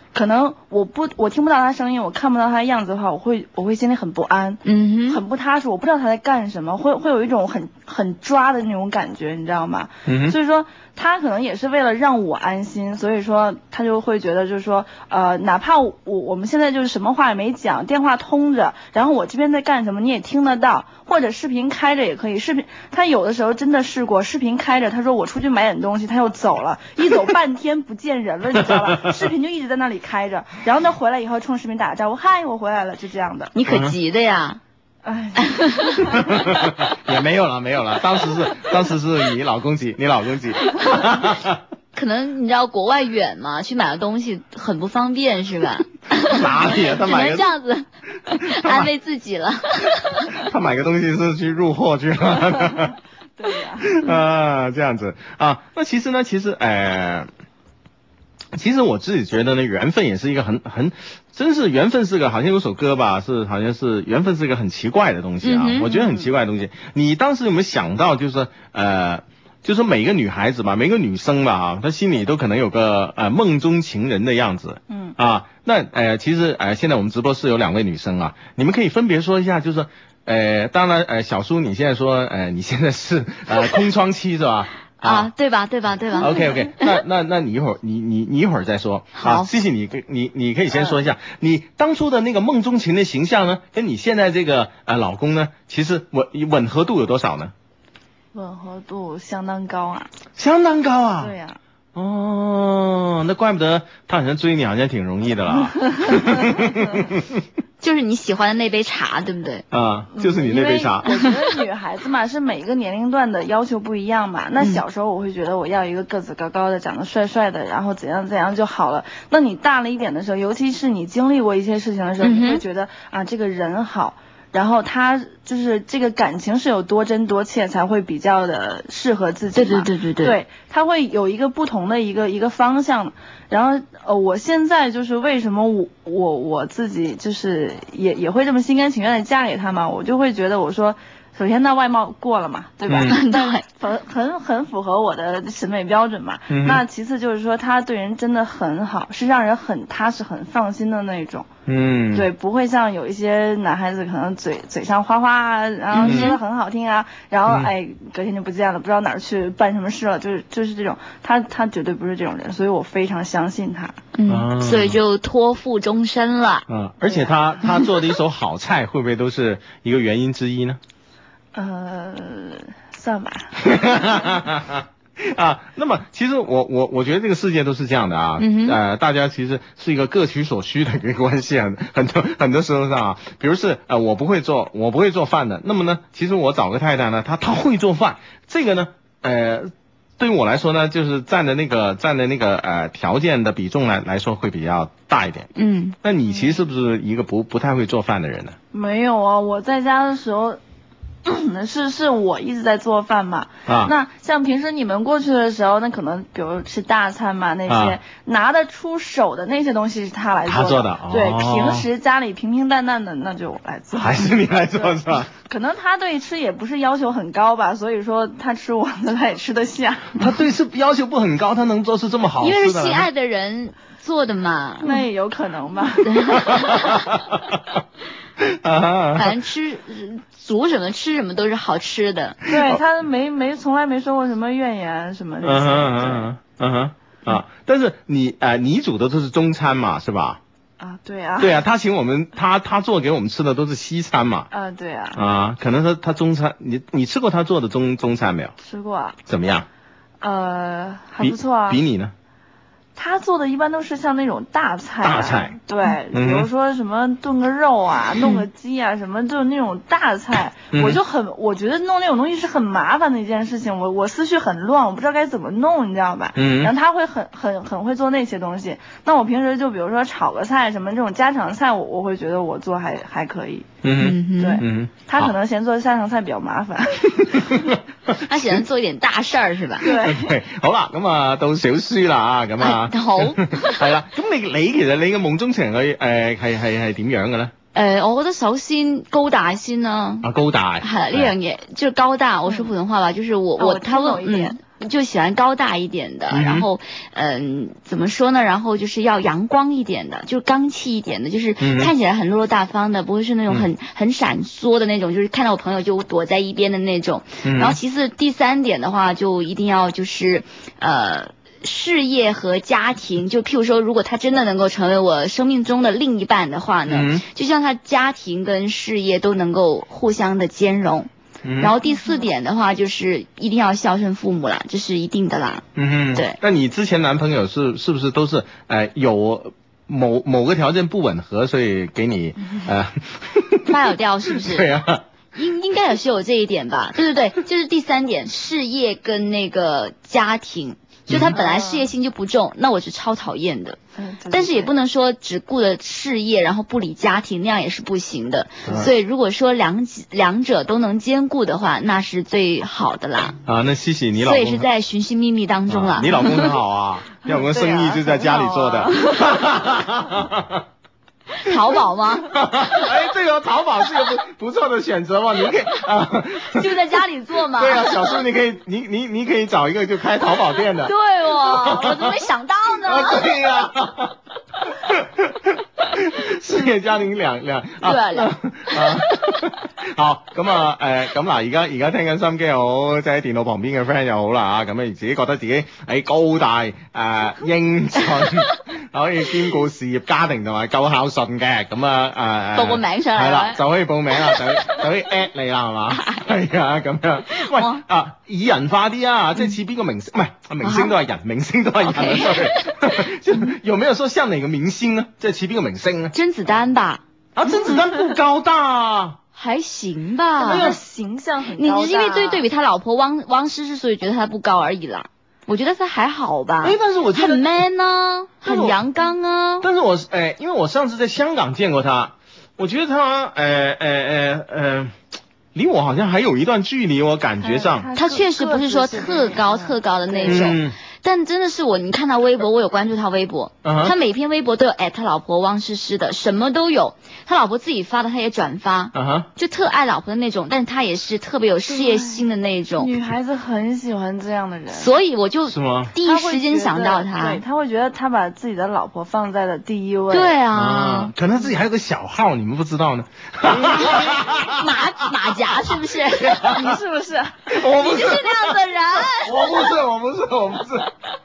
可能我不我听不到他声音，我看不到他的样子的话，我会我会心里很不安， 嗯哼， 很不踏实，我不知道他在干什么，会会有一种很很抓的那种感觉，你知道吗？ 嗯哼， 所以说他可能也是为了让我安心，所以说他就会觉得就是说呃哪怕我我们现在就是什么话也没讲，电话通着，然后我这边在干什么你也听得到，或者视频开着也可以，视频他有的时候真的试过视频开着，他说我出去买点东西，他又走了，一走半天不见人了，你知道吧？视频就一直在那里开着，然后呢回来以后冲视频打个招呼，嗨，我回来了，就这样的。 你可急的呀。 哎， 也没有了，没有了。当时是，当时是你老公急，你老公急。 可能你知道国外远嘛，去买个东西很不方便是吧？ 哪里啊？他买个只能这样子安慰自己了。 他买个东西是去入货去了。 对呀。 啊，这样子啊，那其实呢，其实呃。其实我自己觉得呢，缘分也是一个很很，真是缘分是个好像有首歌吧，是好像是缘分是一个很奇怪的东西啊， 嗯、 我觉得很奇怪的东西。你当时有没有想到，就是呃，就是每个女孩子吧，每个女生吧哈，她心里都可能有个呃梦中情人的样子， 嗯啊，那呃其实呃现在我们直播室有两位女生啊，你们可以分别说一下，就是呃当然呃小苏你现在说呃你现在是呃空窗期是吧？ 啊, 啊，对吧，对吧，对吧 ？OK OK， 那那那你一会儿你你你一会儿再说。 好， 啊、谢谢你，你你可以先说一下，嗯、你当初的那个梦中情的形象呢，跟你现在这个呃老公呢，其实吻吻合度有多少呢？ 吻合度相当高啊。 相当高啊。 对呀、啊。 哦，那怪不得他好像追你好像挺容易的了。 就是你喜欢的那杯茶，对不对？ 啊，就是你那杯茶。 嗯、我觉得女孩子嘛，是每个年龄段的要求不一样嘛。那小时候我会觉得我要一个个子高高的，长得帅帅的，然后怎样怎样就好了。那你大了一点的时候，尤其是你经历过一些事情的时候， 嗯、 你会觉得啊，这个人好。然后他就是这个感情是有多真多切才会比较的适合自己嘛。 对对对对对。 对，他会有一个不同的一个一个方向。然后呃，我现在就是为什么我我我自己就是也也会这么心甘情愿的嫁给他嘛，我就会觉得我说。首先，那外貌过了嘛，对吧？ 嗯、对， 很很很符合我的审美标准嘛。 嗯、 那其次就是说，他对人真的很好，是让人很踏实、很放心的那种。 嗯， 对，不会像有一些男孩子可能嘴嘴上花花啊，然后说的很好听啊，嗯、然后哎隔天就不见了，不知道哪儿去办什么事了，就是就是这种，他他绝对不是这种人，所以我非常相信他。 嗯， 啊、 所以就托付终身了。 嗯，而且他他做的一手好菜，会不会都是一个原因之一呢？ 呃，算吧。 啊，那么其实我我我觉得这个世界都是这样的啊， 嗯、 呃，大家其实是一个各取所需的一个关系啊，很多很多时候上啊，比如是呃我不会做我不会做饭的，那么呢，其实我找个太太呢，她她会做饭，这个呢，呃，对于我来说呢，就是占的那个占的那个呃条件的比重来来说会比较大一点。 嗯， 那你其实是不是一个不不太会做饭的人呢？ 没有啊，我在家的时候。是是我一直在做饭嘛， 啊， 那像平时你们过去的时候，那可能比如吃大餐嘛，那些、啊、拿得出手的那些东西是他来做的， 他做的， 对， 哦、 平时家里平平淡淡的那就我来做， 还是你来做是吧？ 可能他对吃也不是要求很高吧，所以说他吃我的他也吃得下。 他对吃要求不很高，他能做出这么好吃的， 因为是心爱的人做的嘛， 那也有可能吧。 反正吃煮什么吃什么都是好吃的。 对，他没没从来没说过什么怨言什么的。 嗯哼嗯哼嗯哼啊！但是你呃你煮的都是中餐嘛，是吧？ 啊，对啊。 对啊，他请我们他他做给我们吃的都是西餐嘛。 啊，对啊。 啊，可能他他中餐，你你吃过他做的中中餐没有？ 吃过啊。 怎么样？ 呃，还不错啊。 比, 比你呢？ 他做的一般都是像那种大菜、啊， 大菜， 对， 嗯、 比如说什么炖个肉啊，弄个鸡啊，什么就是那种大菜， 嗯、 我就很，我觉得弄那种东西是很麻烦的一件事情，我我思绪很乱，我不知道该怎么弄，你知道吧？ 嗯， 然后他会很很很会做那些东西，那我平时就比如说炒个菜什么这种家常菜，我我会觉得我做还还可以， 嗯哼， 对， 嗯， 他可能嫌做家常菜比較麻煩。 他喜歡做一點大事兒是吧？ 對， 對好啦，咁啊到小書啦啊，咁啊好係啦，咁你你其實你嘅夢中情人佢誒係係係點樣嘅咧？ 誒、呃，我覺得首先高大先啦。 啊，高大。 係呢樣嘢，就是高大。我說普通話吧，就是我、 嗯、 我他問嗯。 就喜欢高大一点的， 嗯、 然后嗯、呃，怎么说呢？然后就是要阳光一点的，就是刚气一点的，就是看起来很落落大方的，不会是那种很、嗯、很闪缩的那种，就是看到我朋友就躲在一边的那种。嗯、然后其次第三点的话，就一定要就是呃。事业和家庭，就譬如说，如果他真的能够成为我生命中的另一半的话呢，嗯、就像他家庭跟事业都能够互相的兼容。嗯、然后第四点的话，就是一定要孝顺父母啦，这是一定的啦。 嗯哼，对。那你之前男朋友是是不是都是呃有某某个条件不吻合，所以给你呃发有掉是不是？ 对啊。 应应该也是有这一点吧？对对对，就是第三点，事业跟那个家庭。就他本来事业心就不重，嗯、那我是超讨厌的。嗯，但是也不能说只顾着事业，然后不理家庭，那样也是不行的。嗯、所以如果说两两者都能兼顾的话，那是最好的啦。 啊，那西西你老公， 所以是在寻寻觅觅当中啦。 啊、你老公很好啊，你老公生意就在家里做的。 淘宝吗？ 哎，这个淘宝是个不不错的选择嘛，你可以啊， 就在家里做嘛。 对啊，小叔你可以，你你你可以找一个就开淘宝店的。 对哦，我怎么没想到呢？ 啊，对呀、啊。事業家庭兩兩啊， 對啦。 啊，好咁啊，誒咁嗱，而家而家聽緊收音機又好，即係喺電腦旁邊嘅 friend 又好啦啊，咁啊自己覺得自己喺高大誒、呃、英俊，可以兼顧事業家庭同埋夠孝順嘅，咁啊誒， 報個名上嚟， 係啦，就可以報名啦，就就可以 at 你啦，係嘛？係啊，咁樣。喂啊，擬人化啲啊，即係似邊個明星？唔係，明星都係人，明星都係人啊 ，sorry。有沒有說像哪個明星呢？即係似邊個明星呢？ 甄子丹吧。 啊，甄子丹不高大啊。 還行吧， 他的形象很高大。 你是因為對對比他老婆汪汪詩詩，所以覺得他不高而已啦。我覺得他還好吧。 哎，但是我覺得很 man 啊，很陽剛啊。 但是我哎，因為我上次在香港見過他，我覺得他呃呃呃呃，離我好像還有一段距離，我感覺上。 他確實不是說特高特高的那種。嗯，但真的是我，你看他微博，我有關注他微博， uh-huh. 他每篇微博都有 at 他老婆汪詩詩的，什麼都有，他老婆自己發的他也轉發，uh-huh. 就特愛老婆的那種，但他也是特別有事業心的那種。 女孩子很喜歡這樣的人， 所以我就第一時間想到他， 對，他會覺得他把自己的老婆放在了第一位。 對啊， 啊可能自己還有個小號，你們不知道呢。 馬馬甲是不是？ 你是不是？ 我不是， 你就是那樣的人。 我不是，我不是，我不是。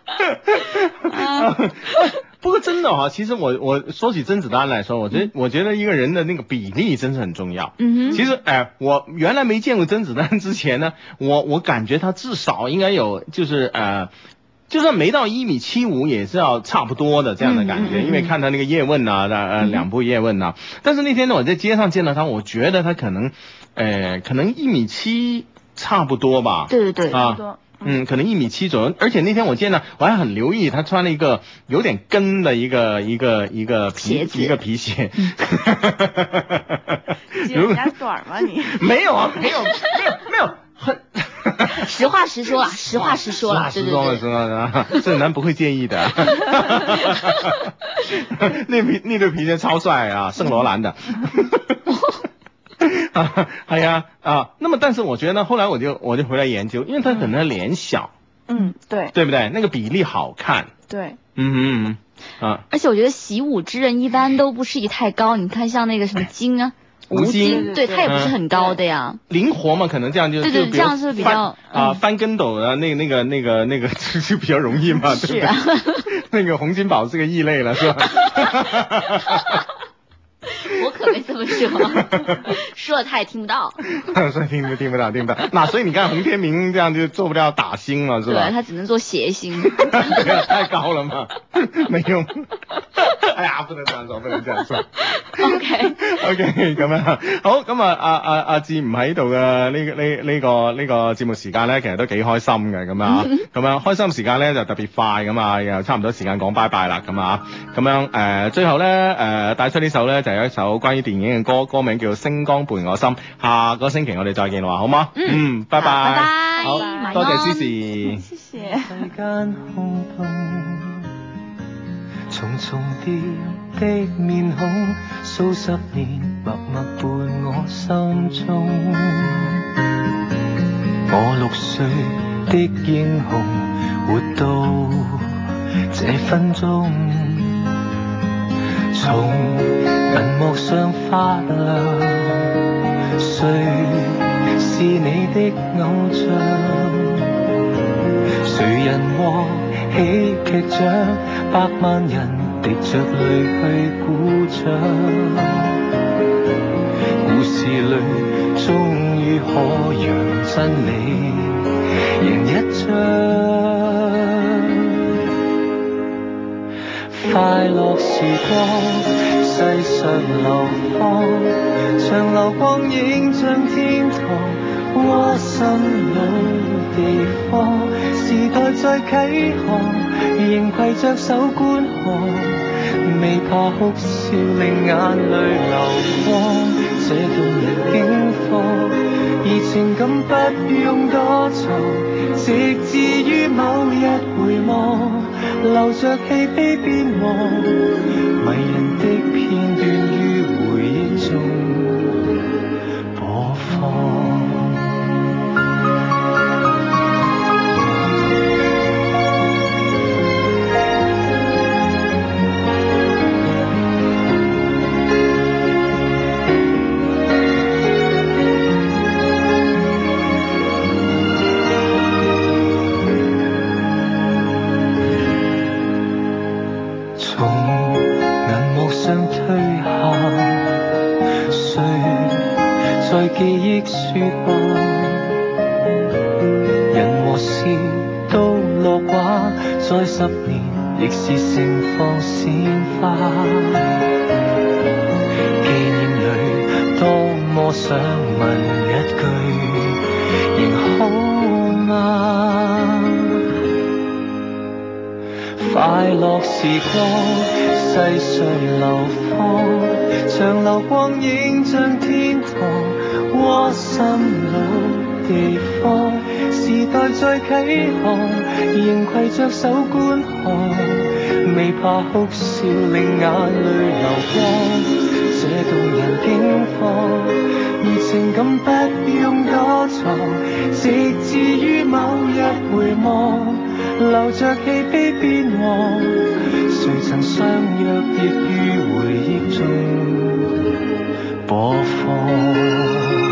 不過真的哈，其實我我說起甄子丹來說，我覺得我覺得一個人的那個比例真是很重要。嗯哼。其實哎，我原來沒見過甄子丹之前呢，我我感覺他至少應該有就是呃，就算沒到一米七五，也是要差不多的這樣的感覺。嗯、因為看他那個葉問啊，呃兩部葉問啊。但是那天呢，我在街上見到他，我覺得他可能呃可能一米七差不多吧。 對對對， 啊、差不多。嗯，可能一米七左右，而且那天我見呢，我還很留意他穿了一個有點跟的一個一個一個皮一個皮鞋。 接人家短嗎你？ 沒有啊，沒有，沒有，沒有，很。 實話實說啦，實話實說啦， 實話實說啦，甄子丹不會介意的。那皮那對皮鞋超帥啊，聖羅蘭的。啊，係啊啊，那麼但是我覺得呢，後來我就我就回來研究，因為他可能臉小， 嗯，對， 對不對？那個比例好看， 對， 嗯嗯嗯啊。 而且我覺得習武之人一般都不適宜太高，你看像那個什麼金啊， 吳京， 對他也不是很高的呀， 靈活嘛，可能這樣就對對，這樣是比較啊翻跟斗啊，那那個那個那個就比較容易嘛，對不對？是啊，那個洪金寶是個異類了，是吧？ 我可沒這麼說，說了他也聽不到。 所以聽不聽不到，聽不到。那所以你看洪天明這樣就做不了打星了，是吧？ 對，他只能做諧星。 太高了嘛，沒用。哎呀，不能這樣說，不能這樣說。 OK OK，咁樣好，咁啊阿阿阿志唔喺度嘅呢呢呢個呢個節目時間咧，其實都幾開心嘅咁啊，咁樣開心時間咧就特別快咁啊，又差唔多時間講拜拜啦咁啊，咁樣誒最後咧誒帶出呢首咧就有一首關於電影嘅歌，歌名叫做《星光伴我心》，下個星期我哋再見啦，好嗎？嗯，拜拜， 拜拜， 好，多謝 Cici， 謝謝。 世間空洞，重重疊的面孔，數十年默默伴我心中。我六歲的英雄活到這分鐘，從銀幕上發亮，誰是你的偶像？誰人獲喜劇獎？百萬人滴着淚去鼓掌，故事裏終於可讓真理贏一仗。快樂時光，世上流芳，長流光影像天堂，窩心老地方，時代在啟航，仍攜着手觀看，未怕哭笑令眼淚流光，這動人境況，而情感不用多藏，直至於某日回望，流着氣悲邊望，迷人的片段於回憶中播放。記憶說話，人和事都落畫，再十年亦是盛放鮮花。紀念裏多麼想問一句，仍好嗎？快樂時光，世上流芳，長流光影像天堂，窩心老地方，時代在啟航，仍攜着手觀看，未怕哭笑令眼淚流光，這動人境況，而情感不用多藏，直至於某日回望，流着氣悲邊望，誰曾相約亦於回憶中播放。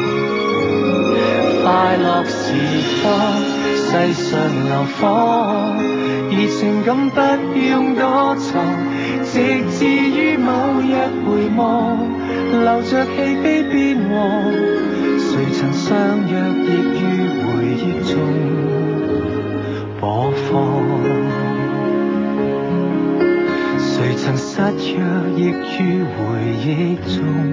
快樂時光，世上流芳，而情感不用多藏，直至於某日回望，流着氣悲邊望，誰曾相約亦於回憶中播放，誰曾失約亦於回憶中